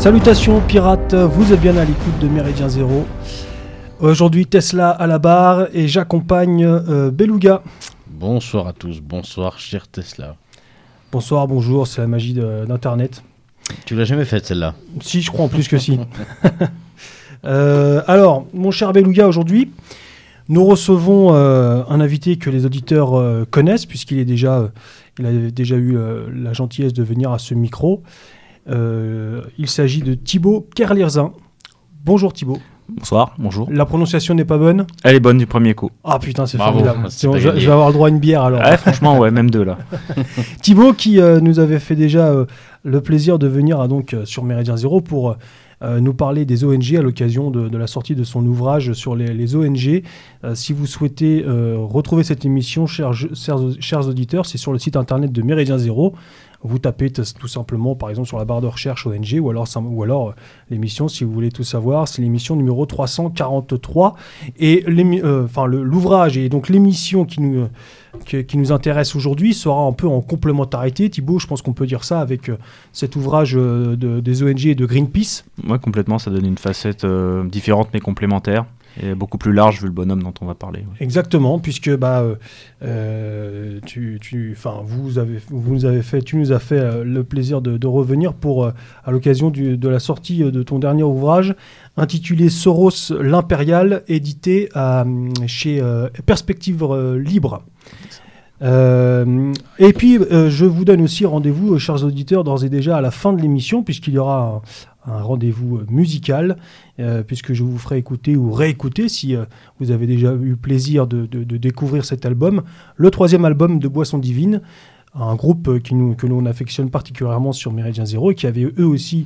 Salutations pirates, vous êtes bien à l'écoute de Méridien Zéro. Aujourd'hui Tesla à la barre et j'accompagne Beluga. Bonsoir à tous, bonsoir cher Tesla. Bonsoir, bonjour, c'est la magie d'internet. Tu l'as jamais faite celle-là? Si, je crois en plus que si. Alors, mon cher Beluga, aujourd'hui, nous recevons un invité que les auditeurs connaissent puisqu'il est il a déjà eu la gentillesse de venir à ce micro. Il s'agit de Thibaut Kerlirzin. Bonjour Thibaut. Bonsoir, bonjour. La prononciation n'est pas bonne? Elle est bonne du premier coup. Ah putain, c'est bravo, formidable. c'est Bon, je vais avoir le droit à une bière alors. Ouais, franchement, ouais, même deux là. Thibaut qui nous avait fait déjà le plaisir de venir donc, sur Méridien Zéro pour nous parler des ONG à l'occasion de la sortie de son ouvrage sur les ONG. Si vous souhaitez retrouver cette émission, chers auditeurs, c'est sur le site internet de Méridien Zéro. Vous tapez tout simplement, par exemple, sur la barre de recherche ONG ou alors l'émission, si vous voulez tout savoir, c'est l'émission numéro 343. Et l'ouvrage et donc l'émission qui nous intéresse aujourd'hui sera un peu en complémentarité. Thibaut, je pense qu'on peut dire ça avec cet ouvrage des ONG et de Greenpeace. Ouais, complètement, ça donne une facette différente mais complémentaire. Et beaucoup plus large vu le bonhomme dont on va parler. Ouais. Exactement, puisque tu nous as fait le plaisir de revenir pour à l'occasion de la sortie de ton dernier ouvrage intitulé Soros l'impérial, édité chez Perspective Libre. Et puis je vous donne aussi rendez-vous, chers auditeurs, d'ores et déjà à la fin de l'émission, puisqu'il y aura un rendez-vous musical, puisque je vous ferai écouter ou réécouter, si vous avez déjà eu plaisir de découvrir cet album, le 3e album de Boisson Divine, un groupe que l'on affectionne particulièrement sur Méridien Zéro et qui avait eux aussi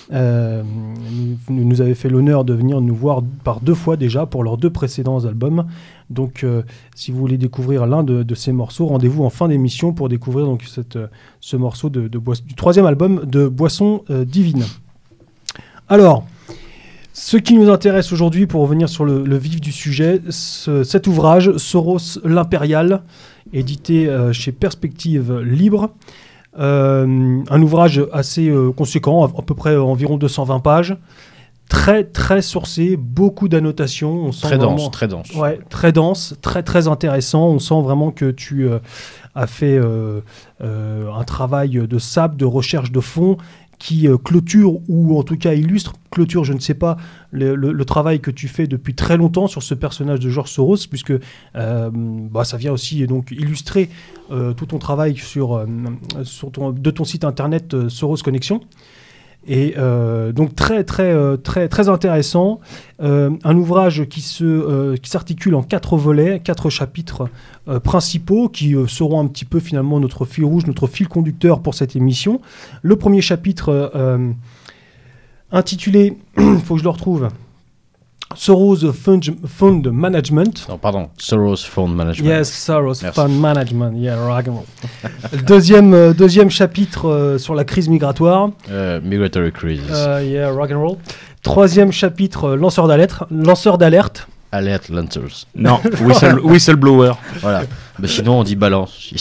nous avait fait l'honneur de venir nous voir par 2 fois déjà pour leurs 2 précédents albums. Donc si vous voulez découvrir l'un de ces morceaux, rendez-vous en fin d'émission pour découvrir donc ce morceau du 3e album de Boisson Divine. Alors, ce qui nous intéresse aujourd'hui, pour revenir sur le vif du sujet, cet ouvrage, Soros l'impérial, édité chez Perspective Libre. Un ouvrage assez conséquent, à peu près environ 220 pages. Très, très sourcé, beaucoup d'annotations. Très dense, très dense. Ouais, très dense, très, très intéressant. On sent vraiment que tu as fait un travail de sable, de recherche de fond, qui clôture, ou en tout cas clôture, je ne sais pas, le travail que tu fais depuis très longtemps sur ce personnage de George Soros, puisque ça vient aussi donc illustrer tout ton travail de ton site internet Soros Connexion. Et donc très très très très intéressant, un ouvrage qui s'articule en 4 volets, 4 chapitres principaux qui seront un petit peu finalement notre fil rouge, notre fil conducteur pour cette émission. Le premier chapitre intitulé, faut que je le retrouve, Soros Fund Management. Non, pardon, Soros Fund Management. Yes, Soros Fund Management. Yeah, rock and roll. Deuxième chapitre sur la crise migratoire. Migratory Crisis. Yeah, rock and roll. 3e chapitre, lanceur d'alerte. Alert Lancers. Non, whistleblower. Voilà. Mais sinon, on dit balance.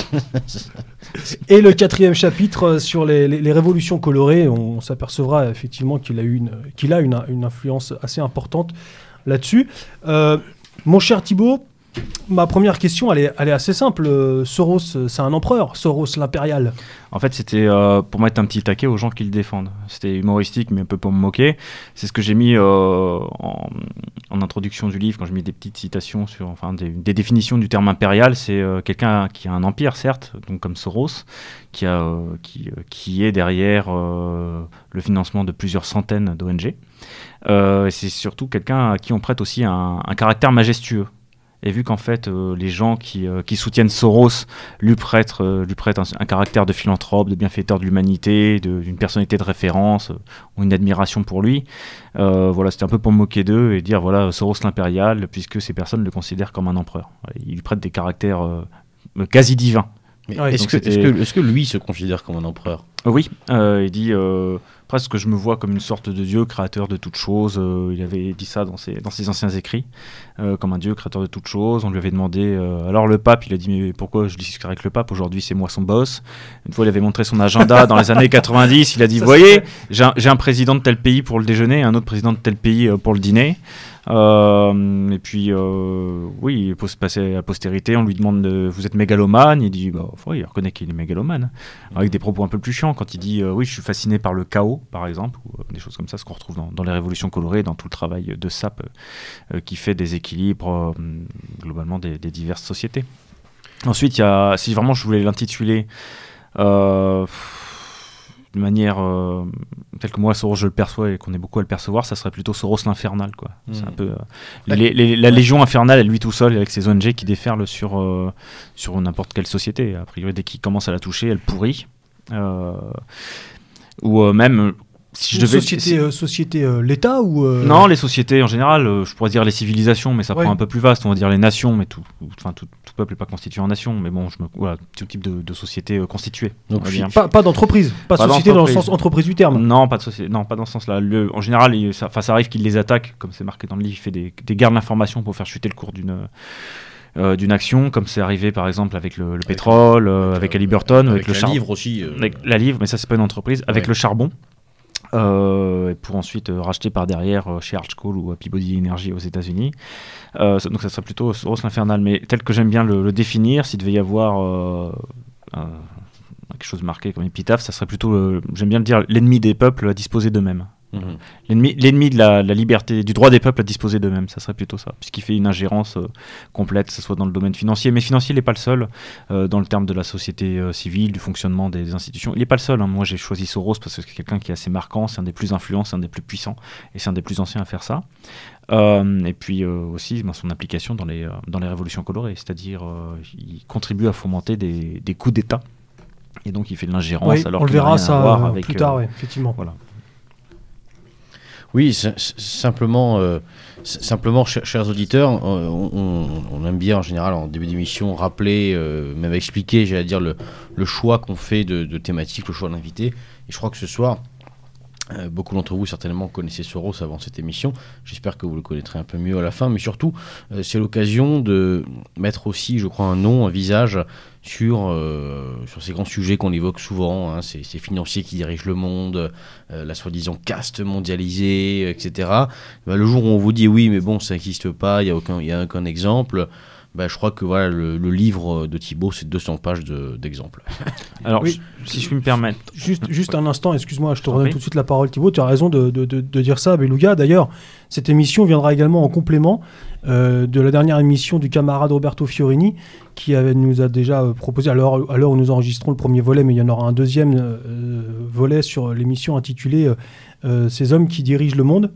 Et le 4e chapitre sur les révolutions colorées. On s'apercevra effectivement qu'il a une influence assez importante là-dessus. Mon cher Thibaut, ma première question, elle est assez simple. Soros, c'est un empereur, Soros l'impérial. En fait, c'était pour mettre un petit taquet aux gens qui le défendent. C'était humoristique, mais un peu pour me moquer. C'est ce que j'ai mis en introduction du livre, quand j'ai mis des petites citations sur, des définitions du terme impérial. C'est quelqu'un qui a un empire, certes, donc comme Soros, qui est derrière le financement de plusieurs centaines d'ONG. C'est surtout quelqu'un à qui on prête aussi un caractère majestueux. Et vu qu'en fait, les gens qui soutiennent Soros lui prêtent un caractère de philanthrope, de bienfaiteur de l'humanité, d'une personnalité de référence, ont une admiration pour lui, c'était un peu pour me moquer d'eux et dire, voilà, Soros l'impérial, puisque ces personnes le considèrent comme un empereur. Il lui prête des caractères quasi divins. Mais est-ce que lui se considère comme un empereur ? Oui, il dit presque que je me vois comme une sorte de dieu créateur de toutes choses. Il avait dit ça dans ses anciens écrits, comme un dieu créateur de toutes choses. On lui avait demandé, alors le pape, il a dit mais pourquoi je discuterai avec le pape, aujourd'hui c'est moi son boss. Une fois il avait montré son agenda dans les années 90, il a dit vous voyez, j'ai un président de tel pays pour le déjeuner et un autre président de tel pays pour le dîner. Et puis oui, il peut se passer à la postérité, on lui demande vous êtes mégalomane, il dit ouais, il reconnaît qu'il est mégalomane, avec des propos un peu plus chiants quand il dit oui, je suis fasciné par le chaos par exemple, ou des choses comme ça, ce qu'on retrouve dans les révolutions colorées, dans tout le travail de Sape qui fait des équilibres globalement des diverses sociétés. Ensuite, il y a, si vraiment je voulais l'intituler de manière telle que moi Soros je le perçois et qu'on est beaucoup à le percevoir, ça serait plutôt Soros l'infernal, quoi. C'est un peu la légion infernale, elle, lui tout seul, avec ses ONG qui déferlent sur n'importe quelle société. A priori, dès qu'il commence à la toucher, elle pourrit. Ou même si je devais société l'État ou non, les sociétés en général, je pourrais dire les civilisations, mais ça prend un peu plus vaste, on va dire les nations, mais tout peuple n'est pas constitué en nation, mais bon, voilà, tout type de société constituée. Donc pas d'entreprise, pas de société dans le sens entreprise du terme. Non, pas de société, non, pas dans ce sens-là. En général, ça arrive qu'il les attaque, comme c'est marqué dans le livre, il fait des guerres d'information pour faire chuter le cours d'une action, comme c'est arrivé par exemple avec le pétrole, avec Halliburton, avec le charbon. Livre aussi. Avec la livre, mais ça c'est pas une entreprise, avec le charbon. Pour ensuite racheter par derrière chez Archcoal ou à Peabody Energy aux États-Unis. Donc ça serait plutôt Soros l'infernal, mais tel que j'aime bien le définir, s'il devait y avoir quelque chose marqué comme épitaphe, ça serait plutôt, j'aime bien le dire, l'ennemi des peuples à disposer d'eux-mêmes. L'ennemi de la liberté, du droit des peuples à disposer d'eux-mêmes, ça serait plutôt ça, puisqu'il fait une ingérence complète, que ce soit dans le domaine financier, mais financier il n'est pas le seul, dans le terme de la société civile, du fonctionnement des institutions, il n'est pas le seul, hein. Moi j'ai choisi Soros parce que c'est quelqu'un qui est assez marquant, c'est un des plus influents, c'est un des plus puissants, et c'est un des plus anciens à faire ça. Et puis aussi son implication dans les révolutions colorées, c'est-à-dire il contribue à fomenter des coups d'État, et donc il fait de l'ingérence, alors on le qu'il n'a verra rien à ça voir avec, plus tard, effectivement. Voilà. Oui, simplement, chers auditeurs, on aime bien en général en début d'émission rappeler, même expliquer, j'allais dire, le choix qu'on fait de thématiques, le choix d'invités. Et je crois que ce soir, beaucoup d'entre vous certainement connaissaient Soros avant cette émission. J'espère que vous le connaîtrez un peu mieux à la fin, mais surtout, c'est l'occasion de mettre aussi, je crois, un nom, un visage sur ces grands sujets qu'on évoque souvent, hein, ces financiers qui dirigent le monde, la soi-disant caste mondialisée, etc. Le jour où on vous dit oui, mais bon, ça n'existe pas, il n'y a aucun exemple, je crois que voilà, le livre de Thibaut, c'est 200 pages d'exemples. Alors, si je puis me permettre. Juste un instant, excuse-moi, je te redonne tout de suite la parole, Thibaut. Tu as raison de dire ça, Beluga. D'ailleurs, cette émission viendra également en complément de la dernière émission du camarade Roberto Fiorini, qui nous a déjà proposé, à l'heure où nous enregistrons le premier volet, mais il y en aura un deuxième volet sur l'émission intitulée Ces hommes qui dirigent le monde.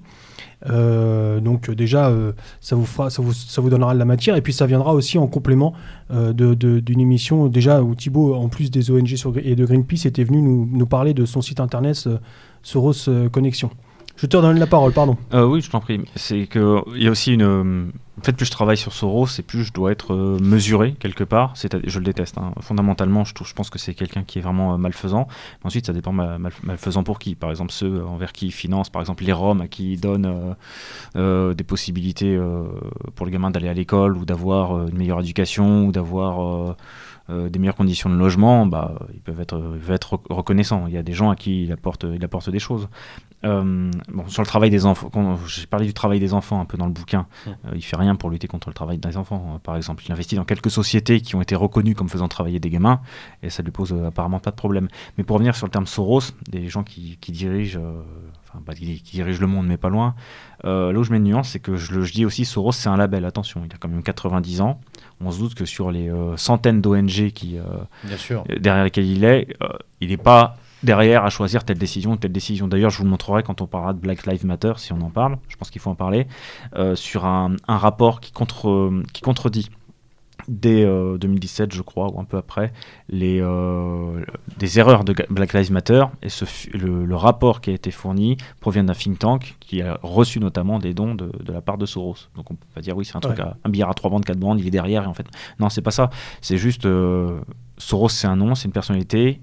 Donc déjà ça vous donnera de la matière, et puis ça viendra aussi en complément d'une émission déjà où Thibaut, en plus des ONG et de Greenpeace, était venu nous parler de son site internet Soros Connexion. Je te redonne la parole, pardon. Oui, je t'en prie. C'est qu'il y a aussi en fait, plus je travaille sur Soros, et plus je dois être mesuré quelque part. Je le déteste, hein. Fondamentalement, je pense que c'est quelqu'un qui est vraiment malfaisant. Mais ensuite, ça dépend malfaisant pour qui. Par exemple, ceux envers qui il finance, par exemple les Roms, à qui il donne des possibilités pour les gamins d'aller à l'école, ou d'avoir une meilleure éducation, ou d'avoir des meilleures conditions de logement, ils peuvent être reconnaissants. Il y a des gens à qui il apporte des choses. Sur le travail des enfants, j'ai parlé du travail des enfants un peu dans le bouquin. Il fait rien pour lutter contre le travail des enfants. Par exemple, il investit dans quelques sociétés qui ont été reconnues comme faisant travailler des gamins, et ça lui pose apparemment pas de problème. Mais pour revenir sur le terme Soros, des gens qui dirigent, qui dirigent le monde, mais pas loin. Là où je mets une nuance, c'est que je dis aussi, Soros, c'est un label. Attention, il a quand même 90 ans. On se doute que sur les centaines d'ONG derrière lesquelles il n'est pas derrière à choisir telle décision ou telle décision. D'ailleurs, je vous le montrerai quand on parlera de Black Lives Matter, si on en parle. Je pense qu'il faut en parler. Sur un rapport qui contredit dès 2017, je crois, ou un peu après, des erreurs de Black Lives Matter. Et le rapport qui a été fourni provient d'un think tank qui a reçu notamment des dons de la part de Soros. Donc on peut pas dire oui, c'est un truc un billard à 3 bandes, 4 bandes, il est derrière. Et en fait, non, c'est pas ça. C'est juste Soros, c'est un nom, c'est une personnalité.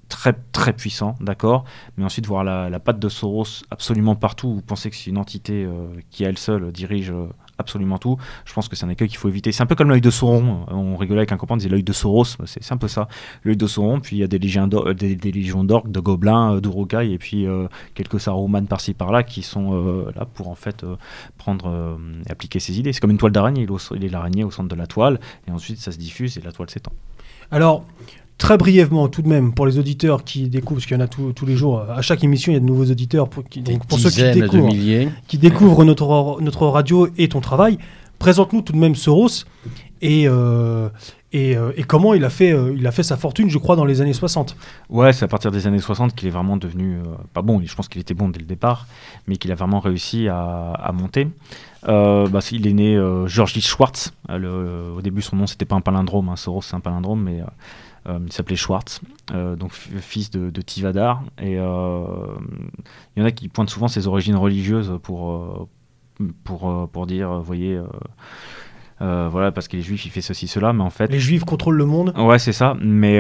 très très puissant, d'accord, mais ensuite voir la patte de Soros absolument partout, vous pensez que c'est une entité qui à elle seule dirige absolument tout, je pense que c'est un écueil qu'il faut éviter. C'est un peu comme l'œil de Sauron, on rigolait avec un copain, on disait l'œil de Soros, c'est un peu ça, l'œil de Sauron, puis il y a des légions d'orques, de gobelins, d'Urukai, et puis quelques Saruman par-ci par-là qui sont là pour en fait prendre et appliquer ses idées. C'est comme une toile d'araignée, il est l'araignée au centre de la toile, et ensuite ça se diffuse et la toile s'étend. Alors, très brièvement, tout de même, pour les auditeurs qui découvrent, parce qu'il y en a tous les jours, à chaque émission, il y a de nouveaux auditeurs, pour ceux qui découvrent notre radio et ton travail, présente-nous tout de même Soros et comment il a fait sa fortune, je crois, dans les années 60. Ouais, c'est à partir des années 60 qu'il est vraiment devenu, pas bon, je pense qu'il était bon dès le départ, mais qu'il a vraiment réussi à monter. Il est né Georgi Schwartz. Au début, son nom, c'était pas un palindrome. Soros, c'est un palindrome, mais il s'appelait Schwartz, donc fils de Tivadar. Et il y en a qui pointent souvent ses origines religieuses pour dire, voyez. Voilà, parce qu'il est juif, il fait ceci, cela, mais en fait... Les juifs contrôlent le monde. Ouais, c'est ça, mais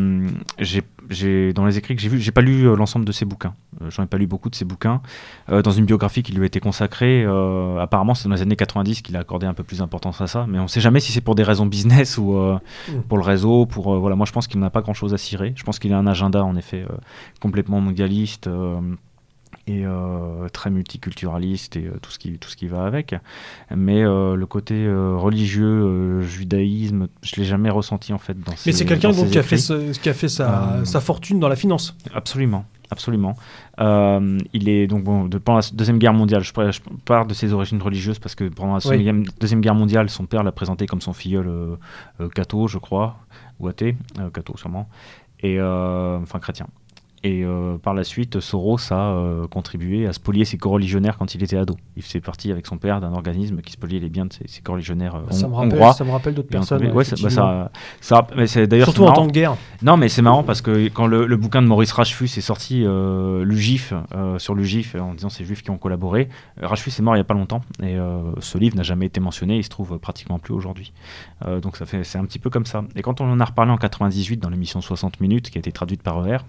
j'ai dans les écrits que j'ai vus, j'ai pas lu l'ensemble de ses bouquins. J'en ai pas lu beaucoup de ses bouquins. Dans une biographie qui lui a été consacrée, apparemment c'est dans les années 90 qu'il a accordé un peu plus d'importance à ça, mais on sait jamais si c'est pour des raisons business ou pour le réseau, voilà, moi je pense qu'il n'a pas grand-chose à cirer. Je pense qu'il a un agenda, en effet, complètement mondialiste, et très multiculturaliste et tout ce qui va avec, mais le côté religieux, judaïsme, je l'ai jamais ressenti en fait dans ses. Mais c'est quelqu'un donc qui a fait sa fortune dans la finance. Absolument. Il est donc pendant la Deuxième Guerre mondiale, je parle de ses origines religieuses parce que pendant la Deuxième Guerre mondiale, son père l'a présenté comme son filleul catho, je crois, ou athée, catho sûrement, et enfin chrétien. Et par la suite, Soros a contribué à spolier ses coreligionnaires quand il était ado. Il faisait partie avec son père d'un organisme qui spoliait les biens de ses coreligionnaires hongrois. Ça me rappelle d'autres personnes. Mais c'est d'ailleurs surtout en temps de guerre. Non, mais c'est marrant parce que quand le bouquin de Maurice Rachefus est sorti, l'UGIF, sur l'UGIF, en disant ces juifs qui ont collaboré, Rachefus est mort il n'y a pas longtemps et ce livre n'a jamais été mentionné, il se trouve pratiquement plus aujourd'hui. Donc c'est un petit peu comme ça. Et quand on en a reparlé en 98 dans l'émission 60 minutes qui a été traduite par ER,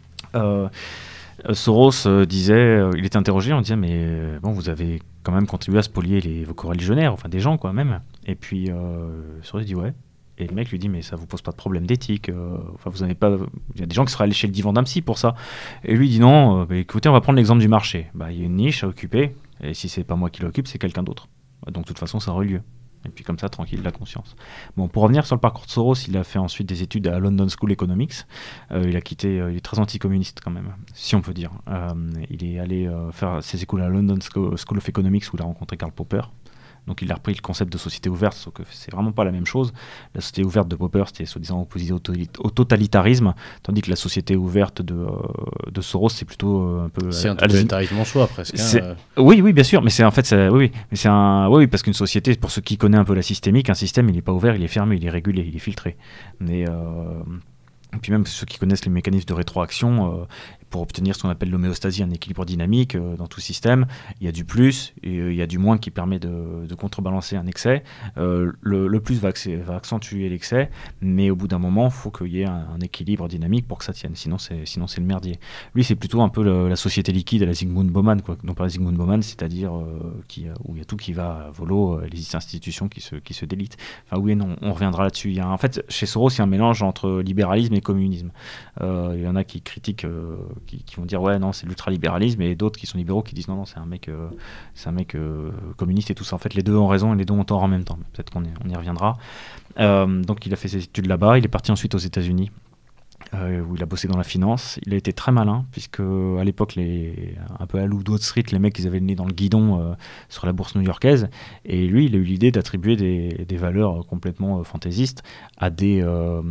Soros disait, il était interrogé, on disait mais bon, vous avez quand même contribué à spolier vos coreligionnaires, enfin des gens quoi même. Et puis Soros dit ouais. Et le mec lui dit mais ça vous pose pas de problème d'éthique, enfin vous avez pas, il y a des gens qui seraient allés chez le divan d'un psy pour ça. Et lui dit non, écoutez on va prendre l'exemple du marché. Il y a une niche à occuper et si c'est pas moi qui l'occupe c'est quelqu'un d'autre. Donc de toute façon ça aura lieu. Et puis comme ça, tranquille, la conscience. Bon, pour revenir sur le parcours de Soros, il a fait ensuite des études à London School Economics. Il est très anticommuniste quand même, si on peut dire. Il est allé faire ses écoles à London School of Economics où il a rencontré Karl Popper. Donc il a repris le concept de société ouverte, sauf que c'est vraiment pas la même chose. La société ouverte de Popper, c'était soi-disant opposé au totalitarisme, tandis que la société ouverte de Soros, c'est plutôt un peu... C'est un totalitarisme en soi, presque. Oui, bien sûr, mais c'est en fait... Oui, parce qu'une société, pour ceux qui connaissent un peu la systémique, un système, il n'est pas ouvert, il est fermé, il est régulé, il est filtré. Mais... Et puis même ceux qui connaissent les mécanismes de rétroaction, pour obtenir ce qu'on appelle l'homéostasie, un équilibre dynamique dans tout système, il y a du plus et il y a du moins qui permet de contrebalancer un excès. Le plus va accentuer l'excès, mais au bout d'un moment, il faut qu'il y ait un équilibre dynamique pour que ça tienne, sinon c'est le merdier. Lui, c'est plutôt un peu la société liquide à la Zygmunt Bauman, quoi. Non pas la Zygmunt Bauman, c'est-à-dire où il y a tout qui va à volo, les institutions qui se délitent. Enfin oui et non, on reviendra là-dessus. En fait, chez Soros, il y a un mélange entre libéralisme et communisme. Il y en a qui critiquent, qui vont dire ouais non c'est l'ultralibéralisme, et d'autres qui sont libéraux qui disent non c'est un mec communiste et tout ça. En fait les deux ont raison et les deux ont tort en même temps. Peut-être qu'on y reviendra. Donc il a fait ses études là-bas, il est parti ensuite aux États-Unis. Où il a bossé dans la finance. Il a été très malin, puisque à l'époque, un peu à Loup Wall Street, les mecs, ils avaient le nez dans le guidon sur la bourse new-yorkaise, et lui, il a eu l'idée d'attribuer des valeurs complètement fantaisistes à des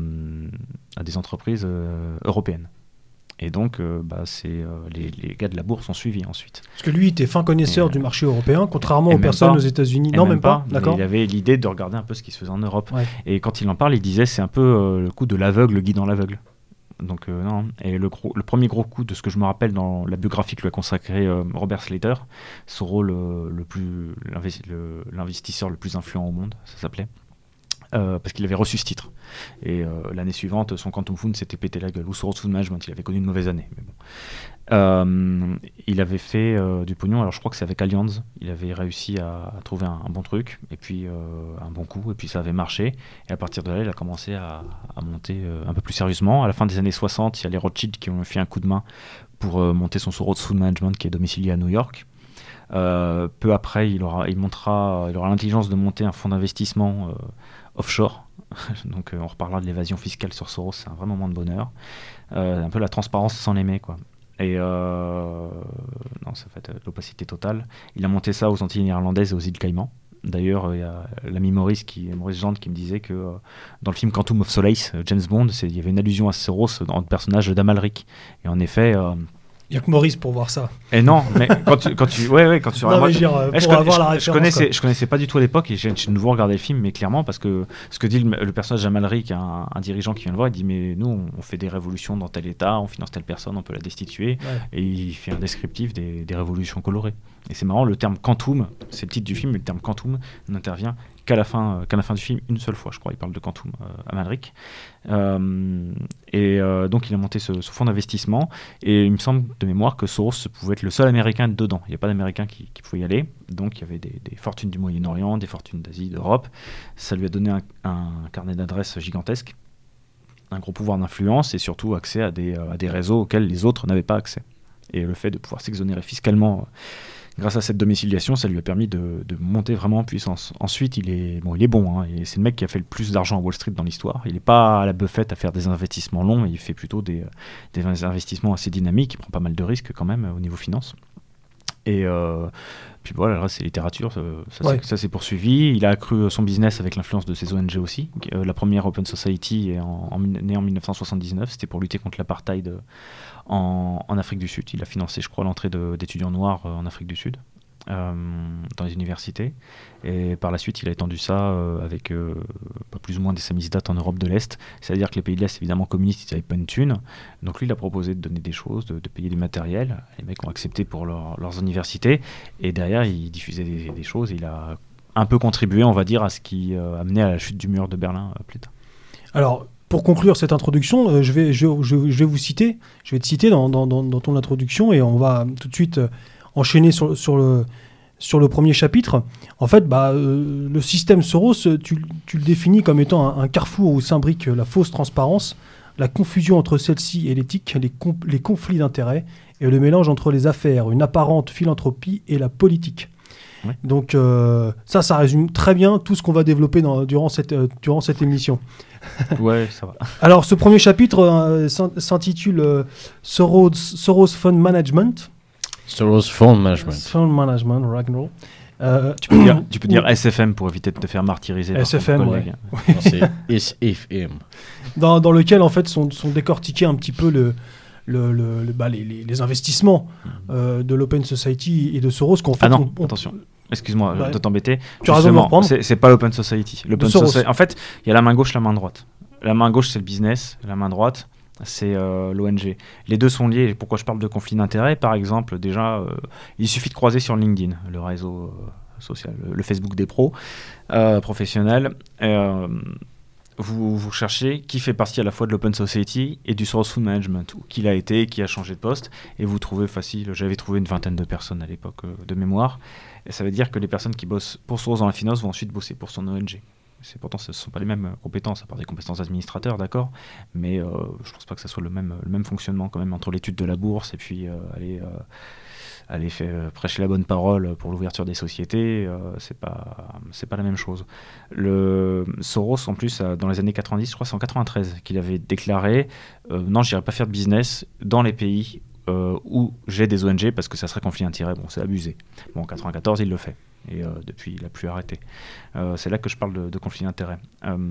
entreprises européennes. Et donc, les gars de la bourse ont suivi ensuite. Parce que lui, il était fin connaisseur du marché européen, contrairement aux personnes aux États-Unis. Non, même pas. D'accord. Il avait l'idée de regarder un peu ce qui se faisait en Europe. Ouais. Et quand il en parle, il disait c'est un peu le coup de l'aveugle guidant l'aveugle. Donc non. Et le premier gros coup de ce que je me rappelle dans la biographie que lui a consacré Robert Slater, son rôle l'investisseur le plus influent au monde, ça s'appelait. parce qu'il avait reçu ce titre. Et l'année suivante, son Quantum Fund s'était pété la gueule, ou Soros Fund Management, il avait connu une mauvaise année. Mais bon. Il avait fait du pognon, alors je crois que c'est avec Allianz, il avait réussi à trouver un bon truc, et puis un bon coup, et puis ça avait marché. Et à partir de là, il a commencé à monter un peu plus sérieusement. À la fin des années 60, il y a les Rothschild qui ont fait un coup de main pour monter son Soros Fund Management qui est domicilié à New York. Peu après, il aura l'intelligence de monter un fonds d'investissement offshore. Donc on reparlera de l'évasion fiscale sur Soros, c'est un vrai moment de bonheur. Un peu la transparence sans l'aimer, quoi. Et non, ça fait l'opacité totale. Il a monté ça aux Antilles néerlandaises et aux îles Caïmans. D'ailleurs, il y a l'ami Maurice Gendre qui me disait que dans le film Quantum of Solace, James Bond, il y avait une allusion à Soros dans le personnage d'Amalric. Et en effet... il n'y a que Maurice pour voir ça. Et non, mais quand tu je connaissais pas du tout à l'époque et j'ai de nouveau regardé le film, mais clairement parce que ce que dit le personnage d'Amalric, un dirigeant qui vient le voir, il dit mais nous on fait des révolutions dans tel état, on finance telle personne, on peut la destituer, et il fait un descriptif des révolutions colorées. Et c'est marrant, le terme quantum, c'est le titre du film, mais le terme quantum n'intervient qu'à la fin du film, une seule fois, je crois. Il parle de quantum à Amalric. Donc il a monté ce fonds d'investissement, et il me semble de mémoire que Soros pouvait être le seul Américain dedans. Il n'y a pas d'Américain qui pouvait y aller. Donc il y avait des fortunes du Moyen-Orient, des fortunes d'Asie, d'Europe. Ça lui a donné un carnet d'adresses gigantesque, un gros pouvoir d'influence et surtout accès à des réseaux auxquels les autres n'avaient pas accès. Et le fait de pouvoir s'exonérer fiscalement grâce à cette domiciliation, ça lui a permis de monter vraiment en puissance. Ensuite, il est bon, hein, et c'est le mec qui a fait le plus d'argent à Wall Street dans l'histoire. Il n'est pas à la Buffett à faire des investissements longs, il fait plutôt des investissements assez dynamiques, il prend pas mal de risques quand même au niveau finance. Et puis voilà, là c'est littérature, ça s'est poursuivi. Il a accru son business avec l'influence de ses ONG aussi. La première Open Society est née en 1979, c'était pour lutter contre l'apartheid en Afrique du Sud. Il a financé, je crois, l'entrée d'étudiants noirs en Afrique du Sud, dans les universités. Et par la suite, il a étendu ça avec plus ou moins des samizdats en Europe de l'Est. C'est-à-dire que les pays de l'Est, évidemment communistes, ils n'avaient pas une thune. Donc lui, il a proposé de donner des choses, de payer du matériel. Les mecs ont accepté pour leurs universités. Et derrière, il diffusait des choses. Il a un peu contribué, on va dire, à ce qui a mené à la chute du mur de Berlin plus tard. Alors, pour conclure cette introduction, je vais te citer dans ton introduction, et on va tout de suite enchaîner sur le premier chapitre. En fait, le système Soros, tu le définis comme étant un carrefour où s'imbrique la fausse transparence, la confusion entre celle-ci et l'éthique, les conflits d'intérêts et le mélange entre les affaires, une apparente philanthropie et la politique. Ouais. Donc ça résume très bien tout ce qu'on va développer durant cette émission. Ouais, ça va. Alors, ce premier chapitre s'intitule Soros Fund Management. Soros Fund Management. Fund Management, rock'n'roll. Tu peux dire SFM pour éviter de te faire martyriser. SFM, ouais. C'est SFM. Dans lequel, en fait, sont décortiqués un petit peu les investissements de l'Open Society et de Soros. Qu'en fait, attention. Excuse-moi de t'embêter. Tu as raison de me reprendre. C'est pas l'Open Society. En fait, il y a la main gauche, la main droite. La main gauche, c'est le business. La main droite, c'est l'ONG. Les deux sont liés. Pourquoi je parle de conflit d'intérêts ? Par exemple, déjà, il suffit de croiser sur LinkedIn, le réseau social, le Facebook des pros professionnels. Vous cherchez qui fait partie à la fois de l'Open Society et du Soros Fund Management, ou qui l'a été, qui a changé de poste, et vous trouvez facile. J'avais trouvé une vingtaine de personnes à l'époque de mémoire, et ça veut dire que les personnes qui bossent pour Soros dans la finance vont ensuite bosser pour son ONG. Pourtant, ce ne sont pas les mêmes compétences, à part des compétences administrateurs, d'accord, mais je ne pense pas que ça soit le même fonctionnement quand même entre l'étude de la bourse et puis aller prêcher la bonne parole pour l'ouverture des sociétés, c'est pas la même chose. Le Soros, en plus, dans les années 90, je crois c'est en 93, qu'il avait déclaré non, je n'irai pas faire de business dans les pays où j'ai des ONG parce que ça serait conflit d'intérêts. Bon, c'est abusé. Bon, en 94, il le fait. Et depuis, il n'a plus arrêté. C'est là que je parle de conflit d'intérêts.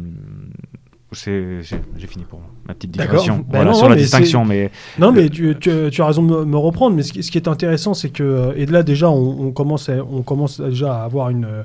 J'ai fini pour ma petite digression sur la distinction. Non, mais tu as raison de me reprendre. Mais ce qui est intéressant, c'est que... Et là, déjà, on commence déjà à avoir une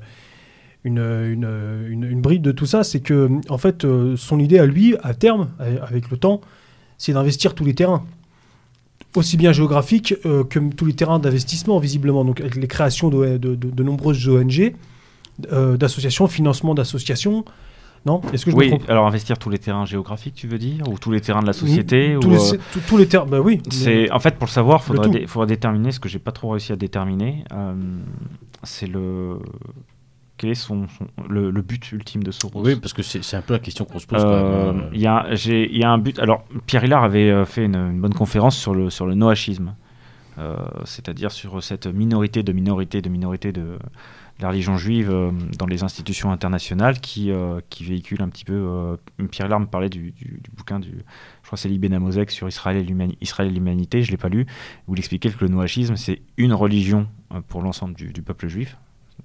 bride de tout ça. C'est que, en fait, son idée à lui, à terme, avec le temps, c'est d'investir tous les terrains. Aussi bien géographiques que tous les terrains d'investissement, visiblement. Donc, avec les créations de nombreuses ONG, d'associations, financement d'associations, Non ? Est-ce que je me Oui, trompe ? alors investir tous les terrains géographiques, tu veux dire, ou tous les terrains de la société, tous les termes, bah oui. En fait, pour le savoir, il faudra déterminer ce que j'ai pas trop réussi à déterminer. C'est quel est le but ultime de Soros. Oui, parce que c'est un peu la question qu'on se pose quand même. Il y a un but. Alors, Pierre Hillard avait fait une bonne conférence sur le noachisme, c'est-à-dire sur cette minorité de la religion juive dans les institutions internationales qui véhicule un petit peu. Pierre Hillard me parlait du bouquin je crois que c'est Libe Namozek sur Israël et l'humanité, je l'ai pas lu, où il expliquait que le noachisme c'est une religion pour l'ensemble du peuple juif.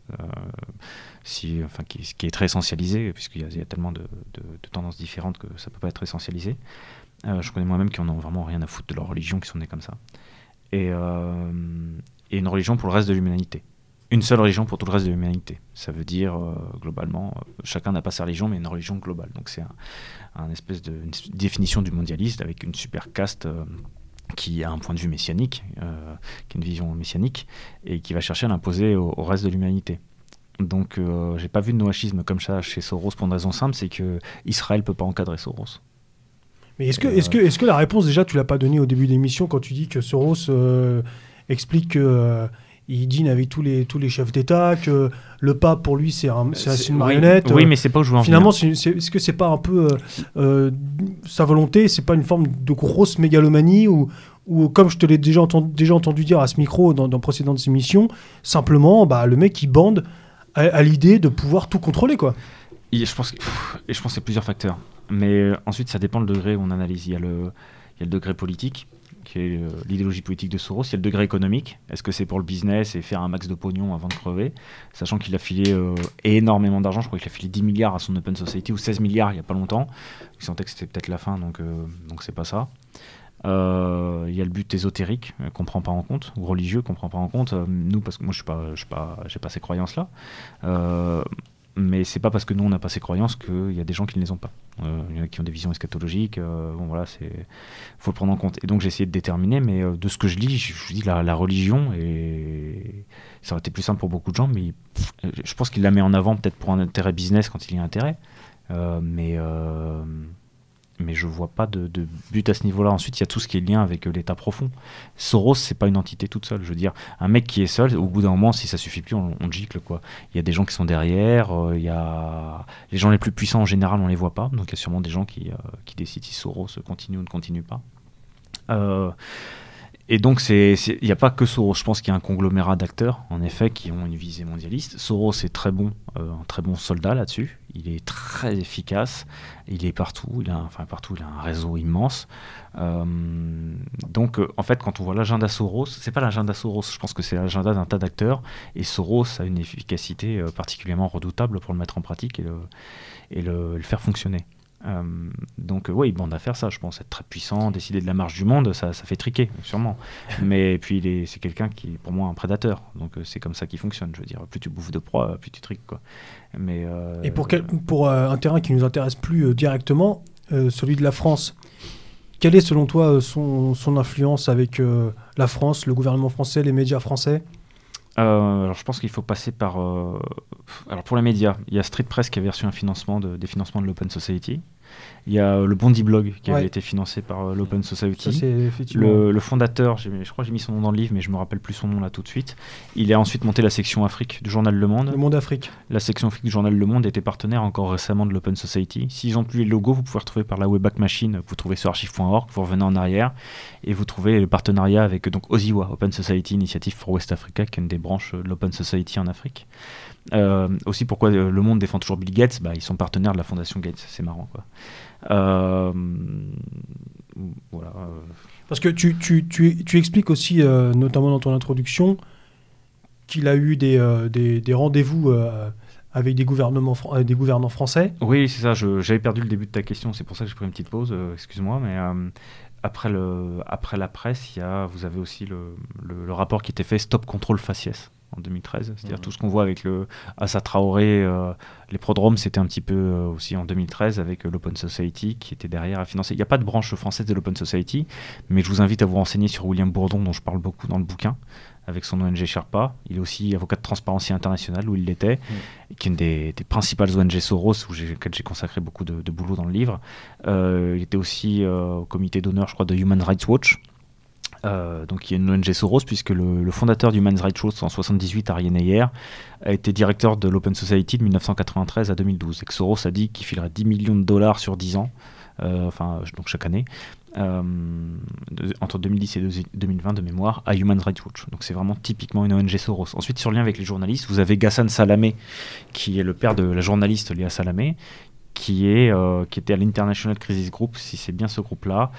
Qui est très essentialisé, puisqu'il y a tellement de tendances différentes que ça peut pas être essentialisé. Je connais moi-même qui en ont vraiment rien à foutre de leur religion, qui sont nés comme ça. Et une religion pour le reste de l'humanité. Une seule religion pour tout le reste de l'humanité. Ça veut dire, globalement, chacun n'a pas sa religion, mais une religion globale. Donc c'est une définition du mondialiste avec une super caste qui a un point de vue messianique, qui a une vision messianique, et qui va chercher à l'imposer au reste de l'humanité. Donc j'ai pas vu de noachisme comme ça chez Soros pour une raison simple, c'est que Israël peut pas encadrer Soros. Mais est-ce que la réponse, déjà, tu l'as pas donnée au début de l'émission quand tu dis que Soros explique que il dîne avec tous les chefs d'État, que le pape pour lui c'est une marionnette. Oui, mais c'est pas où je veux en finalement, venir. Est-ce que c'est pas un peu sa volonté, c'est pas une forme de grosse mégalomanie ou comme je te l'ai déjà entendu dire à ce micro dans précédentes émissions, simplement le mec il bande à l'idée de pouvoir tout contrôler, quoi. Je pense que c'est plusieurs facteurs. Mais ensuite, ça dépend le degré où on analyse. Il y a le degré politique, qui est l'idéologie politique de Soros. Il y a le degré économique. Est-ce que c'est pour le business et faire un max de pognon avant de crever ? Sachant qu'il a filé énormément d'argent. Je crois qu'il a filé 10 milliards à son Open Society, ou 16 milliards il n'y a pas longtemps. Il sentait que c'était peut-être la fin, donc c'est pas ça. Il y a le but ésotérique qu'on prend pas en compte, ou religieux qu'on prend pas en compte. Nous, parce que moi j'ai pas ces croyances-là. Mais c'est pas parce que nous on n'a pas ces croyances qu'il y a des gens qui ne les ont pas. Il y en a qui ont des visions eschatologiques. Faut le prendre en compte. Et donc j'ai essayé de déterminer, mais de ce que je lis, je dis la religion, et ça aurait été plus simple pour beaucoup de gens, mais je pense qu'il la met en avant peut-être pour un intérêt business quand il y a intérêt. Mais je vois pas de but à ce niveau-là. Ensuite, il y a tout ce qui est lien avec l'état profond. Soros, c'est pas une entité toute seule. Je veux dire, un mec qui est seul, au bout d'un moment, si ça suffit plus, on gicle, quoi. Il y a des gens qui sont derrière. Il y a les gens les plus puissants en général, on les voit pas. Donc il y a sûrement des gens qui décident si Soros continue ou ne continue pas. Et donc, il n'y a pas que Soros. Je pense qu'il y a un conglomérat d'acteurs, en effet, qui ont une visée mondialiste. Soros est très bon, un très bon soldat là-dessus. Il est très efficace. Il est partout. Il a un réseau immense. Donc, en fait, quand on voit l'agenda Soros, c'est pas l'agenda Soros. Je pense que c'est l'agenda d'un tas d'acteurs. Et Soros a une efficacité particulièrement redoutable pour le mettre en pratique et le faire fonctionner. Donc il bande à faire ça, je pense, être très puissant, décider de la marche du monde, ça fait triquer, sûrement. Mais puis c'est quelqu'un qui est pour moi un prédateur, donc c'est comme ça qu'il fonctionne, je veux dire, plus tu bouffes de proie, plus tu triques, quoi. Et pour un terrain qui nous intéresse plus directement, celui de la France, quelle est selon toi son influence avec la France, le gouvernement français, les médias français ? Alors je pense qu'il faut passer par... Alors pour les médias, il y a Street Press qui avait reçu des financements de l'Open Society. Il y a le Bondi Blog qui avait été financé par l'Open Society. Ça, c'est effectivement... Le fondateur, je crois que j'ai mis son nom dans le livre, mais je me rappelle plus son nom là tout de suite. Il a ensuite monté la section Afrique du journal Le Monde. Le Monde Afrique. La section Afrique du journal Le Monde était partenaire encore récemment de l'Open Society. S'ils ont plus les logos, vous pouvez retrouver par la Wayback Machine, que vous trouvez sur archive.org, vous revenez en arrière et vous trouvez le partenariat avec donc OSIWA, Open Society Initiative for West Africa, qui est une des branches de l'Open Society en Afrique. Aussi pourquoi Le Monde défend toujours Bill Gates, ils sont partenaires de la fondation Gates, c'est marrant, quoi. Voilà. Parce que tu expliques aussi, notamment dans ton introduction, qu'il a eu des rendez-vous avec des gouvernants français. Oui, c'est ça, j'avais perdu le début de ta question, c'est pour ça que j'ai pris une petite pause, excuse-moi, mais après la presse, vous avez aussi le rapport qui était fait Stop Control Faciès. en 2013. C'est-à-dire tout ce qu'on voit avec le Assa Traoré, les prodromes, c'était un petit peu aussi en 2013 avec l'Open Society qui était derrière à financer. Il n'y a pas de branche française de l'Open Society, mais je vous invite à vous renseigner sur William Bourdon, dont je parle beaucoup dans le bouquin, avec son ONG Sherpa. Il est aussi avocat de Transparency International, où il l'était, qui est une des principales ONG Soros, auquel j'ai consacré beaucoup de boulot dans le livre. Il était aussi au comité d'honneur, je crois, de Human Rights Watch. Donc il y a une ONG Soros, puisque le fondateur du Human Rights Watch en 1978, Arieh Neyer, a été directeur de l'Open Society de 1993 à 2012. Et que Soros a dit qu'il filerait 10 millions de dollars sur 10 ans, donc chaque année, entre 2010 et 2020 de mémoire, à Human Rights Watch. Donc c'est vraiment typiquement une ONG Soros. Ensuite, sur le lien avec les journalistes, vous avez Ghassan Salamé, qui est le père de la journaliste Léa Salamé, qui était à l'International Crisis Group, si c'est bien ce groupe-là,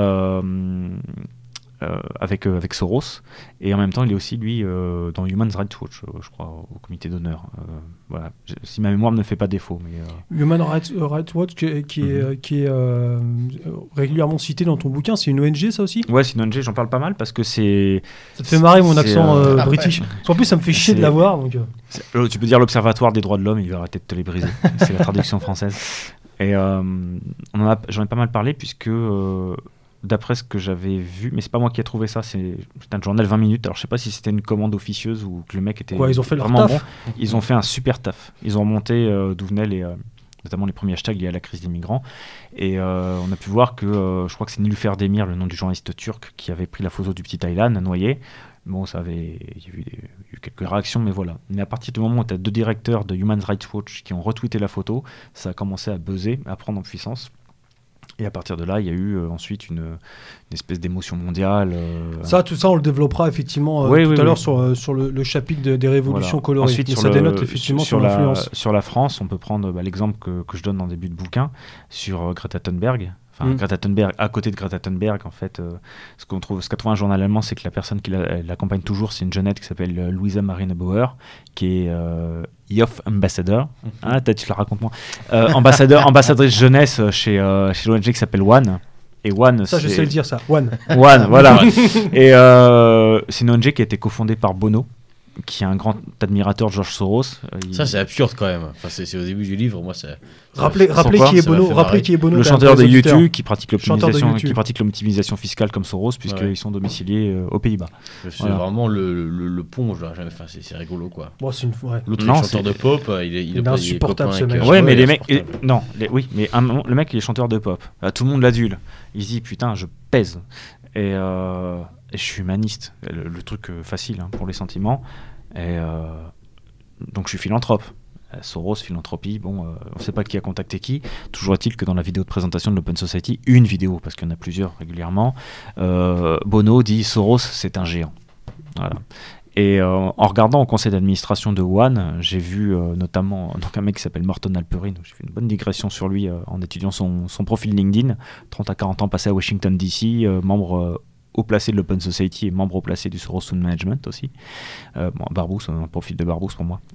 avec Soros, et en même temps il est aussi lui dans Human Rights Watch, je crois, au comité d'honneur. Voilà, si ma mémoire ne me fait pas défaut. Mais Human Rights Watch qui est régulièrement cité dans ton bouquin, c'est une ONG ça aussi? Ouais, c'est une ONG, j'en parle pas mal parce que c'est... Ça te fait marrer mon accent british. En plus ça me fait chier de l'avoir. Donc... Tu peux dire l'Observatoire des droits de l'homme, il va arrêter de te les briser. C'est la traduction française. Et j'en ai pas mal parlé puisque... d'après ce que j'avais vu, mais c'est pas moi qui ai trouvé ça, c'est un journal 20 minutes. Alors je sais pas si c'était une commande officieuse ou que le mec était ils ont fait leur vraiment taf. Bon. Ils ont fait un super taf. Ils ont remonté d'où venaient notamment les premiers hashtags liés à la crise des migrants. Et on a pu voir que je crois que c'est Nilüfer Demir, le nom du journaliste turc, qui avait pris la photo du petit Aylan noyé. Bon, il y a eu quelques réactions, mais voilà. Mais à partir du moment où tu as 2 directeurs de Human Rights Watch qui ont retweeté la photo, ça a commencé à buzzer, à prendre en puissance. Et à partir de là, il y a eu ensuite une espèce d'émotion mondiale. Tout ça, on le développera effectivement tout à l'heure sur le chapitre des révolutions colorées. Ensuite, ça dénote effectivement sur l'influence. Sur la France, on peut prendre l'exemple que je donne en début de bouquin sur Greta Thunberg. Greta Thunberg, à côté de Greta Thunberg, en fait, ce qu'a trouvé un journal allemand, c'est que la personne qui l'accompagne toujours, c'est une jeunette qui s'appelle Luisa Marine Bauer, qui est Youth Ambassador. Tu la racontes moi. Ambassadrice jeunesse chez l'ONG qui s'appelle One. Et One, ça, je sais le dire, ça. One, voilà. Et c'est une ONG qui a été cofondée par Bono, qui est un grand admirateur de George Soros. Ça, c'est absurde quand même. Enfin, c'est au début du livre, moi, c'est... Rappelez qui est Bono. Le chanteur de YouTube qui pratique l'optimisation fiscale comme Soros, puisqu'ils sont domiciliés aux Pays-Bas. C'est vraiment le pont, enfin, c'est rigolo, quoi. Bon, l'autre chanteur de pop, il est insupportable, ce mec. Ouais, mais les mecs... le mec, il est chanteur de pop. Tout le monde l'adule. Il se dit, putain, je pèse. Et je suis humaniste, le truc facile pour les sentiments. Et donc je suis philanthrope. Soros, philanthropie, on ne sait pas qui a contacté qui. Toujours est-il que dans la vidéo de présentation de l'Open Society, une vidéo, parce qu'il y en a plusieurs régulièrement, Bono dit Soros, c'est un géant. Voilà. Et en regardant au conseil d'administration de One, j'ai vu notamment un mec qui s'appelle Morton Alperin. J'ai fait une bonne digression sur lui en étudiant son profil LinkedIn. 30 à 40 ans passé à Washington DC, membre haut placé de l'Open Society et membre haut placé du Soros Fund Management aussi. Barbous, un profil de Barbous pour moi.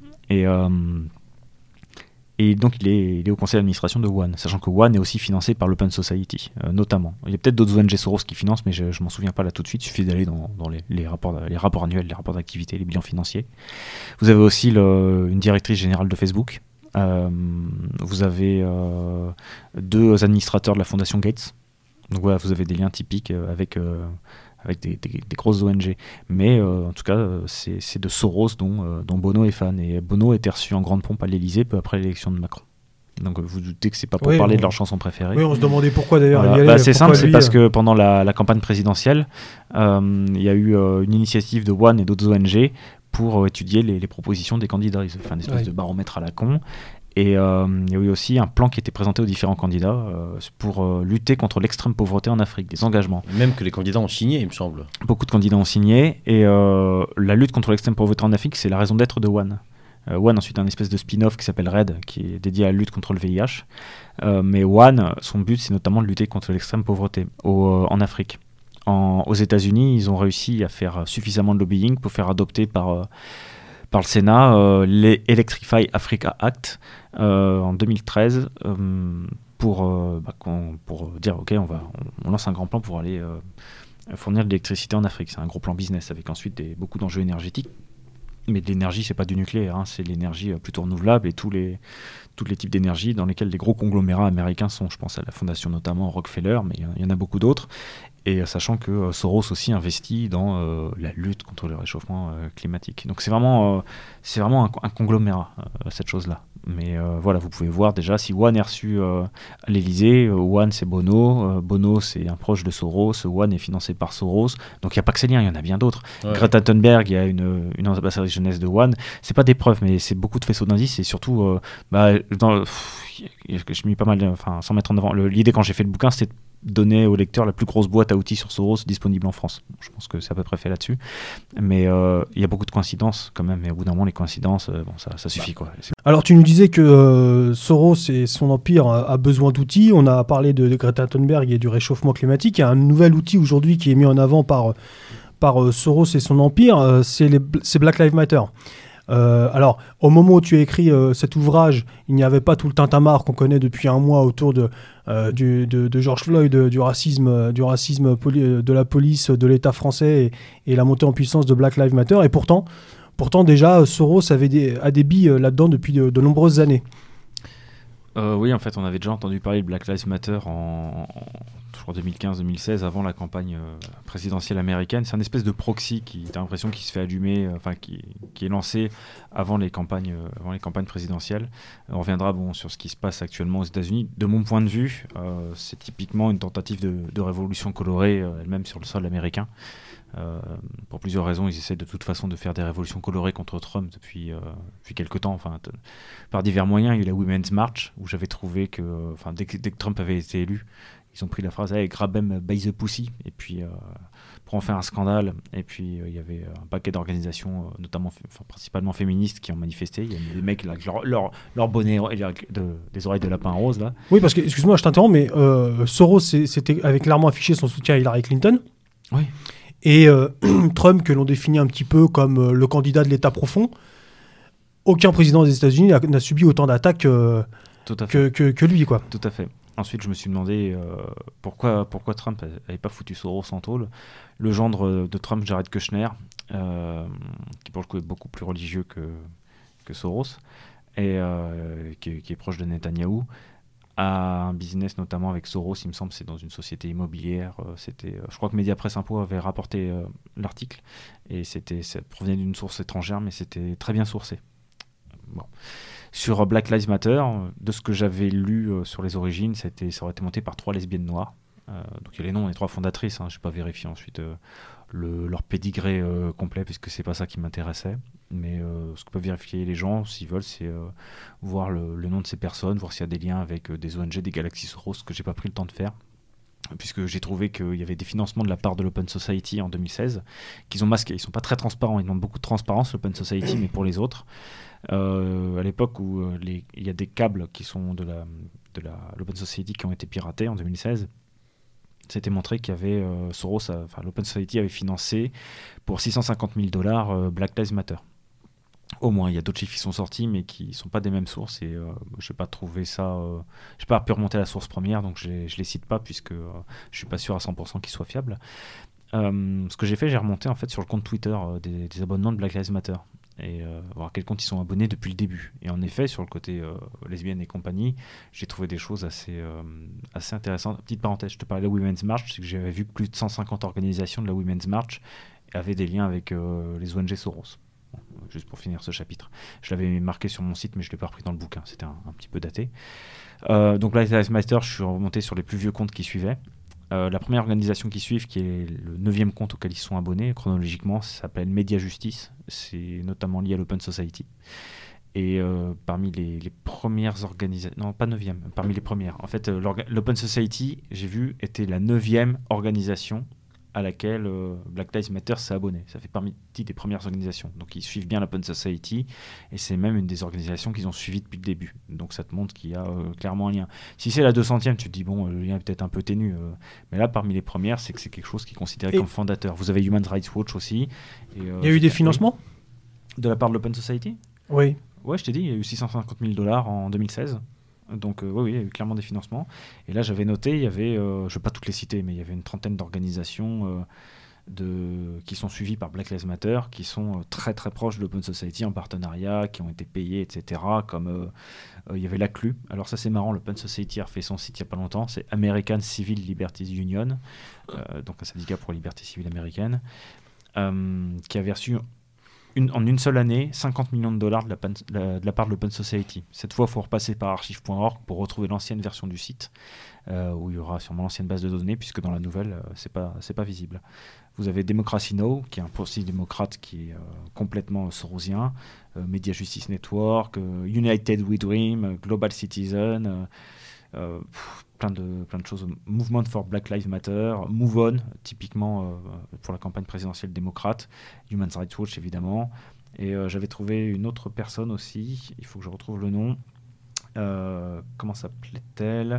Et donc il est au conseil d'administration de One, sachant que One est aussi financé par l'Open Society, notamment. Il y a peut-être d'autres ONG Soros qui financent, mais je m'en souviens pas là tout de suite. Il suffit d'aller dans les rapports annuels, les rapports d'activité, les bilans financiers. Vous avez aussi une directrice générale de Facebook. Vous avez 2 administrateurs de la fondation Gates. Donc voilà, vous avez des liens typiques avec des grosses ONG. Mais en tout cas, c'est de Soros dont Bono est fan. Et Bono a été reçu en grande pompe à l'Élysée peu après l'élection de Macron. Donc vous doutez que c'est pas pour parler de leur chanson préférée. Oui, on se demandait pourquoi d'ailleurs. Voilà. C'est simple, c'est parce que pendant la campagne présidentielle, il y a eu une initiative de One et d'autres ONG pour étudier les propositions des candidats. Ils ont fait un espèce de baromètre à la con. Et il y a eu aussi un plan qui était présenté aux différents candidats pour lutter contre l'extrême pauvreté en Afrique, des engagements. Même que les candidats ont signé, il me semble. Beaucoup de candidats ont signé, et la lutte contre l'extrême pauvreté en Afrique, c'est la raison d'être de One. One, ensuite, un espèce de spin-off qui s'appelle RED, qui est dédié à la lutte contre le VIH. Mais One, son but, c'est notamment de lutter contre l'extrême pauvreté en Afrique. Aux États-Unis, ils ont réussi à faire suffisamment de lobbying pour faire adopter par le Sénat les Electrify Africa Act en 2013 pour dire ok, on lance un grand plan pour aller fournir de l'électricité en Afrique. C'est un gros plan business avec ensuite beaucoup d'enjeux énergétiques. Mais de l'énergie, c'est pas du nucléaire, hein, c'est l'énergie plutôt renouvelable et tous les types d'énergie dans lesquels les gros conglomérats américains sont. Je pense à la fondation notamment Rockefeller, mais il y en a beaucoup d'autres. Et sachant que Soros aussi investit dans la lutte contre le réchauffement climatique. Donc c'est vraiment un conglomérat, cette chose-là. Mais voilà, vous pouvez voir déjà, si One est reçu à l'Elysée, One c'est Bono, Bono c'est un proche de Soros, One est financé par Soros, donc il n'y a pas que ces liens, il y en a bien d'autres. Ouais. Greta Thunberg, il y a une ambassadrice jeunesse de One, c'est pas des preuves, mais c'est beaucoup de faisceaux d'indices, et surtout, je mis pas mal, sans mettre en avant, l'idée quand j'ai fait le bouquin, c'était donner au lecteur la plus grosse boîte à outils sur Soros disponible en France. Je pense que c'est à peu près fait là-dessus. Mais il y a beaucoup de coïncidences quand même. Mais au bout d'un moment, les coïncidences, ça suffit, quoi. Alors, tu nous disais que Soros et son empire a besoin d'outils. On a parlé de Greta Thunberg et du réchauffement climatique. Il y a un nouvel outil aujourd'hui qui est mis en avant par Soros et son empire. C'est Black Lives Matter. Alors, au moment où tu as écrit cet ouvrage, il n'y avait pas tout le tintamarre qu'on connaît depuis un mois autour de George Floyd, du racisme de la police, de l'État français et la montée en puissance de Black Lives Matter. Et pourtant déjà, Soros a des billes là-dedans depuis de nombreuses années. Oui, en fait, on avait déjà entendu parler de Black Lives Matter je crois 2015-2016, avant la campagne présidentielle américaine. C'est un espèce de proxy qui a l'impression qu'il se fait allumer, qui est lancé avant les campagnes présidentielles. On reviendra sur ce qui se passe actuellement aux États-Unis. De mon point de vue, c'est typiquement une tentative de révolution colorée, elle-même sur le sol américain. Pour plusieurs raisons, ils essaient de toute façon de faire des révolutions colorées contre Trump depuis quelques temps. Par divers moyens, il y a eu la Women's March, où j'avais trouvé que dès que Trump avait été élu, ils ont pris la phrase hey, « grab them by the pussy » et puis pour en faire un scandale. Et puis il y avait un paquet d'organisations, notamment principalement féministes, qui ont manifesté. Il y a des mecs là, avec leur bonnet et des oreilles de lapin rose là. Oui, parce que, excuse-moi, je t'interromps, mais Soros avait clairement affiché son soutien à Hillary Clinton. Oui. Et Trump, que l'on définit un petit peu comme le candidat de l'État profond, aucun président des États-Unis n'a subi autant d'attaques que lui, quoi. Tout à fait. Ensuite, je me suis demandé pourquoi Trump n'avait pas foutu Soros en tôle. Le gendre de Trump, Jared Kushner, qui pour le coup est beaucoup plus religieux que Soros, et qui est proche de Netanyahou, a un business notamment avec Soros, il me semble, c'est dans une société immobilière. Je crois que Mediapresse Info avait rapporté l'article, et ça provenait d'une source étrangère, mais c'était très bien sourcé. Bon. Sur Black Lives Matter, de ce que j'avais lu sur les origines, ça aurait été monté par 3 lesbiennes noires. Donc il y a les noms des 3 fondatrices, je n'ai pas vérifié ensuite leur pédigré complet, puisque c'est pas ça qui m'intéressait. Mais ce que peuvent vérifier les gens, s'ils veulent, c'est voir le nom de ces personnes, voir s'il y a des liens avec des ONG, des Galaxies Soros, ce que j'ai pas pris le temps de faire, puisque j'ai trouvé qu'il y avait des financements de la part de l'Open Society en 2016 qu'ils ont masqués. Ils sont pas très transparents, ils demandent beaucoup de transparence, l'Open Society, mais pour les autres. À l'époque où il y a des câbles qui sont de l'Open Society qui ont été piratés en 2016, c'était montré qu'il y avait l'Open Society avait financé pour $650,000 Black Lives Matter. Au moins, il y a d'autres chiffres qui sont sortis, mais qui ne sont pas des mêmes sources, et je n'ai pas trouvé ça. Je n'ai pas pu remonter à la source première, donc je ne les cite pas, puisque je ne suis pas sûr à 100% qu'ils soient fiables. Ce que j'ai fait, j'ai remonté en fait sur le compte Twitter des abonnements de Black Lives Matter, et voir à quel compte ils sont abonnés depuis le début. Et en effet, sur le côté lesbienne et compagnie, j'ai trouvé des choses assez intéressantes. Petite parenthèse, je te parlais de la Women's March, c'est que j'avais vu que plus de 150 organisations de la Women's March avaient des liens avec les ONG Soros. Bon, juste pour finir ce chapitre. Je l'avais marqué sur mon site, mais je ne l'ai pas repris dans le bouquin, c'était un petit peu daté. Donc Black Lives Matter, je suis remonté sur les plus vieux comptes qui suivaient. La première organisation qui suit, qui est le 9e compte auquel ils sont abonnés, chronologiquement, ça s'appelle Media Justice. C'est notamment lié à l'Open Society. Et parmi les premières organisations... Non, pas 9e, parmi les premières. En fait, l'Open Society, j'ai vu, était la 9e organisation à laquelle Black Lives Matter s'est abonné. Ça fait partie des premières organisations. Donc ils suivent bien l'Open Society, et c'est même une des organisations qu'ils ont suivies depuis le début. Donc ça te montre qu'il y a clairement un lien. Si c'est la 200e, tu te dis, bon, le lien est peut-être un peu ténu. Mais là, parmi les premières, c'est que c'est quelque chose qui est considéré comme fondateur. Vous avez Human Rights Watch aussi. Et, il y a eu des financements de la part de l'Open Society ? Oui. Ouais, je t'ai dit, il y a eu $650,000 en 2016. Donc oui, il y a eu clairement des financements. Et là, j'avais noté, il y avait, je ne vais pas toutes les citer, mais il y avait une trentaine d'organisations qui sont suivis par Black Lives Matter, qui sont très très proches de l'Open Society en partenariat, qui ont été payés, etc. Comme il y avait l'ACLU. Alors ça c'est marrant, l'Open Society a refait son site il n'y a pas longtemps, c'est American Civil Liberties Union, donc un syndicat pour la liberté civile américaine, qui avait reçu en une seule année 50 millions de dollars de la part de l'Open Society. Cette fois, il faut repasser par archive.org pour retrouver l'ancienne version du site, où il y aura sûrement l'ancienne base de données, puisque dans la nouvelle, c'est pas visible. Vous avez Democracy Now, qui est un parti démocrate qui est complètement sorosien, Media Justice Network, United We Dream, Global Citizen, plein de choses. Movement for Black Lives Matter, Move On, typiquement pour la campagne présidentielle démocrate, Human Rights Watch évidemment. Et j'avais trouvé une autre personne aussi, il faut que je retrouve le nom. Comment s'appelait-elle ?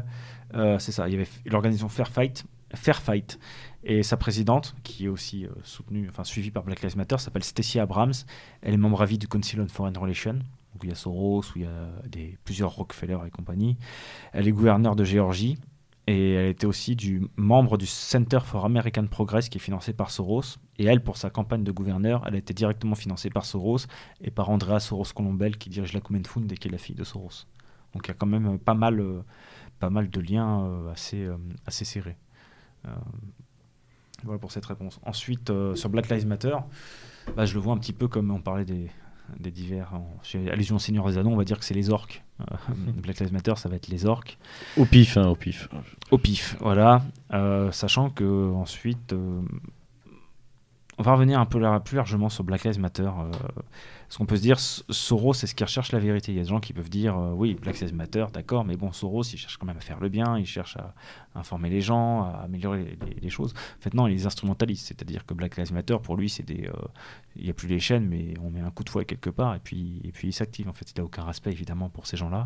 C'est ça, il y avait l'organisation Fair Fight, et sa présidente, qui est aussi suivie par Black Lives Matter, s'appelle Stacey Abrams. Elle est membre à vie du Council on Foreign Relations, où il y a Soros, où il y a plusieurs Rockefeller et compagnie. Elle est gouverneure de Géorgie, et elle était aussi membre du Center for American Progress, qui est financé par Soros. Et elle, pour sa campagne de gouverneur, elle a été directement financée par Soros et par Andrea Soros-Colombel, qui dirige la Komen Fund et qui est la fille de Soros. Donc il y a quand même pas mal de liens assez serrés. Voilà pour cette réponse. Ensuite, sur Black Lives Matter, je le vois un petit peu comme on parlait des divers. Chez Allusion au Seigneur des Anneaux, on va dire que c'est les orques. Black Lives Matter, ça va être les orques. Au pif, au pif. Au pif, voilà. Sachant que ensuite, on va revenir un peu plus largement sur Black Lives Matter. Ce qu'on peut se dire, Soros, c'est ce qui recherche la vérité. Il y a des gens qui peuvent dire, oui, Black Lives Matter, d'accord, mais bon, Soros, il cherche quand même à faire le bien, il cherche à informer les gens, à améliorer les choses. En fait, non, il les instrumentalise. C'est-à-dire que Black Lives Matter, pour lui, c'est il n'y a plus les chaînes, mais on met un coup de fouet quelque part, et puis il s'active. En fait, il n'a aucun respect, évidemment, pour ces gens-là.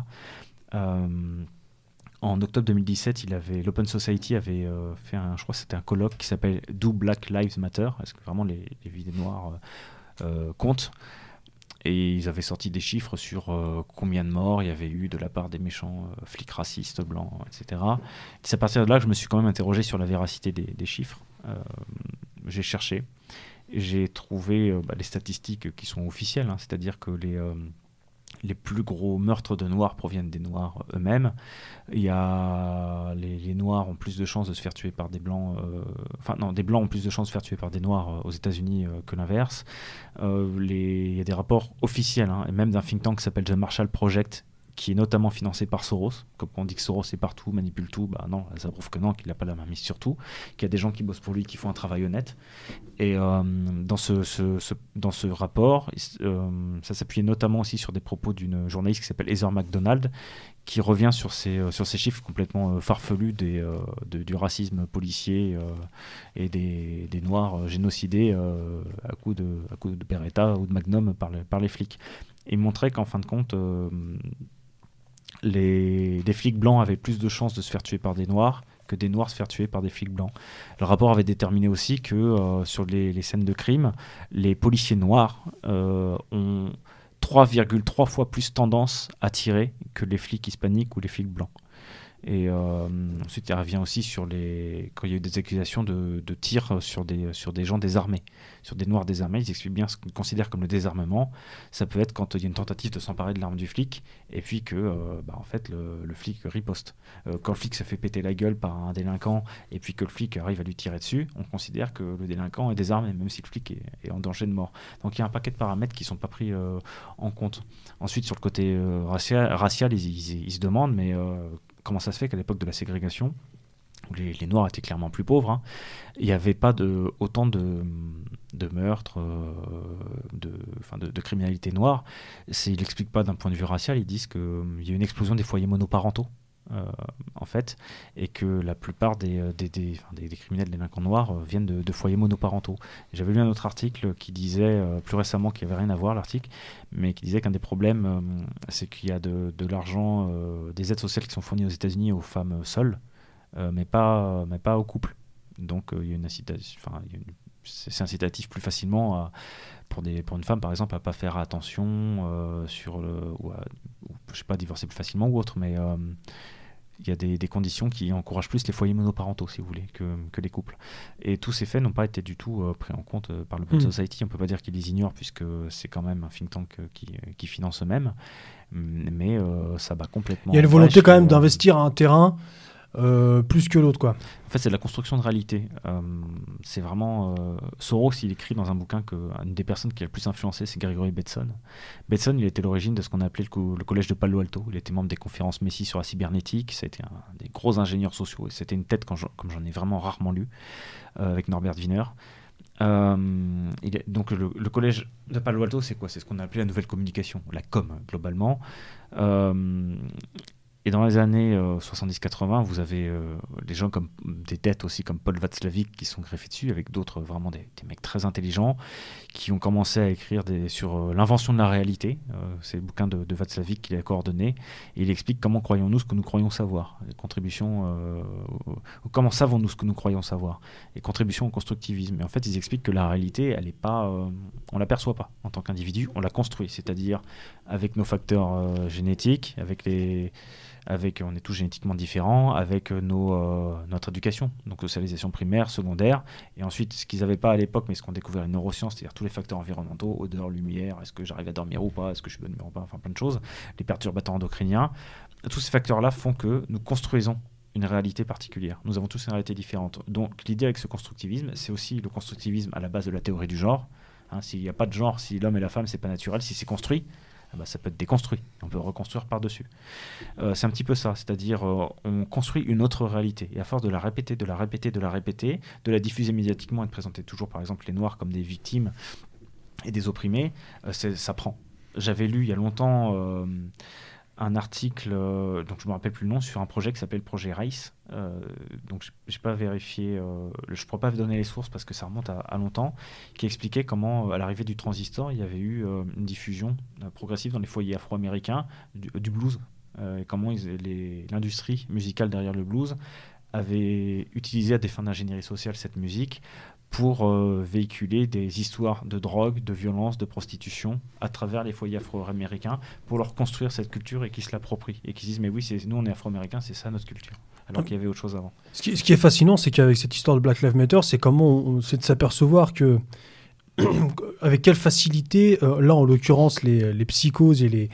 En octobre 2017, l'Open Society avait fait je crois que c'était un colloque qui s'appelle Do Black Lives Matter. Est-ce que vraiment les vies des Noirs comptent ? Et ils avaient sorti des chiffres sur combien de morts il y avait eu de la part des méchants flics racistes, blancs, etc. C'est à partir de là que je me suis quand même interrogé sur la véracité des chiffres. J'ai cherché. J'ai trouvé les statistiques qui sont officielles, c'est-à-dire que les plus gros meurtres de Noirs proviennent des Noirs eux-mêmes. Il y a les Noirs ont plus de chances de se faire tuer par des Blancs. Des Blancs ont plus de chances de se faire tuer par des Noirs aux États-Unis que l'inverse. Il y a des rapports officiels, et même d'un think tank qui s'appelle The Marshall Project, qui est notamment financé par Soros. Comme on dit que Soros est partout, manipule tout, non, ça prouve que non, qu'il n'a pas la main mise sur tout, qu'il y a des gens qui bossent pour lui, qui font un travail honnête. Et dans ce rapport, ça s'appuyait notamment aussi sur des propos d'une journaliste qui s'appelle Heather McDonald, qui revient sur ces chiffres complètement farfelus du racisme policier et des Noirs génocidés à coups de Beretta ou de Magnum par les flics. Et il montrait qu'en fin de compte, des flics blancs avaient plus de chances de se faire tuer par des Noirs que des Noirs se faire tuer par des flics blancs. Le rapport avait déterminé aussi que sur les scènes de crime, les policiers noirs ont 3,3 fois plus tendance à tirer que les flics hispaniques ou les flics blancs. Et ensuite, il revient aussi sur quand il y a eu des accusations de tir sur des gens désarmés, sur des Noirs désarmés. Ils expliquent bien ce qu'ils considèrent comme le désarmement. Ça peut être quand il y a une tentative de s'emparer de l'arme du flic et puis que en fait, le flic riposte. Quand le flic se fait péter la gueule par un délinquant et puis que le flic arrive à lui tirer dessus, on considère que le délinquant est désarmé, même si le flic est en danger de mort. Donc il y a un paquet de paramètres qui ne sont pas pris en compte. Ensuite, sur le côté racial, ils se demandent, mais comment ça se fait qu'à l'époque de la ségrégation, où les Noirs étaient clairement plus pauvres, il n'y avait pas autant de meurtres, de criminalité noire. Ils n'expliquent pas d'un point de vue racial, ils disent qu'il y a une explosion des foyers monoparentaux, en fait, et que la plupart des criminels délinquants noirs viennent de foyers monoparentaux. J'avais lu un autre article qui disait, plus récemment, qu'il n'y avait rien à voir, l'article, mais qui disait qu'un des problèmes, c'est qu'il y a de l'argent, des aides sociales qui sont fournies aux États-Unis aux femmes seules, mais pas aux couples. Donc il y a une incitation, c'est incitatif plus facilement pour une femme par exemple à pas faire attention ou je sais pas, divorcer plus facilement ou autre, mais y a des conditions qui encouragent plus les foyers monoparentaux, si vous voulez, que les couples. Et tous ces faits n'ont pas été du tout pris en compte par le Open Society. On ne peut pas dire qu'ils les ignorent, puisque c'est quand même un think tank qui finance eux-mêmes. Mais ça bat complètement. Il y a une volonté quand même d'investir un terrain plus que l'autre, quoi. En fait, c'est de la construction de réalité. C'est vraiment... Soros, il écrit dans un bouquin qu'une des personnes qui a le plus influencé, c'est Gregory Bateson. Bateson, il était l'origine de ce qu'on appelait le collège de Palo Alto. Il était membre des conférences Messi sur la cybernétique. Ça a été un des gros ingénieurs sociaux. Et c'était une tête, comme j'en ai vraiment rarement lu, avec Norbert Wiener. Donc le collège de Palo Alto, c'est quoi ? C'est ce qu'on a appelé la nouvelle communication, la com, globalement. Et dans les années 70-80, vous avez des gens comme des têtes aussi comme Paul Václavic qui sont greffés dessus, avec d'autres vraiment des mecs très intelligents qui ont commencé à écrire sur l'invention de la réalité. C'est le bouquin de Václavic qu'il a coordonné. Et il explique comment croyons-nous ce que nous croyons savoir. Les contributions, comment savons-nous ce que nous croyons savoir. Et contribution au constructivisme. Et en fait, ils expliquent que la réalité, elle est pas, on l'aperçoit pas en tant qu'individu, on la construit. C'est-à-dire avec nos facteurs génétiques, on est tous génétiquement différents, avec notre éducation, donc socialisation primaire, secondaire, et ensuite ce qu'ils n'avaient pas à l'époque, mais ce qu'on découvert les neurosciences, c'est-à-dire tous les facteurs environnementaux, odeur, lumière, est-ce que j'arrive à dormir ou pas, est-ce que je suis bonne humeur ou pas, enfin plein de choses, les perturbateurs endocriniens, tous ces facteurs-là font que nous construisons une réalité particulière. Nous avons tous une réalité différente. Donc l'idée avec ce constructivisme, c'est aussi le constructivisme à la base de la théorie du genre. S'il n'y a pas de genre, si l'homme et la femme, c'est pas naturel, si c'est construit, ça peut être déconstruit, on peut reconstruire par-dessus. C'est un petit peu ça, c'est-à-dire on construit une autre réalité, et à force de la répéter, de la diffuser médiatiquement et de présenter toujours par exemple les Noirs comme des victimes et des opprimés, ça prend. J'avais lu il y a longtemps un article, donc je ne me rappelle plus le nom, sur un projet qui s'appelle Projet Rice. Donc je n'ai pas vérifié, je ne pourrais pas vous donner les sources parce que ça remonte à longtemps, qui expliquait comment, à l'arrivée du transistor, il y avait eu une diffusion progressive dans les foyers afro-américains du blues, et comment l'industrie musicale derrière le blues avait utilisé à des fins d'ingénierie sociale cette musique pour véhiculer des histoires de drogue, de violence, de prostitution à travers les foyers afro-américains pour leur construire cette culture et qu'ils se l'approprient et qu'ils disent mais oui, nous on est afro-américains, c'est ça notre culture, alors qu'il y avait autre chose avant. Ce qui est fascinant, c'est qu'avec cette histoire de Black Lives Matter, c'est comment c'est de s'apercevoir que avec quelle facilité, là en l'occurrence les psychoses et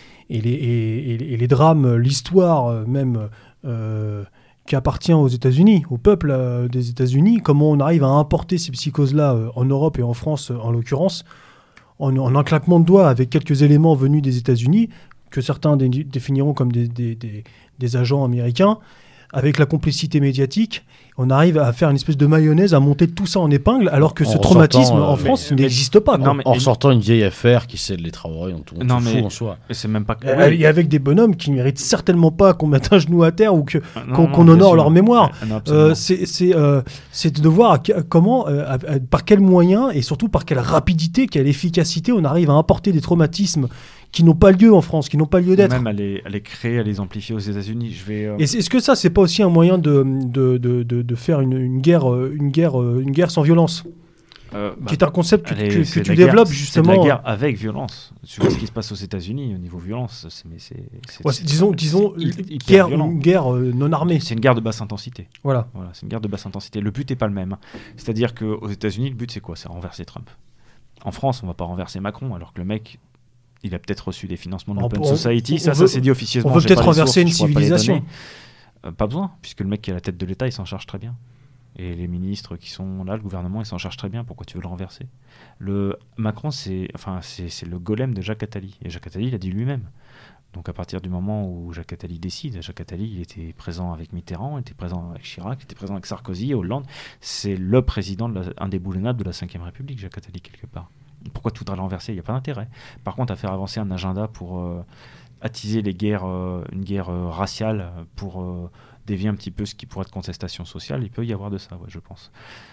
les drames, l'histoire même qui appartient aux États-Unis, au peuple des États-Unis, comment on arrive à importer ces psychoses-là en Europe et en France, en l'occurrence, en un claquement de doigts avec quelques éléments venus des États-Unis, que certains définiront comme des agents américains, avec la complicité médiatique, on arrive à faire une espèce de mayonnaise, à monter tout ça en épingle, alors que ce traumatisme en France n'existe pas. En ressortant une vieille affaire qui cède les travaux, on tout fout en soi. C'est même pas... Et avec des bonhommes qui ne méritent certainement pas qu'on mette un genou à terre ou qu'on honore leur mémoire. C'est de voir comment, par quels moyens et surtout par quelle rapidité, quelle efficacité on arrive à importer des traumatismes qui n'ont pas lieu en France, qui n'ont pas lieu d'être. Même à les créer, à les amplifier aux États-Unis. Et est-ce que ça, c'est pas aussi un moyen de faire une guerre sans violence, qui est un concept que tu développes justement. C'est de la guerre avec violence. Tu vois ce qui se passe aux États-Unis au niveau violence, disons une guerre non armée. C'est une guerre de basse intensité. Voilà, c'est une guerre de basse intensité. Le but n'est pas le même. C'est-à-dire qu'aux États-Unis, le but c'est quoi ? C'est renverser Trump. En France, on va pas renverser Macron, alors que le mec, il a peut-être reçu des financements de l'Open Society. Ça s'est dit officieusement. On veut peut-être renverser une civilisation. Pas besoin, puisque le mec qui est à la tête de l'État, il s'en charge très bien. Et les ministres qui sont là, le gouvernement, ils s'en chargent très bien. Pourquoi tu veux le renverser ? Macron, c'est le golem de Jacques Attali. Et Jacques Attali l'a dit lui-même. Donc à partir du moment où Jacques Attali décide, Jacques Attali, il était présent avec Mitterrand, il était présent avec Chirac, il était présent avec Sarkozy, Hollande. C'est le président indéboulonnable de la Ve République, Jacques Attali, quelque part. Pourquoi tu voudrais le renverser ? Il n'y a pas d'intérêt. Par contre, à faire avancer un agenda pour attiser une guerre raciale, pour dévier un petit peu ce qui pourrait être contestation sociale, il peut y avoir de ça, je pense.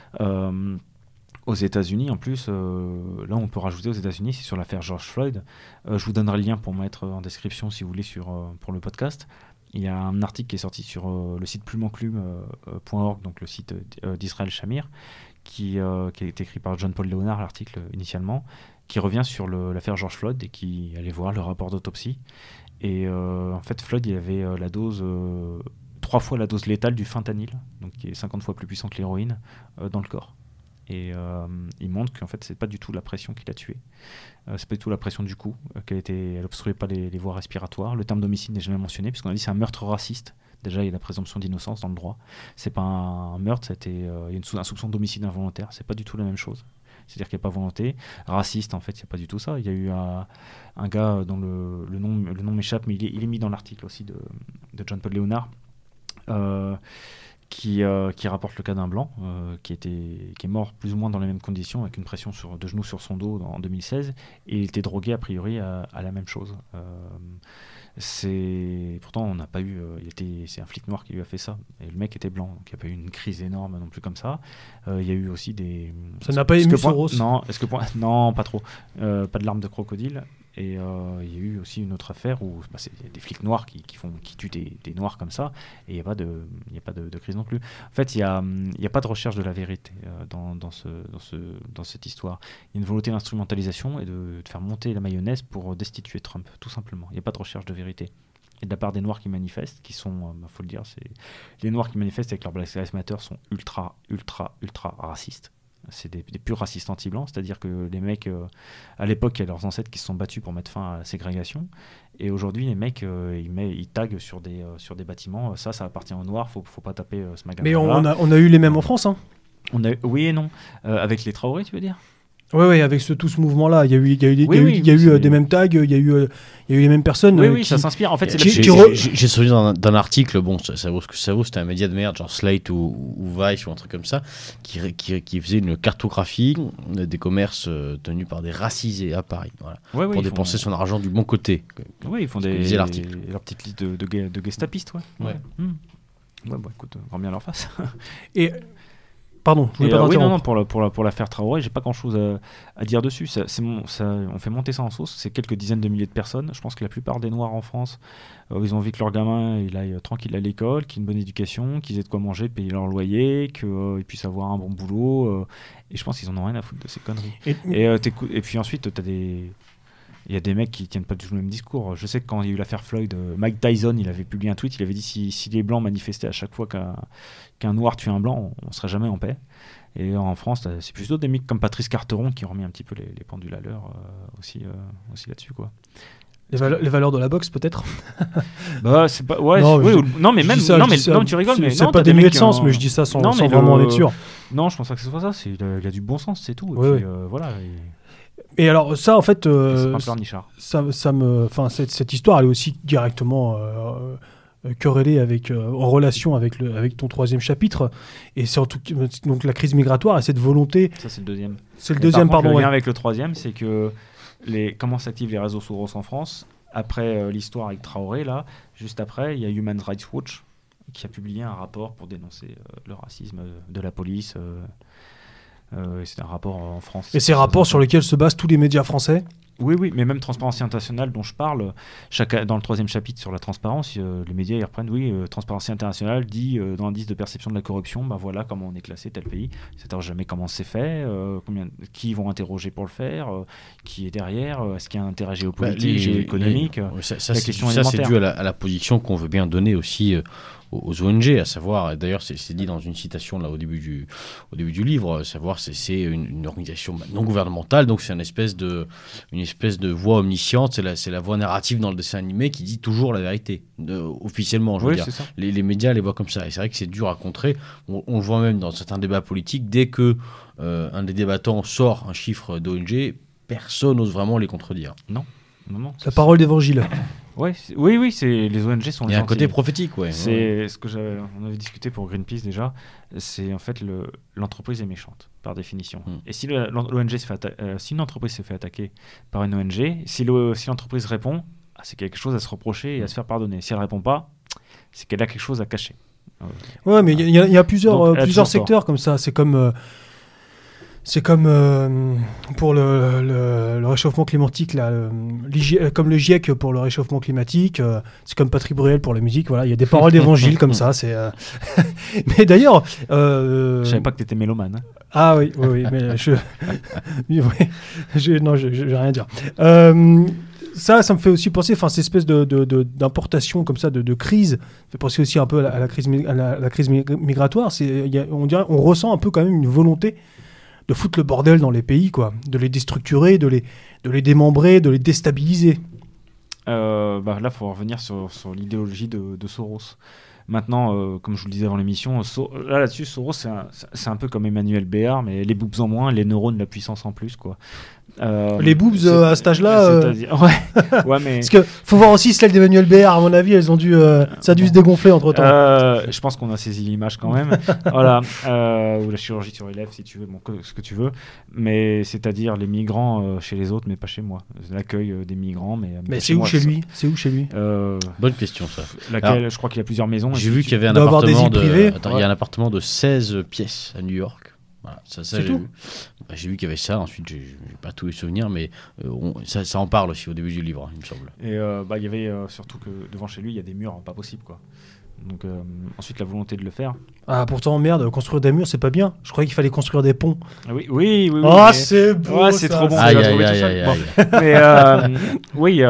Aux États-Unis, en plus, là on peut rajouter aux États-Unis, c'est sur l'affaire George Floyd. Je vous donnerai le lien pour mettre en description si vous voulez pour le podcast. Il y a un article qui est sorti sur le site plumenclume.org, donc le site d'Israël Shamir, qui a été écrit par John Paul Leonard, l'article initialement, qui revient sur l'affaire George Floyd et qui allait voir le rapport d'autopsie. Et en fait, Floyd, il avait la dose, 3 fois la dose létale du fentanyl, donc qui est 50 fois plus puissant que l'héroïne, dans le corps. Et il montre qu'en fait, c'est pas du tout la pression qui l'a tué. C'est pas du tout la pression du coup, elle obstruait pas les voies respiratoires. Le terme d'homicide n'est jamais mentionné, puisqu'on a dit c'est un meurtre raciste. Déjà, il y a la présomption d'innocence dans le droit. C'est pas un meurtre, il y a un soupçon d'homicide involontaire. C'est pas du tout la même chose. C'est-à-dire qu'il n'y a pas volonté. Raciste, en fait, il n'y a pas du tout ça. Il y a eu un gars dont le nom m'échappe, mais il est mis dans l'article aussi de John Paul Leonard, qui rapporte le cas d'un blanc qui est mort plus ou moins dans les mêmes conditions, avec une pression de genoux sur son dos en 2016, et il était drogué a priori à la même chose. Pourtant on n'a pas eu, c'est un flic noir qui lui a fait ça, et le mec était blanc, donc il n'y a pas eu une crise énorme non plus comme ça. Il y a eu aussi des... Ça n'a pas ému Soros? Non, pas trop. Pas de larmes de crocodile. Et il y a eu aussi une autre affaire où c'est des flics noirs qui tuent des noirs comme ça, et il n'y a pas de crise non plus. En fait, il y a pas de recherche de la vérité dans cette histoire. Il y a une volonté d'instrumentalisation et de faire monter la mayonnaise pour destituer Trump, tout simplement. Il n'y a pas de recherche de vérité. Et de la part des noirs qui manifestent, qui sont, faut le dire, les noirs qui manifestent avec leur Black Lives Matter sont ultra, ultra, ultra racistes. C'est des purs racistes anti-blancs, c'est-à-dire que les mecs, à l'époque, il y a leurs ancêtres qui se sont battus pour mettre fin à la ségrégation, et aujourd'hui, les mecs, ils taguent sur des bâtiments, ça appartient aux Noirs, faut pas taper ce magasin. Mais on a eu les mêmes en France, hein. Oui et non. Avec les Traoré, tu veux dire ? Oui, avec tout ce mouvement-là, il y a eu des mêmes tags, il y a eu les mêmes personnes. Oui, ça s'inspire. En fait, j'ai souvenir d'un article, bon, ça vaut ce que ça vaut, c'était un média de merde, genre Slate ou Vice ou un truc comme ça, qui faisait une cartographie des commerces tenus par des racisés à Paris, voilà, pour dépenser son argent du bon côté. Oui, ils font leur petite liste de gestapistes, ouais. Ouais, écoute, grand bien leur face. Et... Pardon, je voulais pas t'interrompre. Non, pour l'affaire Traoré, j'ai pas grand-chose à dire dessus. On fait monter ça en sauce. C'est quelques dizaines de milliers de personnes. Je pense que la plupart des Noirs en France, ils ont envie que leur gamin il aille tranquille à l'école, qu'il ait une bonne éducation, qu'ils aient de quoi manger, payer leur loyer, qu'ils puissent avoir un bon boulot. Et je pense qu'ils en ont rien à foutre de ces conneries. Et puis ensuite, il y a des mecs qui tiennent pas du tout le même discours. Je sais que quand il y a eu l'affaire Floyd, Mike Tyson, il avait publié un tweet, il avait dit si les blancs manifestaient à chaque fois qu'un noir tue un blanc, on serait jamais en paix. Et en France, c'est plutôt des mecs comme Patrice Carteron qui ont remis un petit peu les pendules à l'heure aussi là-dessus, quoi. Les valeurs de la boxe, peut-être. C'est pas. Ouais. Non, mais même. Non, tu rigoles, mais c'est pas dénué de sens, mais je dis ça sans vraiment en être sûr. Non, je pense pas que ce soit ça. Il a du bon sens, c'est tout. Et puis, voilà. Et alors ça, en fait, cette histoire, elle est aussi directement querellée en relation avec ton troisième chapitre, et c'est donc la crise migratoire et cette volonté. Ça, c'est le deuxième. C'est le deuxième, pardon. Le lien avec le troisième, c'est que comment s'activent les réseaux Soros en France après l'histoire avec Traoré, là, juste après, il y a Human Rights Watch qui a publié un rapport pour dénoncer le racisme de la police. C'est un rapport en France. Et ces rapports sur lesquels se basent tous les médias français ? Oui, mais même Transparency International dont je parle, dans le troisième chapitre sur la transparence, les médias ils reprennent, Transparency International dit dans l'indice de perception de la corruption, voilà comment on est classé tel pays, c'est-à-dire jamais comment c'est fait, qui vont interroger pour le faire, qui est derrière, est-ce qu'il y a un intérêt géopolitique, géoéconomique, ça c'est dû à la position qu'on veut bien donner aussi aux ONG, à savoir, d'ailleurs c'est dit dans une citation là au début du livre, à savoir c'est une organisation non gouvernementale, donc c'est une espèce de voix omnisciente, c'est la voix narrative dans le dessin animé qui dit toujours la vérité, officiellement, je veux dire. Les médias les voient comme ça, et c'est vrai que c'est dur à contrer. On le voit même dans certains débats politiques, dès que un des débattants sort un chiffre d'ONG, personne n'ose vraiment les contredire. Non. La parole d'évangile. Oui, c'est les ONG sont. Il y a un côté prophétique, ouais. C'est ce que on avait discuté pour Greenpeace déjà. C'est en fait l'entreprise est méchante par définition. Et si l'ONG si une entreprise se fait attaquer par une ONG, si l'entreprise répond, c'est quelque chose à se reprocher et à se faire pardonner. Si elle répond pas, c'est qu'elle a quelque chose à cacher. Ouais, mais il y a plusieurs secteurs comme ça. C'est comme pour le réchauffement climatique, là, comme le GIEC pour le réchauffement climatique, c'est comme Patrick Bruel pour la musique. Voilà, il y a des paroles d'évangile comme ça. Mais d'ailleurs, je savais pas que tu étais mélomane. Hein. Ah oui, mais non, je vais rien dire. ça me fait aussi penser, cette espèce d'importation comme ça, de crise, ça fait penser aussi un peu à la crise, la crise migratoire. On ressent un peu quand même une volonté de foutre le bordel dans les pays, quoi, de les déstructurer, de les démembrer, de les déstabiliser. Là, il faut revenir sur l'idéologie de Soros. Maintenant, comme je vous le disais avant l'émission, là-dessus, Soros, c'est un peu comme Emmanuel Béard, mais les boobs en moins, les neurones, la puissance en plus, quoi. Les boobs à cet âge-là ouais, mais... Parce que faut voir aussi celles d'Emmanuel Béard, à mon avis, elles ont dû, ça a dû se dégonfler entre-temps. Je pense qu'on a saisi l'image quand même. Voilà. Ou la chirurgie sur les lèvres, si tu veux, ce que tu veux. Mais c'est-à-dire les migrants chez les autres, mais pas chez moi. L'accueil des migrants, mais c'est où chez lui ? C'est où chez lui ? Bonne question, ça. Je crois qu'il y a plusieurs maisons. J'ai vu qu'il y avait un appartement il y a un appartement de 16 pièces à New York. Voilà, ça c'est j'ai tout. vu. J'ai vu qu'il y avait ça. Ensuite, j'ai pas tous les souvenirs, mais ça en parle aussi au début du livre, il me semble. Et il y avait surtout que devant chez lui, il y a des murs, pas possible, quoi. Donc ensuite, la volonté de le faire. Ah, pourtant, merde, construire des murs, c'est pas bien. Je croyais qu'il fallait construire des ponts. Oui. Oh, mais... c'est beau. C'est trop bon. Mais oui.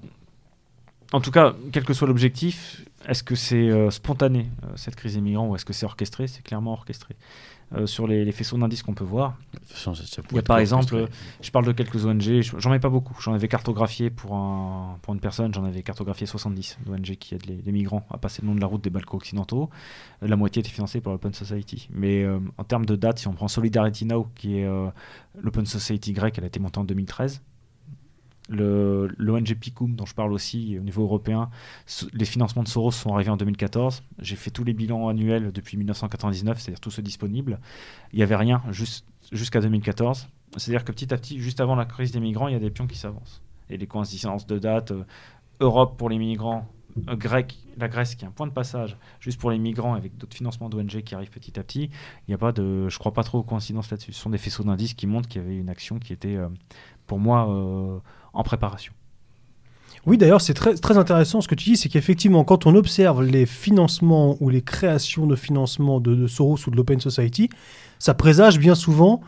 En tout cas, quel que soit l'objectif, est-ce que c'est spontané, cette crise des migrants, ou est-ce que c'est orchestré ? C'est clairement orchestré. Sur les faisceaux d'indices qu'on peut voir. Il y a par exemple, je parle de quelques ONG, j'en ai pas beaucoup. J'en avais cartographié pour une personne, j'en avais cartographié 70 d'ONG qui aident les migrants à passer le long de la route des Balkans occidentaux. La moitié était financée par l'Open Society. Mais en termes de date, si on prend Solidarity Now, qui est l'Open Society grec, elle a été montée en 2013. L'ONG PICUM, dont je parle aussi au niveau européen, les financements de Soros sont arrivés en 2014. J'ai fait tous les bilans annuels depuis 1999, c'est-à-dire tous ceux disponibles. Il n'y avait rien jusqu'à 2014. C'est-à-dire que petit à petit, juste avant la crise des migrants, il y a des pions qui s'avancent. Et les coïncidences de date, Europe pour les migrants, la Grèce qui est un point de passage juste pour les migrants avec d'autres financements d'ONG qui arrivent petit à petit, il n'y a pas de, je crois pas trop aux coïncidences là-dessus. Ce sont des faisceaux d'indices qui montrent qu'il y avait une action qui était pour moi en préparation. Oui, d'ailleurs, c'est très, très intéressant ce que tu dis, c'est qu'effectivement, quand on observe les financements ou les créations de financement de Soros ou de l'Open Society, ça présage bien souvent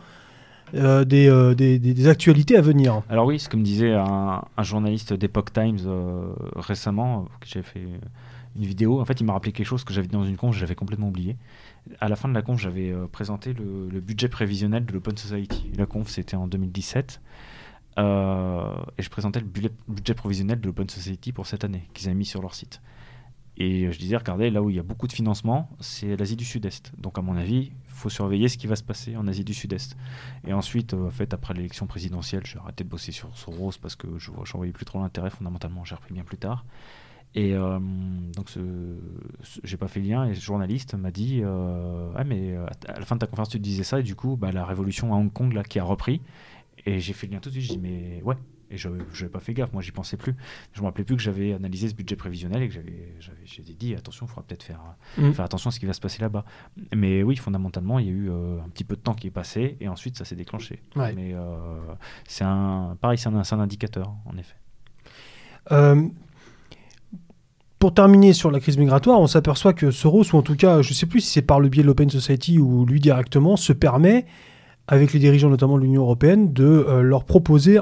des actualités à venir. Alors oui, c'est comme disait un journaliste d'Epoch Times récemment, que j'ai fait une vidéo. En fait, il m'a rappelé quelque chose que j'avais dit dans une conf, j'avais complètement oublié. À la fin de la conf, j'avais présenté le budget prévisionnel de l'Open Society. La conf, c'était en 2017. Et je présentais le budget prévisionnel de l'Open Society pour cette année, qu'ils avaient mis sur leur site. Et je disais, regardez, là où il y a beaucoup de financement, c'est l'Asie du Sud-Est. Donc à mon avis, il faut surveiller ce qui va se passer en Asie du Sud-Est. Et ensuite, en fait, après l'élection présidentielle, j'ai arrêté de bosser sur Soros parce que je n'en voyais plus trop l'intérêt. Fondamentalement, j'ai repris bien plus tard. Et donc, j'ai pas fait le lien. Et ce journaliste m'a dit, mais à la fin de ta conférence, tu te disais ça. Et du coup, la révolution à Hong Kong, là, qui a repris. Et j'ai fait le lien tout de suite, je dis mais ouais, et je n'avais pas fait gaffe, moi j'y pensais plus. Je me rappelais plus que j'avais analysé ce budget prévisionnel et que j'ai dit attention, il faudra peut-être faire attention à ce qui va se passer là-bas. Mais oui, fondamentalement, il y a eu un petit peu de temps qui est passé et ensuite ça s'est déclenché. Ouais. Mais c'est un indicateur, en effet. Pour terminer sur la crise migratoire, on s'aperçoit que Soros, ou en tout cas, je ne sais plus si c'est par le biais de l'Open Society ou lui directement, se permet avec les dirigeants notamment de l'Union européenne, de leur proposer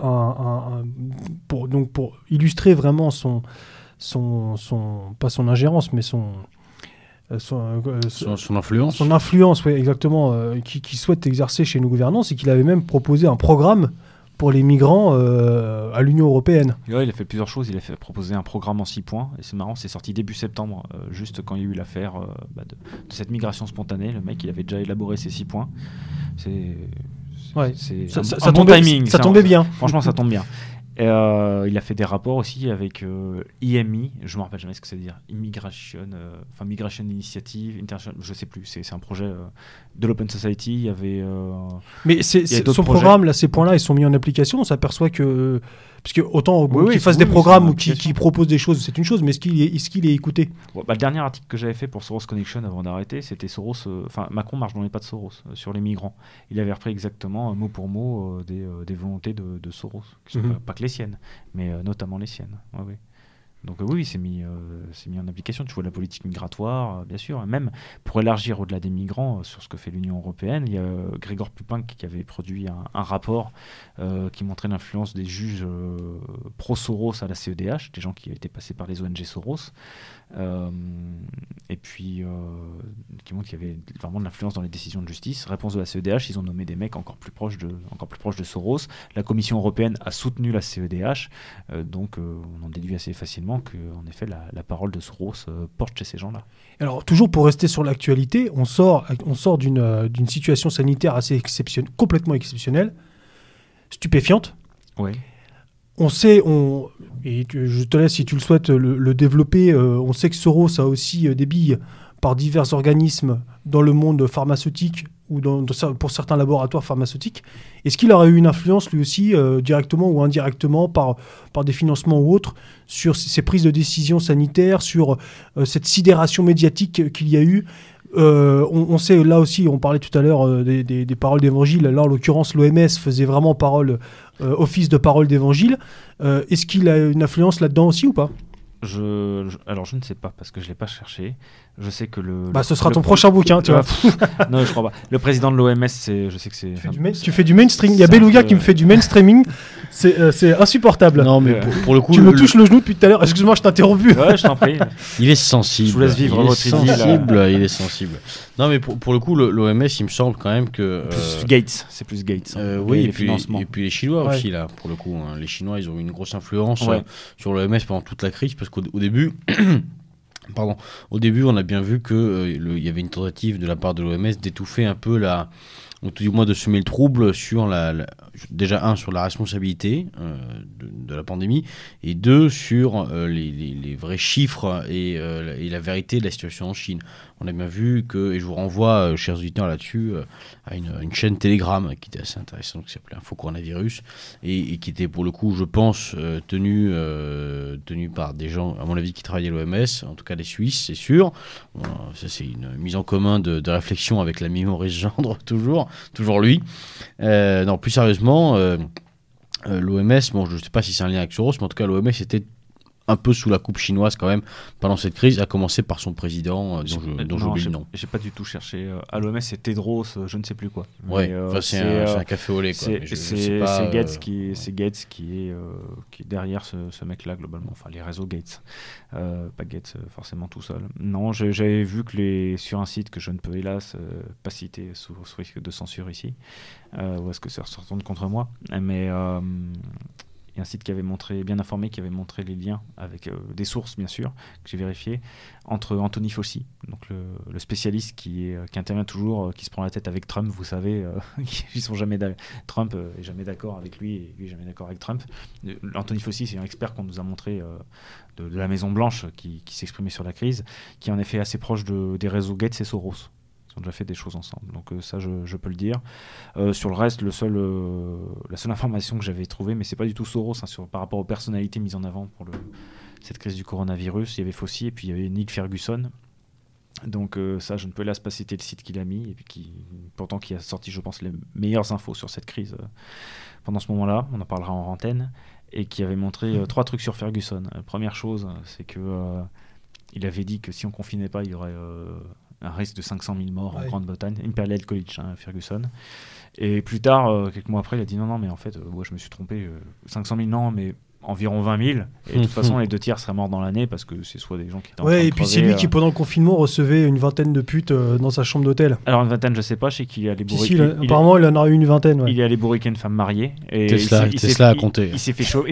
pour illustrer vraiment pas son ingérence, mais son influence. Son influence, oui, exactement, qui souhaite exercer chez nos gouvernants, et qu'il avait même proposé un programme pour les migrants à l'Union européenne. Ouais, il a fait plusieurs choses. Il a proposé un programme en 6 points. Et c'est marrant, c'est sorti début septembre, juste quand il y a eu l'affaire de cette migration spontanée. Le mec, il avait déjà élaboré ces 6 points. C'est un bon timing. Ça tombait bien. Franchement, ça tombe bien. Il a fait des rapports aussi avec IMI, je ne me rappelle jamais ce que ça veut dire, Migration Initiative, je ne sais plus, c'est un projet de l'Open Society. Il y avait. Mais son programme, là, ces points-là, ils sont mis en application. On s'aperçoit que. Parce que autant qu'il fasse des programmes ou qu'il propose des choses, c'est une chose, mais est-ce qu'il est écouté ? Le dernier article que j'avais fait pour Soros Connection avant d'arrêter, c'était Soros. Macron marche dans les pas de Soros sur les migrants. Il avait repris exactement mot pour mot des volontés de Soros, qui ne sont pas que les siennes, mais notamment les siennes. Ouais, oui. Donc oui, c'est mis en application. Tu vois la politique migratoire, bien sûr. Et même pour élargir au-delà des migrants sur ce que fait l'Union européenne, il y a Gregor Pupin qui avait produit un rapport qui montrait l'influence des juges pro-Soros à la CEDH, des gens qui étaient passés par les ONG Soros, et puis qui montre qu'il y avait vraiment de l'influence dans les décisions de justice. Réponse de la CEDH, ils ont nommé des mecs encore plus proches de Soros. La Commission européenne a soutenu la CEDH, donc on en déduit assez facilement qu'en effet la parole de Soros porte chez ces gens-là. Alors toujours pour rester sur l'actualité, on sort d'une situation sanitaire assez complètement exceptionnelle, stupéfiante. Oui. On sait, je te laisse si tu le souhaites le développer, on sait que Soros a aussi des billes par divers organismes dans le monde pharmaceutique ou pour certains laboratoires pharmaceutiques. Est-ce qu'il aurait eu une influence lui aussi, directement ou indirectement, par des financements ou autres, sur ces prises de décision sanitaires, sur cette sidération médiatique qu'il y a eu? On sait, là aussi, on parlait tout à l'heure des paroles d'évangile. Là, en l'occurrence, l'OMS faisait vraiment office de parole d'évangile. Est-ce qu'il a une influence là-dedans aussi ou pas ? Alors je ne sais pas parce que je ne l'ai pas cherché. Je sais que ce sera ton prochain bouquin, tu vois. Non, je crois pas. Le président de l'OMS, je sais que c'est. Tu fais du mainstream. Il y a Beluga qui me fait du mainstreaming. C'est insupportable. Non, mais pour le coup. Tu me touches le genou depuis tout à l'heure. Excuse-moi, je t'ai interrompu. Ouais, je t'en prie. Il est sensible. Je vous laisse vivre votre idée. Il est sensible. Non, mais pour le coup, l'OMS, il me semble quand même que. C'est plus Gates. Oui, et puis les Chinois aussi, là, pour le coup. Les Chinois, ils ont eu une grosse influence sur l'OMS pendant toute la crise, parce qu'au début. Au début, on a bien vu qu'il y avait une tentative de la part de l'OMS d'étouffer un peu ou tout du moins de semer le trouble sur déjà sur la responsabilité de la pandémie, et deux, sur les vrais chiffres et la vérité de la situation en Chine. On a bien vu et je vous renvoie, chers auditeurs, là-dessus, à une chaîne Telegram qui était assez intéressante, qui s'appelait Info Coronavirus, et qui était pour le coup, je pense, tenue par des gens, à mon avis, qui travaillaient à l'OMS, en tout cas des Suisses, c'est sûr. Ça, c'est une mise en commun de réflexion avec l'ami Maurice Gendre, toujours lui. Non, plus sérieusement, l'OMS, je ne sais pas si c'est un lien avec Soros, mais en tout cas, l'OMS était un peu sous la coupe chinoise quand même pendant cette crise, à commencer par son président dont j'oublie le nom. J'ai pas du tout cherché. À l'OMS, c'est Tedros, je ne sais plus quoi. Ouais, c'est un café au lait. C'est Gates qui est derrière ce mec-là globalement. Enfin, les réseaux Gates, pas Gates forcément tout seul. Non, j'avais vu que sur un site que je ne peux hélas pas citer sous risque de censure ici, ou est-ce que ça se retourne contre moi, mais un site qui avait bien informé, qui avait montré les liens avec des sources, bien sûr, que j'ai vérifié, entre Anthony Fauci, donc le spécialiste qui intervient toujours, qui se prend la tête avec Trump, vous savez, ils sont jamais Trump est jamais d'accord avec lui, et lui est jamais d'accord avec Trump. Anthony Fauci, c'est un expert qu'on nous a montré de la Maison Blanche, qui s'exprimait sur la crise, qui est en effet assez proche des réseaux Gates et Soros. Ils ont déjà fait des choses ensemble, donc ça je peux le dire. Sur le reste, la seule information que j'avais trouvée, mais c'est pas du tout Soros, par rapport aux personnalités mises en avant pour cette crise du coronavirus, il y avait Fauci et puis il y avait Neil Ferguson. Donc ça, je ne peux hélas pas citer le site qu'il a mis, et puis pourtant qui a sorti, je pense, les meilleures infos sur cette crise pendant ce moment-là, on en parlera en antenne, et qui avait montré 3 trucs sur Ferguson. La première chose, c'est que il avait dit que si on confinait pas, il y aurait un risque de 500 000 morts en Grande-Bretagne, Imperial College, Ferguson. Et plus tard, quelques mois après, il a dit non, mais en fait, je me suis trompé, 500 000, non, mais environ 20 000. Et de toute façon, les 2 tiers seraient morts dans l'année parce que c'est soit des gens qui étaient en train de et puis crever, c'est lui qui, pendant le confinement, recevait une vingtaine de putes dans sa chambre d'hôtel. Alors, une vingtaine, je sais pas, je sais qu'il est allé bourriquer. Apparemment, il en a eu une vingtaine. Ouais. Il est allé bourriquer une femme mariée. Et Tesla a compté. Il s'est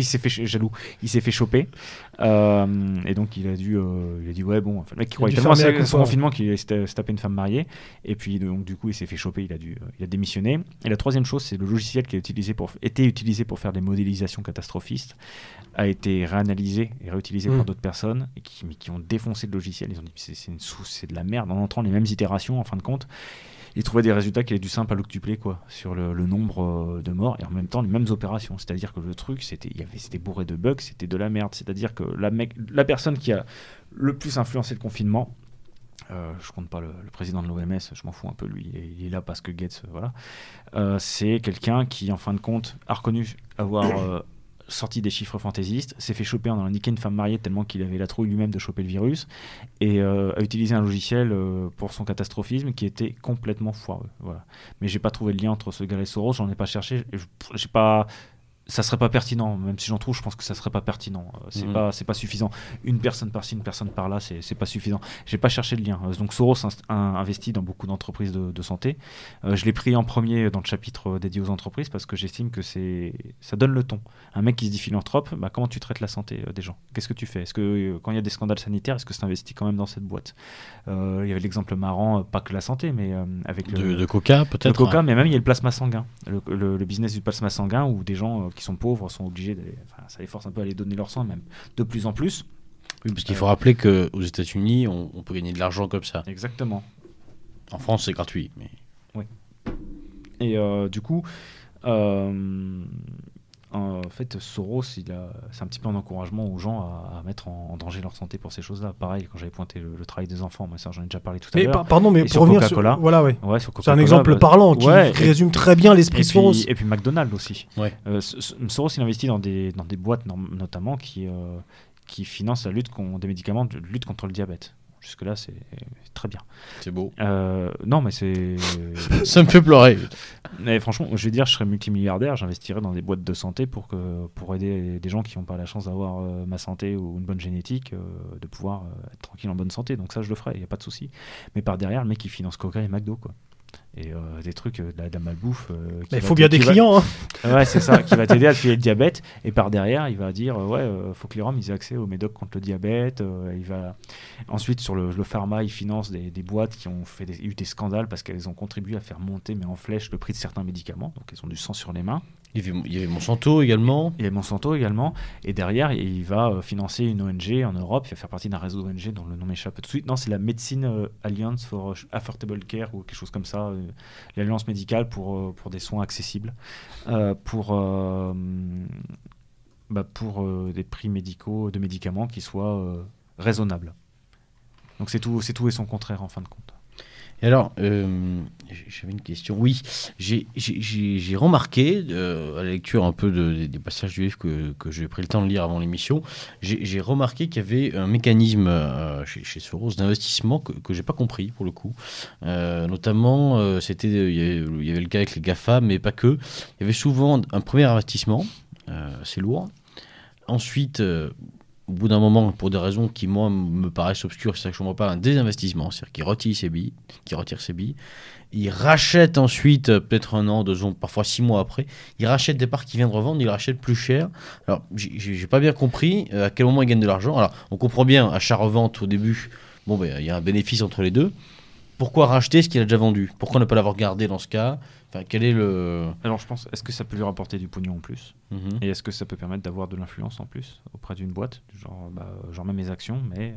fait choper. Et donc, il a dit ouais, bon. Enfin, le mec qui croyait tellement à son confinement qu'il s'est tapé une femme mariée. Et puis, donc, du coup, il s'est fait choper. Il a démissionné. Et la troisième chose, c'est le logiciel qui était utilisé pour faire des modélisations catastrophistes a été réanalysé et réutilisé par d'autres personnes qui ont défoncé le logiciel. Ils ont dit c'est de la merde en entrant les mêmes itérations en fin de compte. Ils trouvaient des résultats qui allaient du simple à l'octuplé sur le nombre de morts et en même temps les mêmes opérations. C'est-à-dire que le truc, c'était bourré de bugs, c'était de la merde. C'est-à-dire que la personne qui a le plus influencé le confinement, je compte pas le président de l'OMS, je m'en fous un peu, lui, il est là parce que Gates, voilà. C'est quelqu'un qui, en fin de compte, a reconnu avoir sorti des chiffres fantaisistes, s'est fait choper en allant niquer une femme mariée tellement qu'il avait la trouille lui-même de choper le virus, et a utilisé un logiciel pour son catastrophisme qui était complètement foireux. Voilà. Mais j'ai pas trouvé le lien entre ce gars et Soros, j'en ai pas cherché, j'ai pas... Ça serait pas pertinent, même si j'en trouve, je pense que ça serait pas pertinent. C'est pas suffisant. Une personne par-ci, une personne par-là, c'est pas suffisant. J'ai pas cherché le lien. Donc Soros investit dans beaucoup d'entreprises de santé. Je l'ai pris en premier dans le chapitre dédié aux entreprises parce que j'estime que ça donne le ton. Un mec qui se dit philanthrope, comment tu traites la santé des gens ? Qu'est-ce que tu fais ? Est-ce que quand il y a des scandales sanitaires, est-ce que tu investis quand même dans cette boîte ? Il y avait l'exemple marrant, pas que la santé, mais avec de Coca peut-être. De Coca, mais même il y a le plasma sanguin, le business du plasma sanguin où des gens qui sont pauvres sont obligés d'aller, ça les force un peu à aller donner leur sang, même de plus en plus. Oui, parce qu'il faut rappeler qu'aux États-Unis, on peut gagner de l'argent comme ça. Exactement. En France, c'est gratuit. Mais... Oui. Et du coup, en fait, Soros, c'est un petit peu un encouragement aux gens à mettre en danger leur santé pour ces choses-là. Pareil, quand j'avais pointé le travail des enfants, moi ça j'en ai déjà parlé tout à l'heure. Pardon, mais pour revenir sur Coca-Cola, sur c'est un exemple parlant qui résume très bien l'esprit Soros. Et puis McDonald's aussi. Ouais. Soros, il investit dans des boîtes notamment qui financent la lutte des médicaments de lutte contre le diabète. Jusque-là, c'est très bien. C'est beau. Non, mais c'est... Ça me fait pleurer. Mais franchement, je vais dire, je serais multimilliardaire, j'investirais dans des boîtes de santé pour aider des gens qui n'ont pas la chance d'avoir ma santé ou une bonne génétique, de pouvoir être tranquille en bonne santé. Donc ça, je le ferais, il n'y a pas de souci. Mais par derrière, le mec, il finance Coca et McDo, quoi. Et des trucs de la malbouffe. Il faut bien des clients. Ouais, c'est ça, qui va t'aider à te filer le diabète. Et par derrière, il va dire faut que les Roms ils aient accès au médoc contre le diabète. Ensuite, sur le pharma, il finance des boîtes qui ont eu des scandales parce qu'elles ont contribué à faire monter, mais en flèche, le prix de certains médicaments. Donc, elles ont du sang sur les mains. Il y avait Monsanto également. Et derrière, il va financer une ONG en Europe. Il va faire partie d'un réseau d'ONG dont le nom m'échappe tout de suite. Non, c'est la Medicine Alliance for Affordable Care ou quelque chose comme ça. L'alliance médicale pour des soins accessibles. Pour des prix médicaux de médicaments qui soient raisonnables. Donc c'est tout et son contraire en fin de compte. Et alors, j'avais une question. Oui, j'ai remarqué, à la lecture un peu des passages du livre que j'ai pris le temps de lire avant l'émission, j'ai remarqué qu'il y avait un mécanisme chez Soros d'investissement que j'ai pas compris pour le coup. Notamment, il y avait le cas avec les GAFA, mais pas que. Il y avait souvent un premier investissement, assez lourd. Ensuite... au bout d'un moment, pour des raisons qui, moi, me paraissent obscures, c'est-à-dire que je ne comprends pas, un désinvestissement, c'est-à-dire qu'il retire ses billes, il rachète ensuite, peut-être 1 an, 2 ans, parfois 6 mois après, il rachète des parts qu'il vient de revendre, il rachète plus cher. Alors, j'ai pas bien compris à quel moment il gagne de l'argent. Alors, on comprend bien, achat-revente au début, il y a un bénéfice entre les deux. Pourquoi racheter ce qu'il a déjà vendu ? Pourquoi ne pas l'avoir gardé dans ce cas ? Enfin, quel est le... Alors je pense, est-ce que ça peut lui rapporter du pognon en plus ? Et est-ce que ça peut permettre d'avoir de l'influence en plus auprès d'une boîte ? Genre même mes actions, mais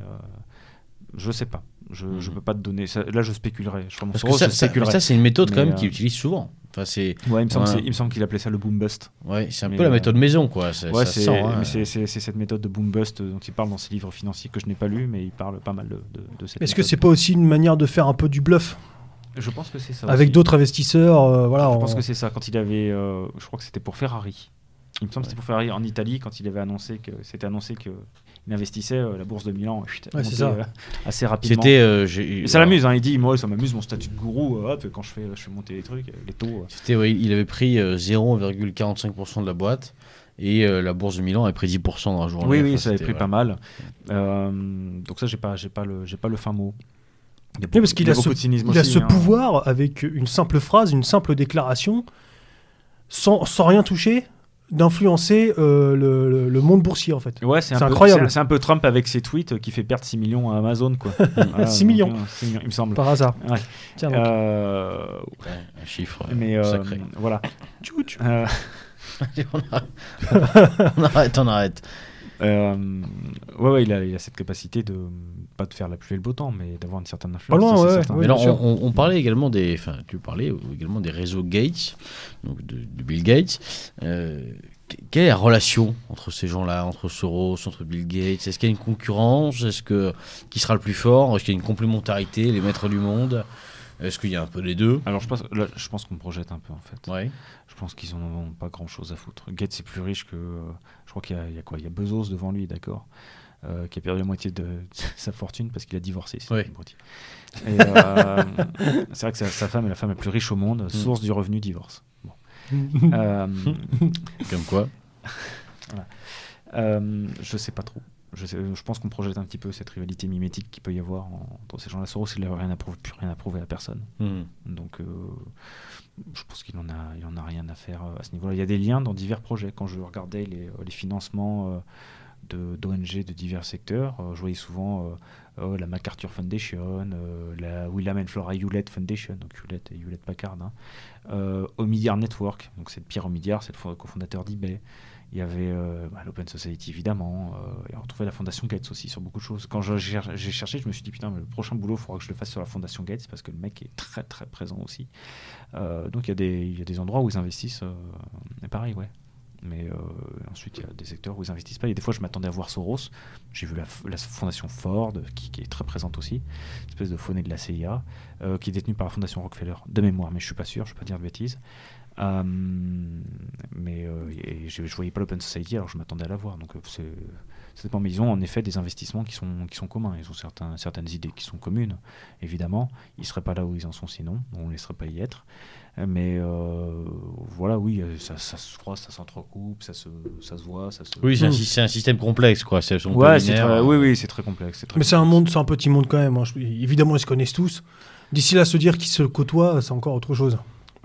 je sais pas. Je peux pas te donner... Ça, là, je spéculerais. Parce que ça, c'est une méthode quand même qu'il utilise souvent. Enfin, il me semble qu'il appelait ça le boom bust. Ouais, c'est un peu la méthode maison, quoi. C'est cette méthode de boom bust dont il parle dans ses livres financiers que je n'ai pas lu, mais il parle pas mal de cette Est-ce que c'est pas aussi une manière de faire un peu du bluff ? Je pense que c'est ça. Avec d'autres investisseurs, Je pense que c'est ça. Quand il avait, je crois que c'était pour Ferrari. Il me semble que c'était pour Ferrari en Italie quand il avait annoncé qu'il investissait la bourse de Milan. C'est ça. Assez rapidement. Ça l'amuse. Il dit moi ça m'amuse mon statut de gourou. Quand je fais monter les trucs, les taux. Il avait pris 0,45% de la boîte. Et la bourse de Milan a pris 10% dans la journée. Oui, ça avait pris pas mal. Donc ça, j'ai pas le fin mot. Oui, parce qu'il a ce pouvoir avec une simple phrase, une simple déclaration, sans rien toucher, d'influencer le monde boursier en fait. Ouais, c'est incroyable. C'est un peu Trump avec ses tweets qui fait perdre 6 millions à Amazon, quoi. 6 millions, il me semble. Par hasard. Ouais. Tiens, un chiffre sacré. Voilà. On arrête. Il a cette capacité de pas de faire la pluie et le beau temps, mais d'avoir une certaine influence. Mais alors, on parlait également tu parlais également des réseaux Gates, donc de Bill Gates. Quelle est la relation entre ces gens-là, entre Soros, entre Bill Gates ? Est-ce qu'il y a une concurrence ? Qui sera le plus fort ? Est-ce qu'il y a une complémentarité, les maîtres du monde ? Est-ce qu'il y a un peu les deux? Alors je pense qu'on projette un peu en fait. Ouais. Je pense qu'ils en ont pas grand-chose à foutre. Gates est plus riche que... je crois qu'il y a quoi? Il y a Bezos devant lui, d'accord, qui a perdu la moitié de sa fortune parce qu'il a divorcé. Ouais. Et, c'est vrai que sa femme est la femme la plus riche au monde, source du revenu, divorce. Bon. Comme quoi. Voilà. Je sais pas trop. Je pense qu'on projette un petit peu cette rivalité mimétique qu'il peut y avoir entre ces gens-là. Soros, il n'a plus rien à prouver à personne. Donc, je pense qu'il en a rien à faire à ce niveau-là. Il y a des liens dans divers projets. Quand je regardais les financements d'ONG de divers secteurs, je voyais souvent la MacArthur Foundation, la William and Flora Hewlett Foundation, donc Hewlett Packard, Omidyar Network, donc c'est Pierre Omidyar, c'est le cofondateur d'eBay. Il y avait l'Open Society évidemment, et on retrouvait la Fondation Gates aussi sur beaucoup de choses. Quand j'ai cherché, je me suis dit putain, mais le prochain boulot, il faudra que je le fasse sur la Fondation Gates parce que le mec est très très présent aussi. Donc il y a des endroits où ils investissent, et pareil, ouais. Mais ensuite, il y a des secteurs où ils n'investissent pas. Et des fois, je m'attendais à voir Soros. J'ai vu la fondation Ford, qui est très présente aussi, une espèce de faunée de la CIA, qui est détenue par la fondation Rockefeller, de mémoire, mais je ne suis pas sûr, je ne vais pas dire de bêtises. Mais je ne voyais pas l'Open Society, alors je m'attendais à la voir. Donc, ça dépend. Mais ils ont en effet des investissements qui sont communs. Ils ont certaines idées qui sont communes, évidemment. Ils ne seraient pas là où ils en sont sinon. On ne les laisserait pas y être. Mais voilà, oui, ça se croise, ça s'entrecoupe, ça se voit. Oui, c'est un système complexe, quoi. Ouais, c'est très complexe. Mais c'est un petit monde quand même. Hein. Évidemment, ils se connaissent tous. D'ici là, se dire qu'ils se côtoient, c'est encore autre chose.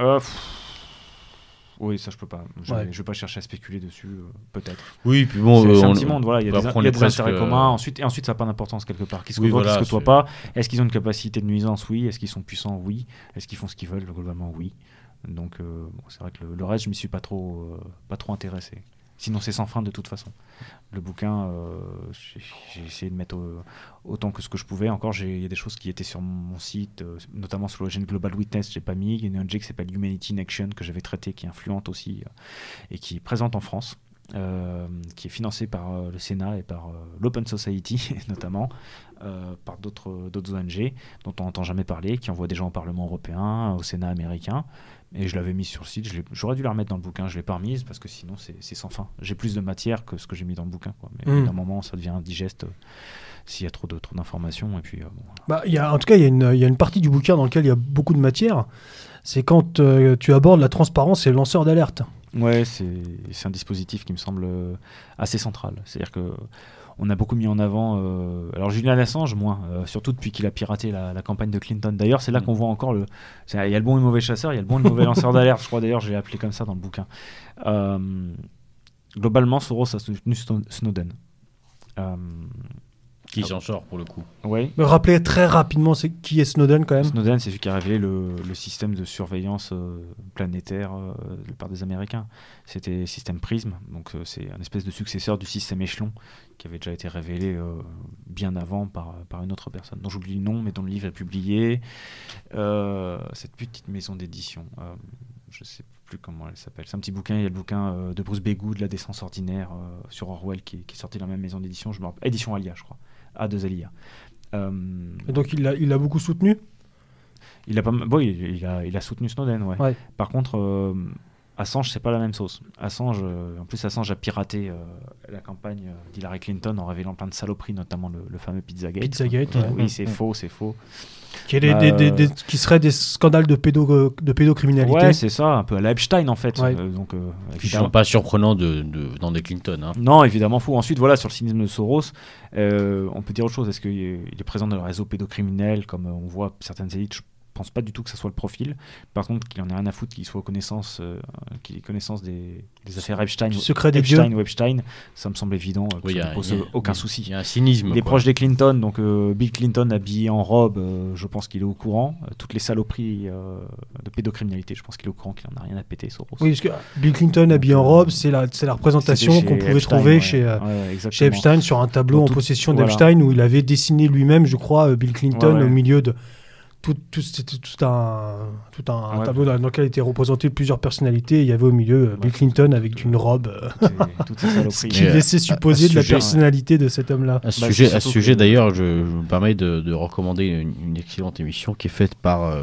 Oui, ça je peux pas. Je vais pas chercher à spéculer dessus, peut-être. Oui, puis bon, c'est un petit monde. Voilà, il y a des intérêts communs. Ensuite, ça n'a pas d'importance quelque part. Qui se côtoie pas. Est-ce qu'ils ont une capacité de nuisance? Oui. Est-ce qu'ils sont puissants? Oui. Est-ce qu'ils font ce qu'ils veulent? Globalement, oui. Donc, c'est vrai que le reste, je m'y suis pas trop intéressé. Sinon, c'est sans fin de toute façon. Le bouquin, j'ai essayé de mettre autant que ce que je pouvais. Encore, il y a des choses qui étaient sur mon site, notamment sur l'ONG Global Witness, j'ai pas mis. Il y a une ONG qui s'appelle Humanity in Action que j'avais traitée, qui est influente aussi et qui est présente en France, qui est financée par le Sénat et par l'Open Society notamment, par d'autres ONG dont on n'entend jamais parler, qui envoient des gens au Parlement européen, au Sénat américain. Et je l'avais mis sur le site, j'aurais dû la remettre dans le bouquin, je ne l'ai pas remise parce que sinon c'est sans fin. J'ai plus de matière que ce que j'ai mis dans le bouquin, quoi. Mais d'un moment, ça devient indigeste s'il y a trop d'informations. Et puis, en tout cas, il y a une partie du bouquin dans laquelle il y a beaucoup de matière. C'est quand tu abordes la transparence et le lanceur d'alerte. Ouais, c'est un dispositif qui me semble assez central. C'est-à-dire que on a beaucoup mis en avant... alors Julian Assange, moins, surtout depuis qu'il a piraté la campagne de Clinton. D'ailleurs, c'est là qu'on voit encore il y a le bon et le mauvais chasseur, il y a le bon et le mauvais lanceur d'alerte. Je crois d'ailleurs, je l'ai appelé comme ça dans le bouquin. Globalement, Soros a soutenu Snowden. Qui s'en sort pour le coup. Ouais. Me rappeler très rapidement qui est Snowden quand même. Snowden, c'est celui qui a révélé le système de surveillance planétaire par des Américains. C'était le système PRISM, donc c'est un espèce de successeur du système Échelon qui avait déjà été révélé bien avant par une autre personne, dont j'oublie le nom, mais dont le livre est publié. Cette petite maison d'édition, je ne sais plus comment elle s'appelle. C'est un petit bouquin, il y a le bouquin de Bruce Begood, La décence ordinaire, sur Orwell, qui est sorti dans la même maison d'édition, je me rappelle, édition Alia, je crois. A2LIA. Et donc il a beaucoup soutenu. Il a soutenu Snowden, ouais. Par contre, Assange, c'est pas la même sauce. Assange a piraté la campagne d'Hillary Clinton en révélant plein de saloperies, notamment le fameux Pizzagate. Pizzagate, oui, c'est faux. Qui seraient des scandales de pédocriminalité. Ouais, c'est ça, un peu à la Epstein en fait. Ouais. Qui ne sont pas surprenants dans des Clinton. Hein. Non, évidemment faux. Ensuite, voilà, sur le cynisme de Soros, on peut dire autre chose. Est-ce qu'il est présent dans le réseau pédocriminel, comme on voit certaines élites? Je pense pas du tout que ça soit le profil. Par contre, qu'il en ait rien à foutre, qu'il soit qu'il ait connaissance des affaires Epstein, ou Epstein, ça me semble évident. Ça ne pose aucun souci. Il y a un cynisme. Il est proche des Clinton, donc Bill Clinton habillé en robe, je pense qu'il est au courant. Toutes les saloperies de pédocriminalité, je pense qu'il est au courant, qu'il en a rien à péter, Soros. Oui, parce que Bill Clinton habillé en robe, c'est la représentation qu'on pouvait trouver chez Epstein sur un tableau en possession d'Epstein où il avait dessiné lui-même, je crois, Bill Clinton au milieu C'était tout un tableau dans lequel étaient représentées plusieurs personnalités. Il y avait au milieu Bill Clinton avec une robe, ce qui laissait supposer de la personnalité de cet homme-là. À ce sujet d'ailleurs, je me permets de recommander une excellente émission qui est faite par...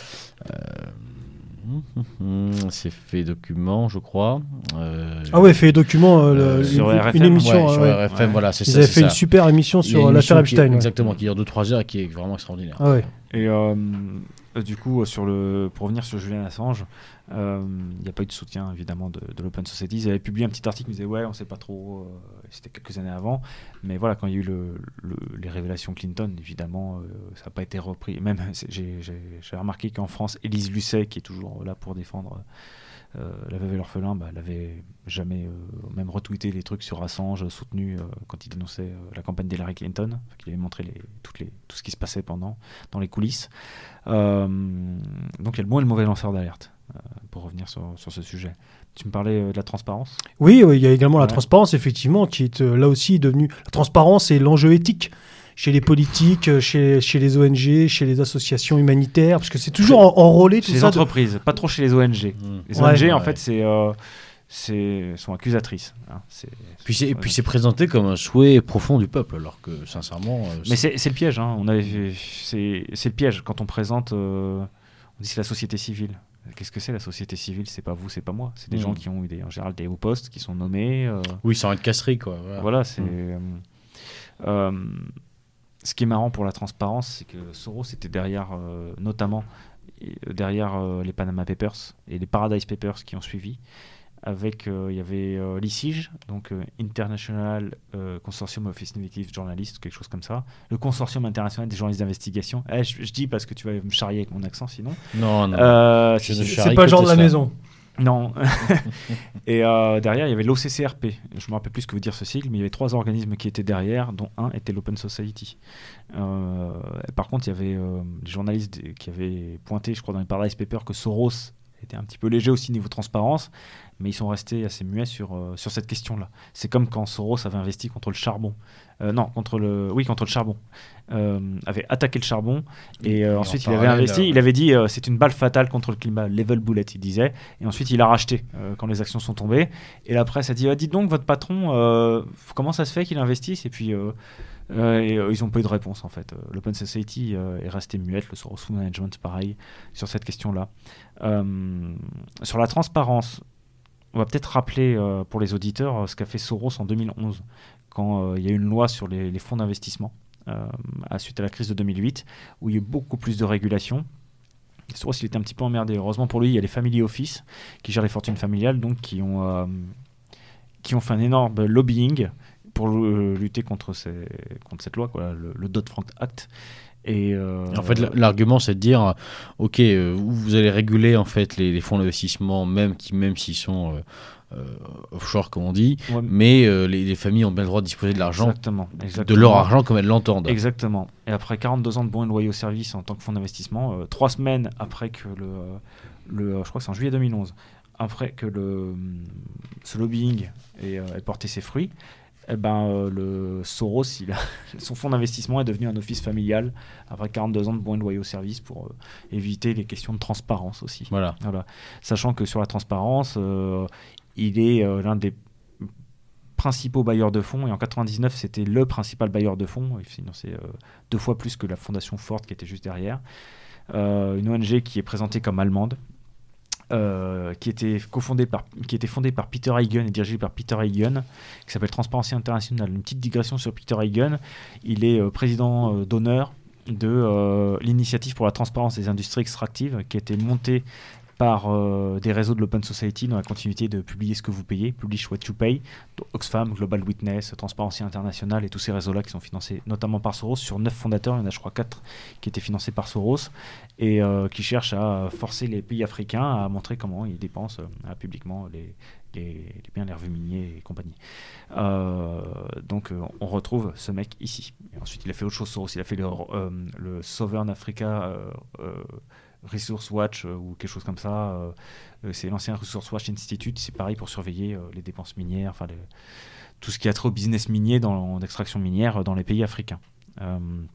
c'est fait document, je crois. Fait document, une émission. Sur RFM, voilà, c'est Ils avaient fait une super émission sur l'affaire Epstein. Exactement, qui dure 2-3 heures et qui est vraiment extraordinaire. Ah ouais. Et du coup, pour revenir sur Julian Assange, il n'y a pas eu de soutien évidemment de l'Open Society. Ils avaient publié un petit article qui disait on ne sait pas trop, c'était quelques années avant, mais voilà, quand il y a eu les révélations Clinton, évidemment, ça n'a pas été repris. Même j'ai remarqué qu'en France, Élise Lucet, qui est toujours là pour défendre la veuve et l'orphelin, elle n'avait jamais même retweeté les trucs sur Assange, soutenu quand il dénonçait la campagne d'Hillary Clinton, qu'il avait montré tout ce qui se passait dans les coulisses. Donc il y a le bon et le mauvais lanceur d'alerte, pour revenir sur ce sujet. Tu me parlais de la transparence ? Oui, il y a également la transparence, effectivement, qui est là aussi devenue... La transparence et l'enjeu éthique chez les politiques, chez les ONG, chez les associations humanitaires, parce que c'est toujours enrôlé tout ça. Chez les entreprises, pas trop chez les ONG. Les ONG, en fait, sont accusatrices. Hein. Puis c'est présenté comme un souhait profond du peuple, alors que sincèrement... Mais c'est le piège. Hein. C'est le piège. Quand on présente... on dit c'est la société civile. Qu'est-ce que c'est la société civile ? C'est pas vous, c'est pas moi. C'est des gens qui ont eu en général des hauts postes, qui sont nommés. Oui, sans être casserie, quoi. Voilà, c'est... ce qui est marrant pour la transparence, c'est que Soros était derrière, notamment derrière les Panama Papers et les Paradise Papers qui ont suivi. Avec, il y avait l'ICIJ, donc International Consortium of Investigative Journalists, quelque chose comme ça. Le Consortium international des journalistes d'investigation. Je dis parce que tu vas me charrier avec mon accent sinon. Non. C'est pas le genre de la maison. Non. Et derrière, il y avait l'OCCRP. Je me rappelle plus ce que veut dire ce sigle, mais il y avait 3 organismes qui étaient derrière, dont un était l'Open Society. Par contre, il y avait des journalistes qui avaient pointé, je crois, dans les Paradise Papers, que Soros était un petit peu léger aussi niveau transparence, mais ils sont restés assez muets sur cette question-là. C'est comme quand Soros avait investi contre le charbon. Contre le charbon. Avait attaqué le charbon et ensuite il avait investi. Il avait dit c'est une balle fatale contre le climat, level bullet, il disait. Et ensuite il a racheté quand les actions sont tombées. Et la presse a dit dites donc votre patron, comment ça se fait qu'il investisse ? Et puis ils n'ont pas eu de réponse en fait. L'Open Society est resté muette, le Soros Food Management pareil sur cette question-là. Sur la transparence, on va peut-être rappeler pour les auditeurs ce qu'a fait Soros en 2011 quand il y a eu une loi sur les fonds d'investissement suite à la crise de 2008 où il y a eu beaucoup plus de régulation. Soros il était un petit peu emmerdé. Heureusement pour lui, il y a les family office qui gèrent les fortunes familiales, donc qui ont fait un énorme lobbying pour lutter contre cette loi, quoi, le Dodd-Frank Act. Et en fait, l'argument, c'est de dire, ok, vous allez réguler en fait les fonds d'investissement, même s'ils sont offshore, comme on dit, mais les familles ont bien le droit de disposer de l'argent, exactement. De leur argent comme elles l'entendent. Exactement. Et après 42 ans de bons et loyaux services en tant que fonds d'investissement, 3 semaines après que je crois que c'est en juillet 2011, après que ce lobbying ait porté ses fruits, le Soros, son fonds d'investissement est devenu un office familial après 42 ans de bons et loyaux services pour éviter les questions de transparence aussi. Voilà. Sachant que sur la transparence, il est l'un des principaux bailleurs de fonds et en 99 c'était le principal bailleur de fonds. Il finançait 2 fois plus que la fondation Ford qui était juste derrière. Une ONG qui est présentée comme allemande. Qui était fondée par Peter Hagen et dirigée par Peter Hagen, qui s'appelle Transparency International. Une petite digression sur Peter Hagen, il est président d'honneur de l'initiative pour la transparence des industries extractives, qui a été montée par des réseaux de l'Open Society dans la continuité de Publier ce que vous payez, Publish what you pay, Oxfam, Global Witness, Transparency International et tous ces réseaux-là qui sont financés notamment par Soros. Sur 9 fondateurs, il y en a je crois 4 qui étaient financés par Soros et qui cherchent à forcer les pays africains à montrer comment ils dépensent publiquement les biens, les revenus miniers et compagnie. Donc on retrouve ce mec ici. Et ensuite il a fait autre chose, Soros, il a fait le Southern Africa Resource Watch ou quelque chose comme ça. C'est l'ancien Resource Watch Institute, c'est pareil pour surveiller les dépenses minières, tout ce qui a trait au business minier d'extraction minière dans les pays africains.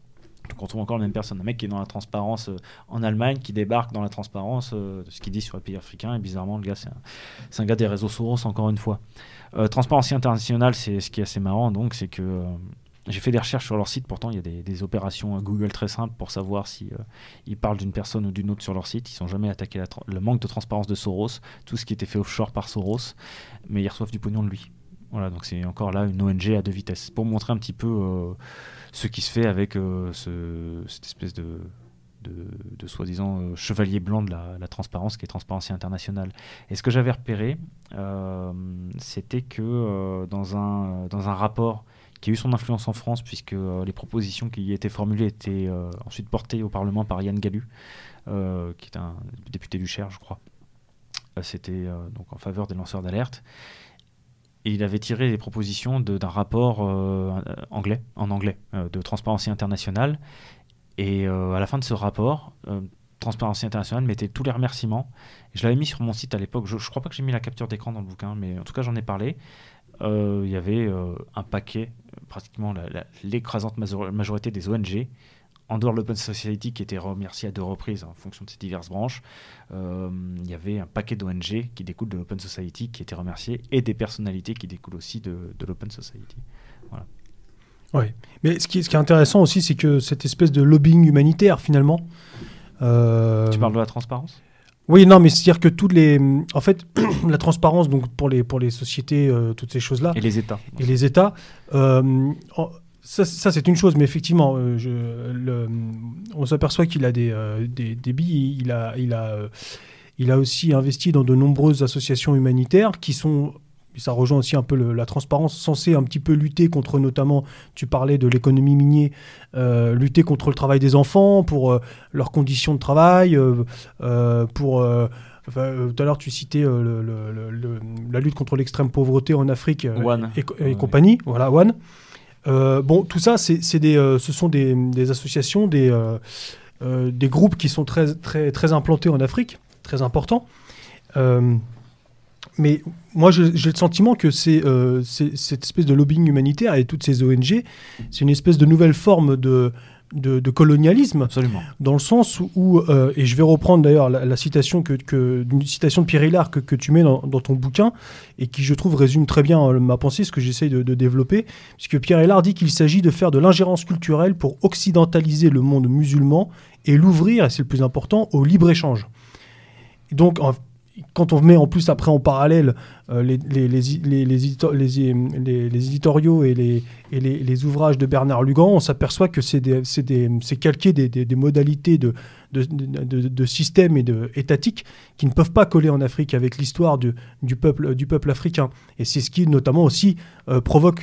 Donc on trouve encore la même personne, un mec qui est dans la transparence en Allemagne, qui débarque dans la transparence de ce qu'il dit sur les pays africains, et bizarrement le gars c'est un gars des réseaux Soros encore une fois. Transparency International, c'est ce qui est assez marrant, donc c'est que j'ai fait des recherches sur leur site, pourtant il y a des opérations Google très simples pour savoir si ils parlent d'une personne ou d'une autre sur leur site. Ils n'ont jamais attaqué le manque de transparence de Soros, tout ce qui était fait offshore par Soros, mais ils reçoivent du pognon de lui. Voilà, donc c'est encore là une ONG à deux vitesses, pour montrer un petit peu ce qui se fait avec cette espèce de soi-disant chevalier blanc de la transparence qui est Transparency International. Et ce que j'avais repéré, c'était que dans un rapport qui a eu son influence en France, puisque les propositions qui y étaient formulées étaient ensuite portées au Parlement par Yann Gallu, qui est un député du Cher, je crois. C'était donc en faveur des lanceurs d'alerte. Et il avait tiré des propositions d'un rapport en anglais, de Transparency International. Et à la fin de ce rapport, Transparency International mettait tous les remerciements. Et je l'avais mis sur mon site à l'époque. Je crois pas que j'ai mis la capture d'écran dans le bouquin, mais en tout cas j'en ai parlé. Il y avait un paquet, pratiquement l'écrasante majorité des ONG, en dehors de l'Open Society qui était remercié à 2 reprises en fonction de ses diverses branches. Il y avait un paquet d'ONG qui découlent de l'Open Society qui étaient remerciés, et des personnalités qui découlent aussi de l'Open Society. Voilà. Ouais. Mais ce qui est intéressant aussi, c'est que cette espèce de lobbying humanitaire, finalement... Tu parles de la transparence ? Oui, non, mais c'est-à-dire que en fait, la transparence, donc pour les sociétés, toutes ces choses-là... Et les États. Et les États... Ça, c'est une chose, mais effectivement, on s'aperçoit qu'il a des billes. Il a aussi investi dans de nombreuses associations humanitaires qui sont... Ça rejoint aussi un peu la transparence, censée un petit peu lutter contre, notamment, tu parlais de l'économie minière, lutter contre le travail des enfants, pour leurs conditions de travail, tout à l'heure tu citais la lutte contre l'extrême pauvreté en Afrique et compagnie, voilà, One. Bon, tout ça, ce sont des associations, des groupes qui sont très, très, très implantés en Afrique, très importants. Mais moi, j'ai le sentiment que c'est cette espèce de lobbying humanitaire et toutes ces ONG, c'est une espèce de nouvelle forme de colonialisme. Absolument. Dans le sens où, et je vais reprendre d'ailleurs la citation une citation de Pierre Hillard que tu mets dans ton bouquin, et qui, je trouve, résume très bien ma pensée, ce que j'essaye de développer, puisque Pierre Hillard dit qu'il s'agit de faire de l'ingérence culturelle pour occidentaliser le monde musulman et l'ouvrir, et c'est le plus important, au libre-échange. Et donc, quand on met en plus après en parallèle les éditoriaux et les ouvrages de Bernard Lugan, on s'aperçoit que c'est calqué des modalités de système et étatiques qui ne peuvent pas coller en Afrique avec l'histoire du peuple africain. Et c'est ce qui notamment aussi provoque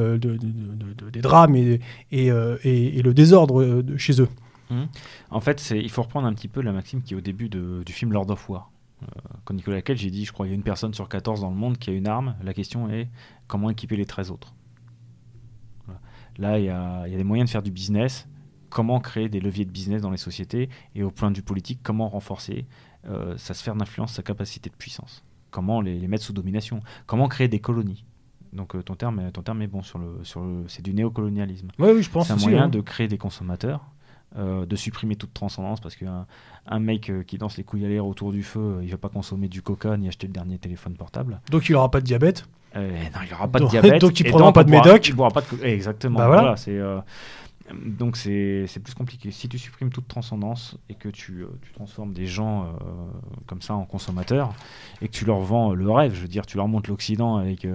des drames et le désordre chez eux. En fait, il faut reprendre un petit peu la maxime qui est au début du film Lord of War. Quand Nicolas Cage, j'ai dit, je crois, il y a une personne sur 14 dans le monde qui a une arme. La question est comment équiper les 13 autres. Voilà. Là, il y a des moyens de faire du business. Comment créer des leviers de business dans les sociétés, et au point de vue politique, comment renforcer sa sphère d'influence, sa capacité de puissance. Comment les mettre sous domination. Comment créer des colonies. Donc ton terme est bon c'est du néocolonialisme. Oui, je pense. C'est un moyen de créer des consommateurs. De supprimer toute transcendance, parce qu'un mec qui danse les couilles à l'air autour du feu, il ne va pas consommer du coca ni acheter le dernier téléphone portable. Donc il n'aura pas de diabète. Non, il n'aura pas de diabète. Donc il ne prendra pas de médoc. Il ne boira pas de... Exactement. Bah voilà. Donc c'est plus compliqué. Si tu supprimes toute transcendance et que tu transformes des gens comme ça en consommateurs, et que tu leur vends le rêve, je veux dire, tu leur montres l'Occident avec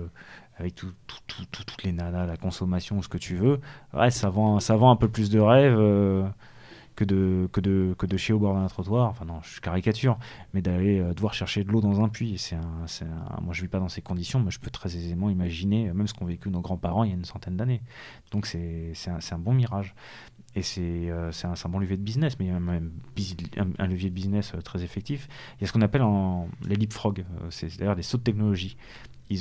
toutes les nanas, la consommation, ce que tu veux, ouais, ça vend un peu plus de rêve que de chier au bord d'un trottoir. Enfin non, je caricature, mais d'aller devoir chercher de l'eau dans un puits. Moi, je vis pas dans ces conditions, mais je peux très aisément imaginer même ce qu'ont vécu nos grands-parents il y a une centaine d'années. Donc c'est un bon mirage. Et c'est un bon levier de business, mais il y a même un levier de business très effectif. Il y a ce qu'on appelle les leapfrog, c'est d'ailleurs des sauts de technologie. Ils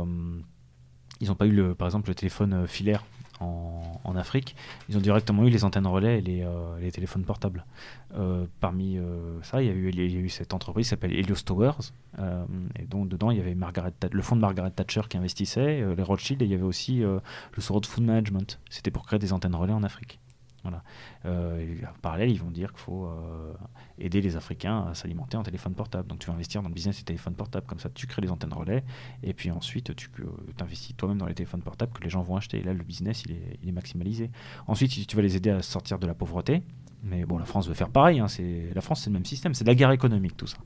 ont pas eu par exemple le téléphone filaire en Afrique. Ils ont directement eu les antennes relais et les téléphones portables. Parmi ça, il y a eu cette entreprise qui s'appelle Helios Towers, et dont dedans il y avait le fonds de Margaret Thatcher qui investissait, les Rothschild, et il y avait aussi le Soros Food Management. C'était pour créer des antennes relais en Afrique. Voilà. Et en parallèle, ils vont dire qu'il faut aider les Africains à s'alimenter en téléphone portable. Donc tu vas investir dans le business des téléphones portables, comme ça tu crées les antennes relais, et puis ensuite tu t'investis toi-même dans les téléphones portables que les gens vont acheter. Et là, le business, il est maximalisé. Ensuite, si tu vas les aider à sortir de la pauvreté, mais bon, la France veut faire pareil. La France, c'est le même système, c'est de la guerre économique, tout ça.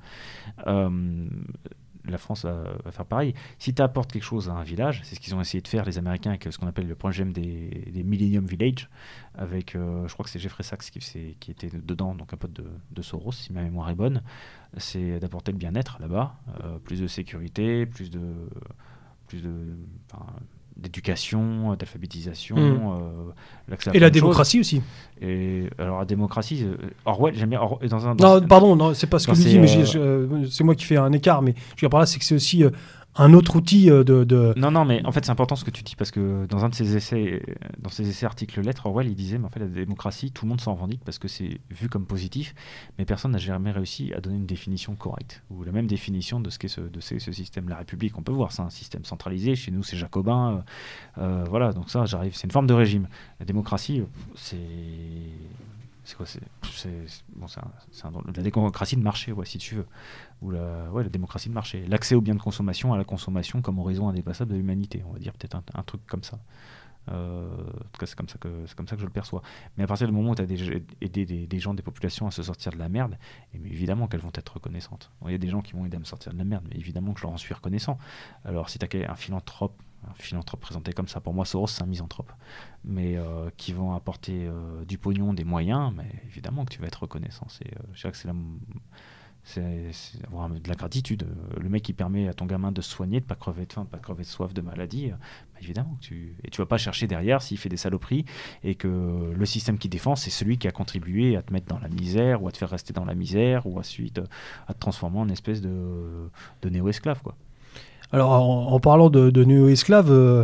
La France va faire pareil. Si tu apportes quelque chose à un village, c'est ce qu'ils ont essayé de faire les Américains avec ce qu'on appelle le problème des Millennium Village, avec, je crois que c'est Jeffrey Sachs qui était dedans, donc un pote de Soros, si ma mémoire est bonne, c'est d'apporter le bien-être là-bas, plus de sécurité, plus d'éducation, d'alphabétisation, l'accès à Et la plein de choses. démocratie aussi. Et alors la démocratie, Orwell, j'aime bien Non, c'est pas ce que je dis, mais c'est moi qui fais un écart, mais je veux dire par là, c'est que c'est aussi un autre outil de... Non, mais en fait, c'est important ce que tu dis, parce que dans un de ses essais, articles lettres, Orwell, il disait, mais en fait, la démocratie, tout le monde s'en revendique parce que c'est vu comme positif, mais personne n'a jamais réussi à donner une définition correcte, ou la même définition de ce qu'est ce système. La République, on peut voir, c'est un système centralisé, chez nous, c'est jacobin, voilà, donc ça, c'est une forme de régime. La démocratie, c'est quoi la démocratie de marché, si tu veux, ou la démocratie de marché, l'accès aux biens de consommation, à la consommation comme horizon indépassable de l'humanité, on va dire peut-être un truc comme ça. En tout cas, c'est comme ça que je le perçois. Mais à partir du moment où tu as aidé des gens, des populations à se sortir de la merde, mais évidemment qu'elles vont être reconnaissantes. Il y a des gens qui vont aider à me sortir de la merde, mais évidemment que je leur en suis reconnaissant. Alors si tu as un philanthrope présenté comme ça, pour moi Soros c'est un misanthrope, mais qui vont apporter du pognon, des moyens, mais évidemment que tu vas être reconnaissant. Je dirais que c'est avoir de la gratitude. Le mec qui permet à ton gamin de se soigner, de pas crever de faim, de pas crever de soif, de maladie, évidemment que tu vas pas chercher derrière s'il fait des saloperies et que le système qui défend c'est celui qui a contribué à te mettre dans la misère ou à te faire rester dans la misère ou ensuite à te transformer en espèce de néo-esclave, quoi. Alors en parlant de néo-esclaves,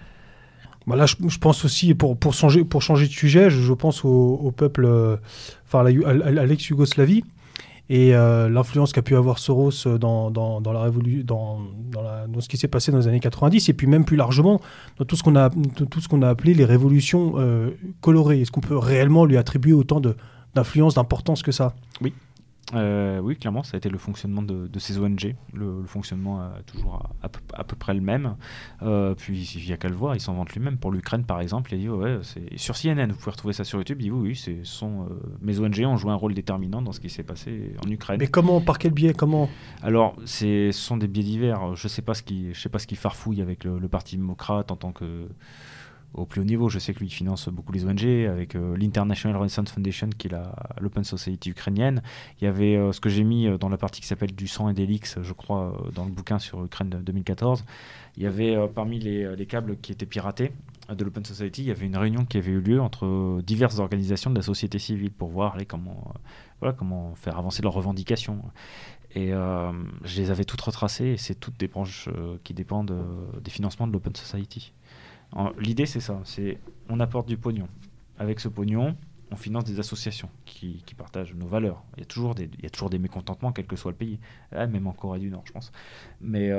là je pense aussi pour changer de sujet, je pense au peuple, à l'ex-Yougoslavie. Et l'influence qu'a pu avoir Soros dans la révolution, dans ce qui s'est passé dans les années 90, et puis même plus largement dans tout ce qu'on a appelé les révolutions colorées. Est-ce qu'on peut réellement lui attribuer autant d'influence, d'importance que ça ? Oui. Oui, clairement, ça a été le fonctionnement de ces ONG. Le fonctionnement est toujours à peu près le même. Puis il n'y a qu'à le voir, il s'en vante lui-même. Pour l'Ukraine, par exemple, il a dit c'est sur CNN, vous pouvez retrouver ça sur YouTube. Il dit oui, mes ONG ont joué un rôle déterminant dans ce qui s'est passé en Ukraine. Mais comment, par quel biais, comment ? Alors, ce sont des biais divers. Je sais pas ce qui farfouille avec le Parti démocrate en tant que au plus haut niveau. Je sais que lui finance beaucoup les ONG avec l'International Renaissance Foundation qui est l'Open Society ukrainienne. Il y avait ce que j'ai mis dans la partie qui s'appelle du sang et des leaks, je crois, dans le bouquin sur Ukraine de 2014. Il y avait parmi les câbles qui étaient piratés de l'Open Society, il y avait une réunion qui avait eu lieu entre diverses organisations de la société civile pour voir comment faire avancer leurs revendications. Et je les avais toutes retracées et c'est toutes des branches qui dépendent des financements de l'Open Society. L'idée, c'est ça, on apporte du pognon. Avec ce pognon, on finance des associations qui partagent nos valeurs. Il y a toujours des mécontentements, quel que soit le pays, même en Corée du Nord, je pense. Mais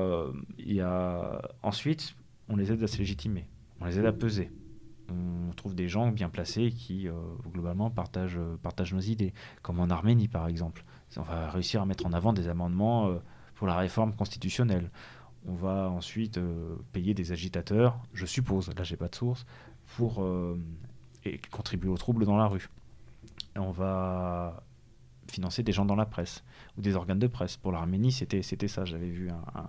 ensuite, on les aide à se légitimer, on les aide à peser. On trouve des gens bien placés qui, globalement, partagent nos idées, comme en Arménie, par exemple. On va réussir à mettre en avant des amendements pour la réforme constitutionnelle. On va ensuite payer des agitateurs, je suppose, là j'ai pas de source, pour contribuer aux troubles dans la rue. Et on va financer des gens dans la presse, ou des organes de presse. Pour l'Arménie, c'était ça. J'avais vu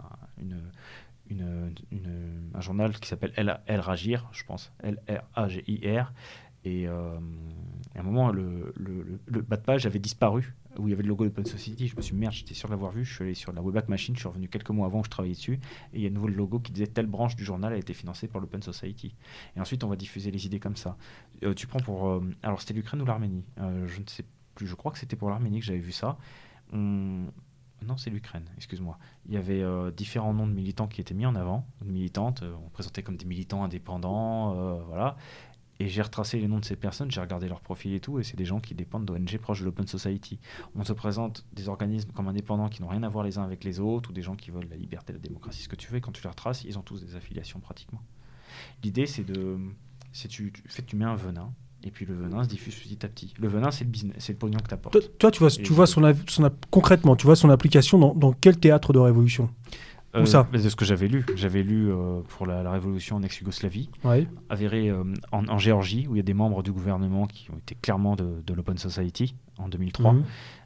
un journal qui s'appelle El Ragir, je pense, L-R-A-G-I-R, et à un moment, le bas de page avait disparu, où il y avait le logo d'Open Society. Je me suis dit, merde, j'étais sûr de l'avoir vu. Je suis allé sur la Wayback Machine, je suis revenu quelques mois avant où je travaillais dessus, et il y a de nouveau le logo qui disait telle branche du journal a été financée par l'Open Society. Et ensuite, on va diffuser les idées comme ça. Tu prends alors, c'était l'Ukraine ou l'Arménie, je ne sais plus, je crois que c'était pour l'Arménie que j'avais vu ça. Non, c'est l'Ukraine, excuse-moi. Il y avait différents noms de militants qui étaient mis en avant, de militantes, on présentait comme des militants indépendants, voilà. Et j'ai retracé les noms de ces personnes, j'ai regardé leur profil et tout, et c'est des gens qui dépendent d'ONG proches de l'Open Society. On se présente des organismes comme indépendants qui n'ont rien à voir les uns avec les autres, ou des gens qui veulent la liberté, la démocratie, ce que tu veux, et quand tu les retraces, ils ont tous des affiliations pratiquement. L'idée, tu mets un venin, Et puis le venin se diffuse petit à petit. Le venin, c'est le business, c'est le pognon que t'apportes. Toi, tu vois concrètement, tu vois son application dans quel théâtre de révolution? Où ça? C'est ce que j'avais lu. J'avais lu pour la révolution en ex-Yougoslavie, avéré en Géorgie, où il y a des membres du gouvernement qui ont été clairement de l'Open Society en 2003.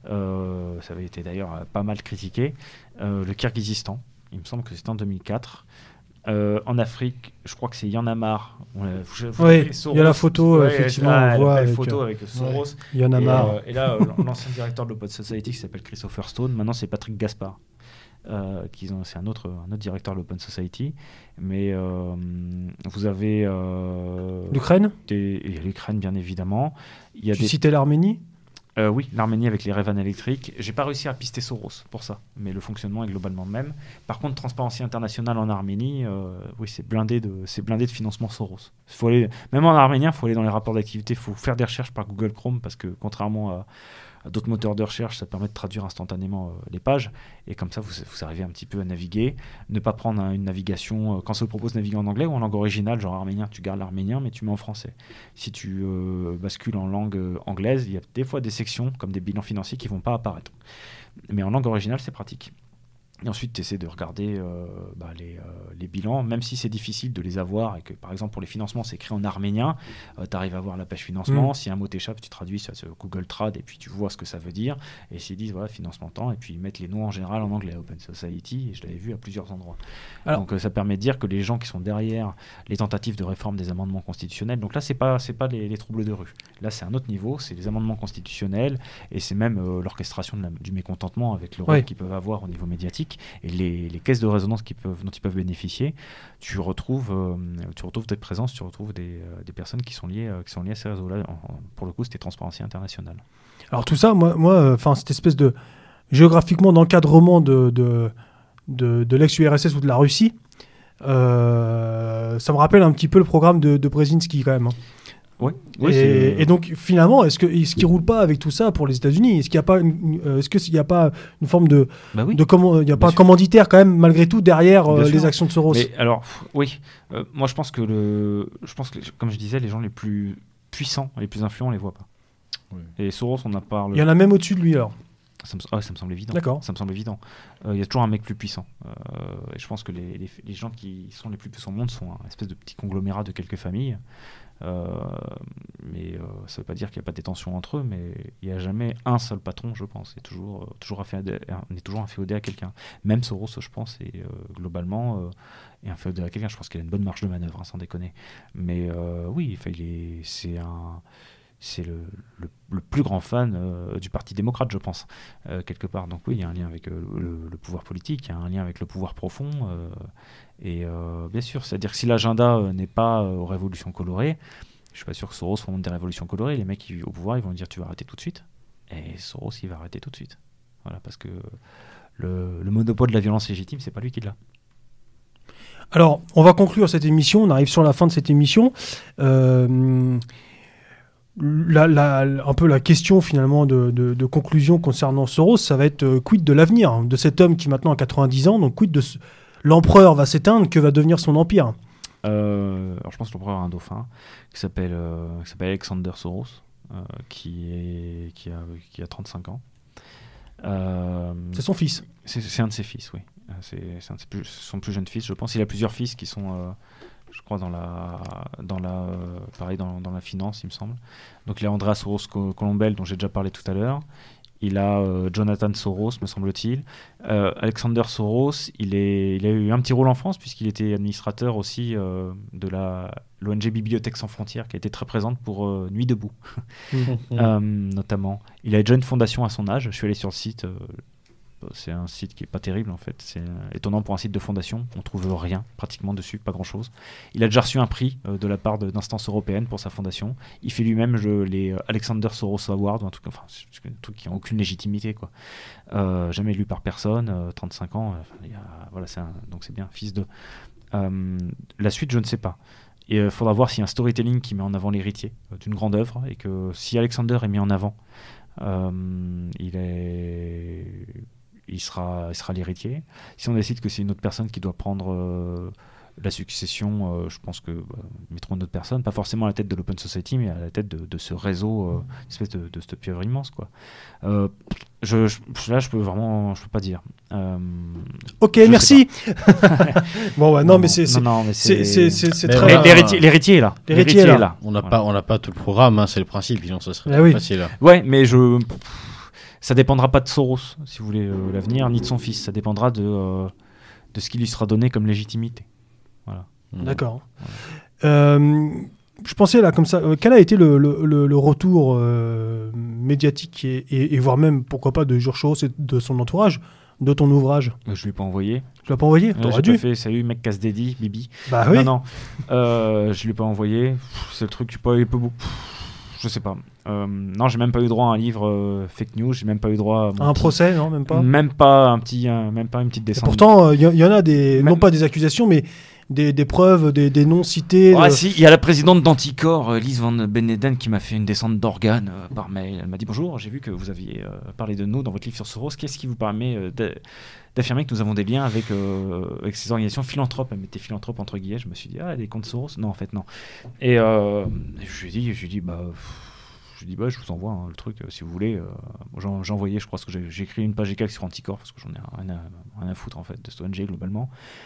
Ça avait été d'ailleurs pas mal critiqué. Le Kirghizistan, il me semble que c'était en 2004. En Afrique, je crois que c'est Y'en a marre. Il y a la photo, effectivement. On voit avec photo avec Soros. Y'en a marre. Et là, l'ancien directeur de l'Open Society qui s'appelle Christopher Stone, maintenant c'est Patrick Gaspard. C'est un autre directeur de l'Open Society, mais vous avez l'Ukraine. Il y a l'Ukraine bien évidemment. Tu citais l'Arménie. Oui, l'Arménie avec les Revan électriques. J'ai pas réussi à pister Soros pour ça, mais le fonctionnement est globalement le même. Par contre, Transparency International en Arménie, oui, c'est blindé de financement Soros. Même en arménien, il faut aller dans les rapports d'activité, il faut faire des recherches par Google Chrome parce que contrairement à d'autres moteurs de recherche, ça permet de traduire instantanément les pages, et comme ça vous arrivez un petit peu à naviguer, ne pas prendre une navigation, quand ça vous propose de naviguer en anglais ou en langue originale, genre arménien, tu gardes l'arménien mais tu mets en français. Si tu bascules en langue anglaise, il y a des fois des sections comme des bilans financiers qui vont pas apparaître, mais en langue originale c'est pratique. Et ensuite, tu essaies de regarder les bilans, même si c'est difficile de les avoir et que, par exemple, pour les financements, c'est écrit en arménien, tu arrives à voir la page financement. Si un mot t'échappe, tu traduis sur Google Trad et puis tu vois ce que ça veut dire. Et s'ils disent, voilà, financement temps, et puis ils mettent les noms en général en anglais, Open Society, et je l'avais vu à plusieurs endroits. Alors, donc, ça permet de dire que les gens qui sont derrière les tentatives de réforme des amendements constitutionnels, donc là, c'est pas les troubles de rue. Là, c'est un autre niveau, c'est les amendements constitutionnels et c'est même l'orchestration du mécontentement avec le rôle qu'ils peuvent avoir au niveau médiatique. Et les caisses de résonance dont ils peuvent bénéficier, tu retrouves des présences, tu retrouves des personnes qui sont liées à ces réseaux-là. Pour le coup, c'était Transparency International. Alors tout ça, moi, cette espèce de géographiquement d'encadrement de l'ex-URSS ou de la Russie, ça me rappelle un petit peu le programme de Brzezinski quand même. Hein. Oui, et donc finalement, est-ce qu'il roule pas avec tout ça pour les États-Unis? Est-ce qu'il n'y a pas une forme de il y a pas un commanditaire quand même malgré tout derrière les actions de Soros? Mais alors oui, moi je pense que comme je disais, les gens les plus puissants, les plus influents, on les voit pas. Oui. Et Soros, on a parlé. Il y en a même au-dessus de lui alors. Ça me semble évident. D'accord. Ça me semble évident. Il y a toujours un mec plus puissant. Et je pense que les gens qui sont les plus puissants au monde sont un espèce de petit conglomérat de quelques familles. Mais ça veut pas dire qu'il n'y a pas de détention entre eux, mais il n'y a jamais un seul patron, je pense. On est toujours inféodé à quelqu'un. Même Soros, je pense, est globalement est inféodé à quelqu'un. Je pense qu'il a une bonne marge de manœuvre, sans déconner. Mais oui, c'est le plus grand fan du Parti démocrate, je pense, quelque part. Donc oui, il y a un lien avec le pouvoir politique, il y a un lien avec le pouvoir profond. Et bien sûr, c'est-à-dire que si l'agenda n'est pas aux révolutions colorées, je ne suis pas sûr que Soros fonde des révolutions colorées. Les mecs au pouvoir, ils vont dire tu vas arrêter tout de suite. Et Soros, il va arrêter tout de suite. Voilà, parce que le monopole de la violence légitime, c'est pas lui qui l'a. Alors, on va conclure cette émission. On arrive sur la fin de cette émission. Un peu la question finalement de conclusion concernant Soros, ça va être quid de l'avenir de cet homme qui maintenant a 90 ans, donc quid de l'empereur va s'éteindre, que va devenir son empire? Alors je pense que l'empereur a un dauphin qui s'appelle Alexander Soros, qui a 35 ans. C'est son fils. C'est un de ses fils, oui. C'est son plus jeune fils, je pense. Il a plusieurs fils qui sont... je crois dans la finance, il me semble. Donc il a Andreas Soros Colombel, dont j'ai déjà parlé tout à l'heure. Il a Jonathan Soros, me semble-t-il. Alexander Soros, il a eu un petit rôle en France, puisqu'il était administrateur aussi de l'ONG Bibliothèques sans frontières, qui a été très présente pour Nuit debout, notamment. Il a déjà une fondation à son âge. Je suis allé sur le site... c'est un site qui est pas terrible en fait, c'est étonnant pour un site de fondation, on trouve rien pratiquement dessus, pas grand chose. Il a déjà reçu un prix de la part d'instances européennes pour sa fondation. Il fait lui-même les Alexander Soros Awards, un truc qui n'a aucune légitimité quoi. Jamais élu par personne, 35 ans, donc c'est bien, fils de... la suite je ne sais pas. Et il faudra voir s'il y a un storytelling qui met en avant l'héritier d'une grande œuvre, et que si Alexander est mis en avant, il sera l'héritier. Si on décide que c'est une autre personne qui doit prendre la succession, je pense que mettront une autre personne, pas forcément à la tête de l'Open Society, mais à la tête de ce réseau, espèce de cette pieuvre immense, quoi. Là, je peux pas dire. Ok, merci. Bon, bah, mais c'est très. L'héritier est là. L'héritier est là. On n'a pas tout le programme, c'est le principe, sinon ça serait oui. facile. Ouais, mais ça dépendra pas de Soros, si vous voulez, l'avenir, ni de son fils. Ça dépendra de ce qui lui sera donné comme légitimité. Voilà. D'accord. Voilà. Je pensais là comme ça, quel a été le retour médiatique et voire même, pourquoi pas, de Georges Soros et de son entourage de ton ouvrage? Je lui ai pas envoyé. Tu l'as pas envoyé? T'aurais dû. J'ai fait salut mec casse-dédi, Bibi. Bah oui. Non, je lui ai pas envoyé. C'est le truc, il peut beaucoup. Je sais pas. Non, j'ai même pas eu droit à un livre fake news. J'ai même pas eu droit à un procès, non, même pas. Même pas une petite descente. Et pourtant, il y en a non pas des accusations, mais des preuves, des noms cités. Si, il y a la présidente d'Anticor, Lise Van Beneden, qui m'a fait une descente d'organes par mail. Elle m'a dit bonjour, j'ai vu que vous aviez parlé de nous dans votre livre sur Soros. Qu'est-ce qui vous permet d'affirmer que nous avons des liens avec ces organisations philanthropes? Elle mettait philanthrope entre guillemets. Je me suis dit des comptes Soros? Non, en fait non. Et je lui ai dit je vous envoie le truc si vous voulez. J'ai envoyé, je crois que j'ai écrit une page éclair sur Anticor parce que j'en ai rien à foutre en fait de cette ONG globalement.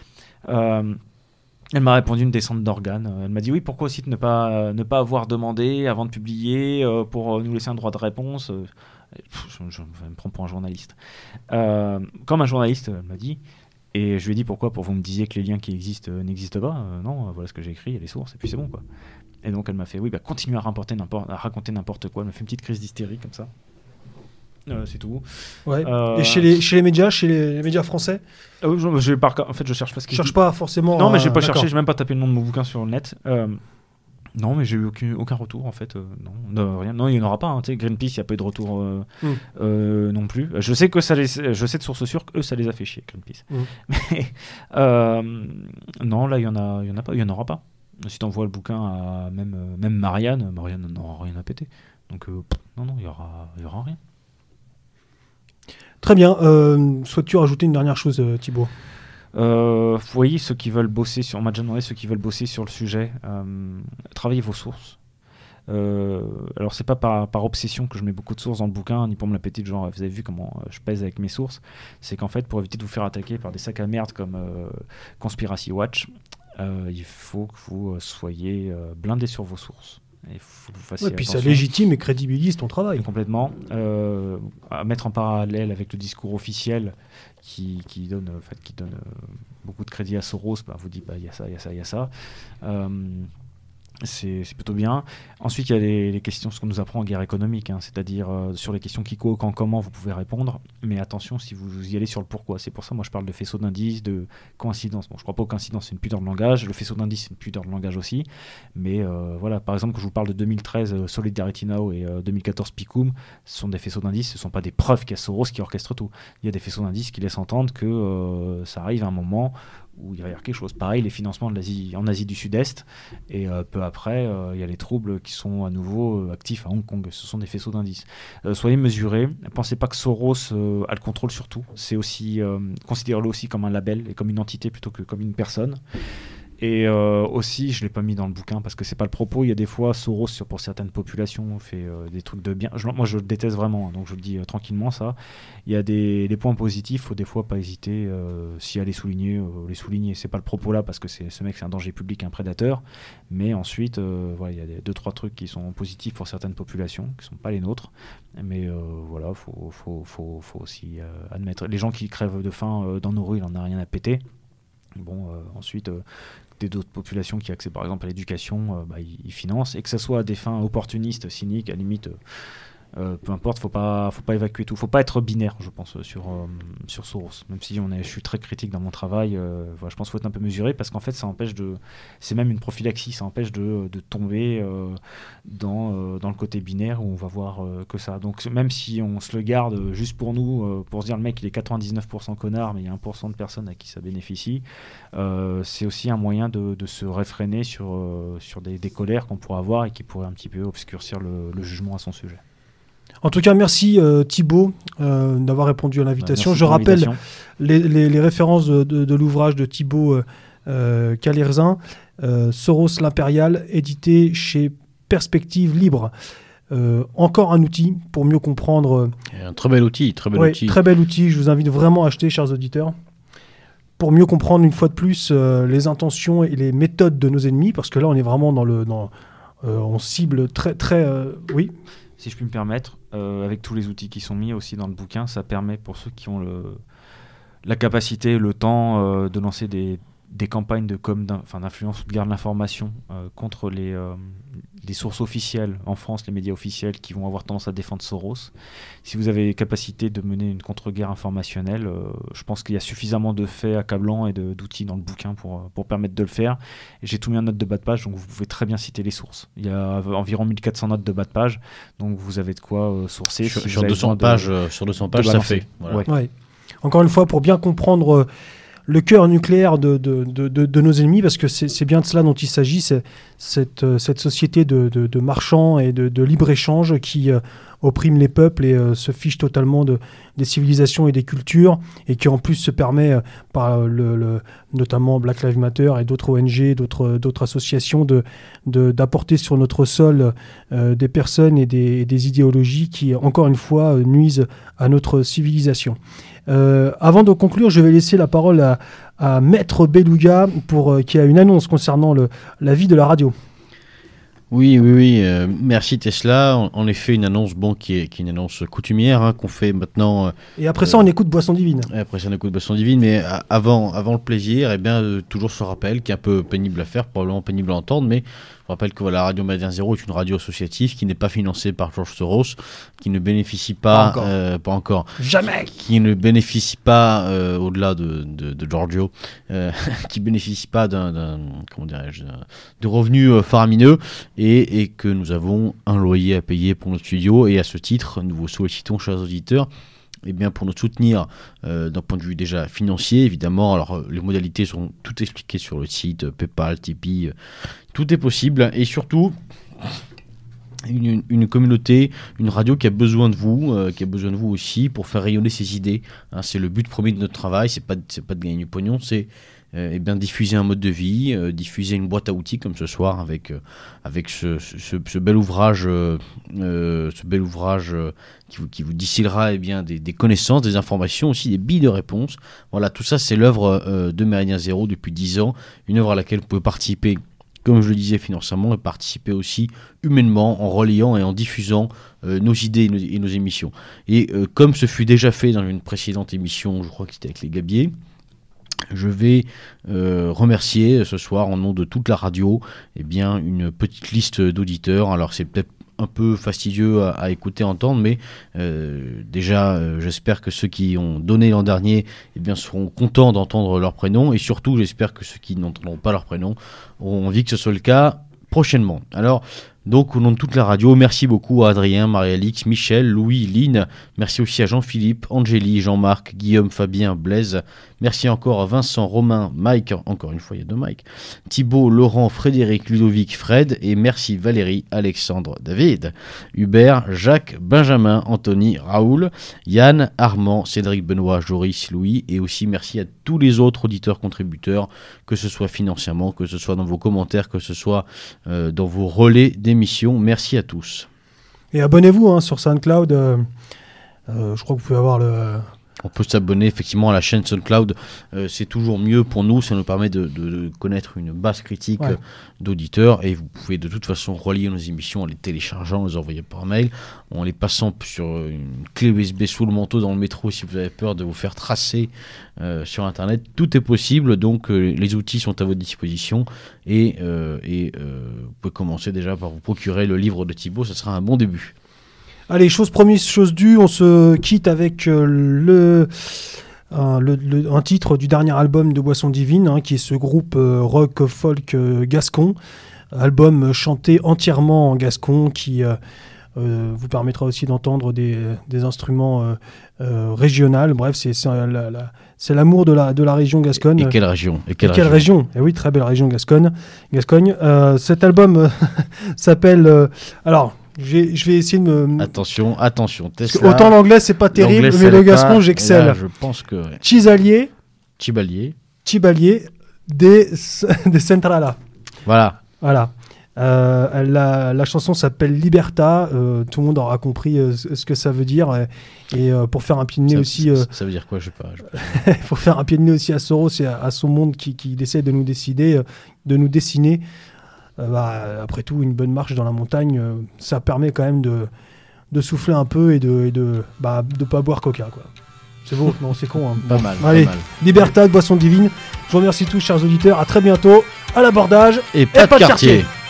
Elle m'a répondu une descente d'organes. Elle m'a dit oui, pourquoi aussi ne pas avoir demandé avant de publier pour nous laisser un droit de réponse. Je me prends pour un journaliste. Comme un journaliste, elle m'a dit. Et je lui ai dit pourquoi, pour vous me disiez que les liens qui existent n'existent pas. Non, voilà ce que j'ai écrit, il y a les sources, et puis c'est bon, quoi. Et donc elle m'a fait oui, continue à raconter n'importe quoi. Elle m'a fait une petite crise d'hystérie comme ça. C'est tout. Ouais. Et chez les médias, chez les médias français, en fait, je cherche pas ce qui. Je cherche pas forcément. Non, mais j'ai pas cherché. J'ai même pas tapé le nom de mon bouquin sur le net. Non, mais j'ai eu aucun retour en fait. Non, rien. Non, il y en aura pas. Tu sais, Greenpeace, il y a pas eu de retour non plus. Je sais je sais de sources sûres que ça les a fait chier, Greenpeace. Mais non, là, il y en a pas. Il y en aura pas. Si t'envoies le bouquin à même Marianne n'aura rien à péter. Donc non, il y aura rien. Très bien. Souhaites-tu rajouter une dernière chose, Thibaut? Oui, ceux qui veulent bosser on m'a déjà demandé, ceux qui veulent bosser sur le sujet, travaillez vos sources. Alors c'est pas par obsession que je mets beaucoup de sources dans le bouquin, ni pour me la péter, genre vous avez vu comment je pèse avec mes sources. C'est qu'en fait, pour éviter de vous faire attaquer par des sacs à merde comme Conspiracy Watch, il faut que vous soyez blindés sur vos sources. Et puis ça légitime et crédibilise ton travail. Complètement. À mettre en parallèle avec le discours officiel qui donne beaucoup de crédit à Soros, vous dit il y a ça. C'est plutôt bien. Ensuite, il y a les questions, ce qu'on nous apprend en guerre économique, c'est-à-dire sur les questions qui, quand, comment, vous pouvez répondre. Mais attention, si vous y allez sur le pourquoi. C'est pour ça, moi, je parle de faisceau d'indices, de coïncidence. Bon, je ne crois pas aux coïncidences, c'est une pudeur de langage. Le faisceau d'indices, c'est une pudeur de langage aussi. Mais voilà, par exemple, quand je vous parle de 2013, Solidarity Now et 2014, Picum, ce sont des faisceaux d'indices, ce ne sont pas des preuves qu'il y a Soros qui orchestre tout. Il y a des faisceaux d'indices qui laissent entendre que ça arrive à un moment où il va y avoir quelque chose. Pareil, les financements en Asie du Sud-Est, et peu après, il y a les troubles qui sont à nouveau actifs à Hong Kong. Ce sont des faisceaux d'indices. Soyez mesurés. Ne pensez pas que Soros a le contrôle sur tout. C'est aussi, considérez-le aussi comme un label et comme une entité plutôt que comme une personne. Et aussi, je ne l'ai pas mis dans le bouquin parce que c'est pas le propos. Il y a des fois, Soros, pour certaines populations, fait des trucs de bien. Moi, je le déteste vraiment, donc je le dis tranquillement, ça. Il y a des points positifs, il faut des fois pas hésiter. Si à les souligner, c'est pas le propos là parce que ce mec, c'est un danger public, un prédateur. Mais ensuite, voilà, il y a 2-3 trucs qui sont positifs pour certaines populations, qui sont pas les nôtres. Mais voilà, faut aussi admettre. Les gens qui crèvent de faim dans nos rues, il en a rien à péter. Bon, ensuite, d'autres populations qui accèdent par exemple à l'éducation, ils financent, et que ce soit à des fins opportunistes, cyniques, à la limite, peu importe, faut pas évacuer tout, faut pas être binaire, je pense, sur Soros. Même si je suis très critique dans mon travail, voilà, je pense qu'il faut être un peu mesuré parce qu'en fait, ça empêche c'est même une prophylaxie, ça empêche de tomber dans le côté binaire où on va voir que ça. Donc même si on se le garde juste pour nous, pour se dire le mec il est 99% connard, mais il y a 1% de personnes à qui ça bénéficie, c'est aussi un moyen de se réfréner sur des colères qu'on pourrait avoir et qui pourraient un petit peu obscurcir le jugement à son sujet. En tout cas, merci Thibaut d'avoir répondu à l'invitation. Je rappelle les références de l'ouvrage de Thibaut Calerzin, Soros l'Impérial, édité chez Perspective Libre. Encore un outil pour mieux comprendre. Un très bel outil, très bel outil. Je vous invite vraiment à acheter, chers auditeurs, pour mieux comprendre une fois de plus les intentions et les méthodes de nos ennemis, parce que là, on est vraiment on cible très. Oui. Si je puis me permettre, avec tous les outils qui sont mis aussi dans le bouquin, ça permet pour ceux qui ont la capacité, le temps de lancer des campagnes d'influence ou de guerre de l'information contre les sources officielles en France, les médias officiels qui vont avoir tendance à défendre Soros. Si vous avez capacité de mener une contre-guerre informationnelle, je pense qu'il y a suffisamment de faits accablants et d'outils dans le bouquin pour permettre de le faire. Et j'ai tout mis en note de bas de page, donc vous pouvez très bien citer les sources. Il y a environ 1400 notes de bas de page, donc vous avez de quoi sourcer. Sur 200 pages, ça fait. Voilà. Ouais. Encore une fois, pour bien comprendre le cœur nucléaire de nos ennemis, parce que c'est bien de cela dont il s'agit, c'est cette société de marchands et de libre-échange qui opprime les peuples et se fiche totalement des civilisations et des cultures, et qui en plus se permet, par notamment Black Lives Matter et d'autres ONG, d'autres associations, d'apporter sur notre sol des personnes et des idéologies qui, encore une fois, nuisent à notre civilisation. Avant de conclure, je vais laisser la parole à Maître Beluga qui a une annonce concernant la vie de la radio. Oui. Merci Tesla. En effet, une annonce qui est une annonce coutumière qu'on fait maintenant. Et après ça, on écoute Boisson Divine. Mais avant le plaisir, toujours ce rappel qui est un peu pénible à faire, probablement pénible à entendre, mais je rappelle que la Radio Méridien Zéro est une radio associative qui n'est pas financée par George Soros, qui ne bénéficie pas encore. Jamais. Qui ne bénéficie pas, au-delà de Giorgio, qui bénéficie pas de revenus faramineux, et que nous avons un loyer à payer pour notre studio. Et à ce titre, nous vous sollicitons, chers auditeurs, pour nous soutenir d'un point de vue déjà financier, évidemment. Alors, les modalités sont toutes expliquées sur le site, PayPal, Tipeee, tout est possible. Et surtout, une communauté, une radio qui a besoin de vous, aussi pour faire rayonner ses idées. C'est le but premier de notre travail, c'est pas de gagner du pognon, c'est diffuser un mode de vie, diffuser une boîte à outils comme ce soir avec ce bel ouvrage, qui vous distillera des connaissances, des informations, aussi des billes de réponse. Voilà, tout ça c'est l'œuvre de Méridien Zéro depuis 10 ans, une œuvre à laquelle vous pouvez participer, comme je le disais, financièrement, et participer aussi humainement en relayant et en diffusant nos idées et nos émissions. Et comme ce fut déjà fait dans une précédente émission, je crois que c'était avec les Gabiers, je vais remercier ce soir, en nom de toute la radio, une petite liste d'auditeurs. Alors c'est peut-être un peu fastidieux à écouter, à entendre, mais déjà j'espère que ceux qui ont donné l'an dernier seront contents d'entendre leur prénom, et surtout j'espère que ceux qui n'entendront pas leur prénom auront envie que ce soit le cas prochainement. Alors, donc, au nom de toute la radio, merci beaucoup à Adrien, Marie-Alix, Michel, Louis, Lynn. Merci aussi à Jean-Philippe, Angélie, Jean-Marc, Guillaume, Fabien, Blaise. Merci encore à Vincent, Romain, Mike, encore une fois il y a 2 Mike, Thibaut, Laurent, Frédéric, Ludovic, Fred, et merci Valérie, Alexandre, David, Hubert, Jacques, Benjamin, Anthony, Raoul, Yann, Armand, Cédric, Benoît, Joris, Louis, et aussi merci à tous les autres auditeurs contributeurs, que ce soit financièrement, que ce soit dans vos commentaires, que ce soit dans vos relais d'émissions. Merci à tous. Et abonnez-vous sur SoundCloud. Je crois que vous pouvez avoir On peut s'abonner effectivement à la chaîne SoundCloud, c'est toujours mieux pour nous, ça nous permet de connaître une base critique d'auditeurs, et vous pouvez de toute façon relier nos émissions en les téléchargeant, les envoyer par mail, en les passant sur une clé USB sous le manteau dans le métro si vous avez peur de vous faire tracer sur internet. Tout est possible, donc les outils sont à votre disposition, et vous pouvez commencer déjà par vous procurer le livre de Thibaut, ça sera un bon début. Allez, chose promise, chose due, on se quitte avec un titre du dernier album de Boisson Divine, qui est ce groupe rock folk gascon, album chanté entièrement en gascon qui vous permettra aussi d'entendre des instruments régionaux. Bref, c'est l'amour de la région gasconne. Et quelle région Quelle région. Et oui, très belle région Gascogne. Cet album s'appelle... Je vais essayer de me... Attention, Tesla. Autant l'anglais, c'est pas terrible, mais le gascon, j'excelle. Je pense que... Chisalier. Chibalier. de Centrala. Voilà. La chanson s'appelle Libertà. Tout le monde aura compris ce que ça veut dire. Et pour faire un pied de nez aussi. Ça veut dire quoi, je sais pas. Pour faire un pied de nez aussi à Soros et à son monde qui essaie de nous dessiner. Après tout, une bonne marche dans la montagne, ça permet quand même de souffler un peu et de pas boire Coca, quoi. C'est beau, non, c'est con. Hein. Pas mal. Allez, pas mal. Libertad, boisson divine. Je vous remercie tous, chers auditeurs. À très bientôt. À l'abordage. Et pas de quartier.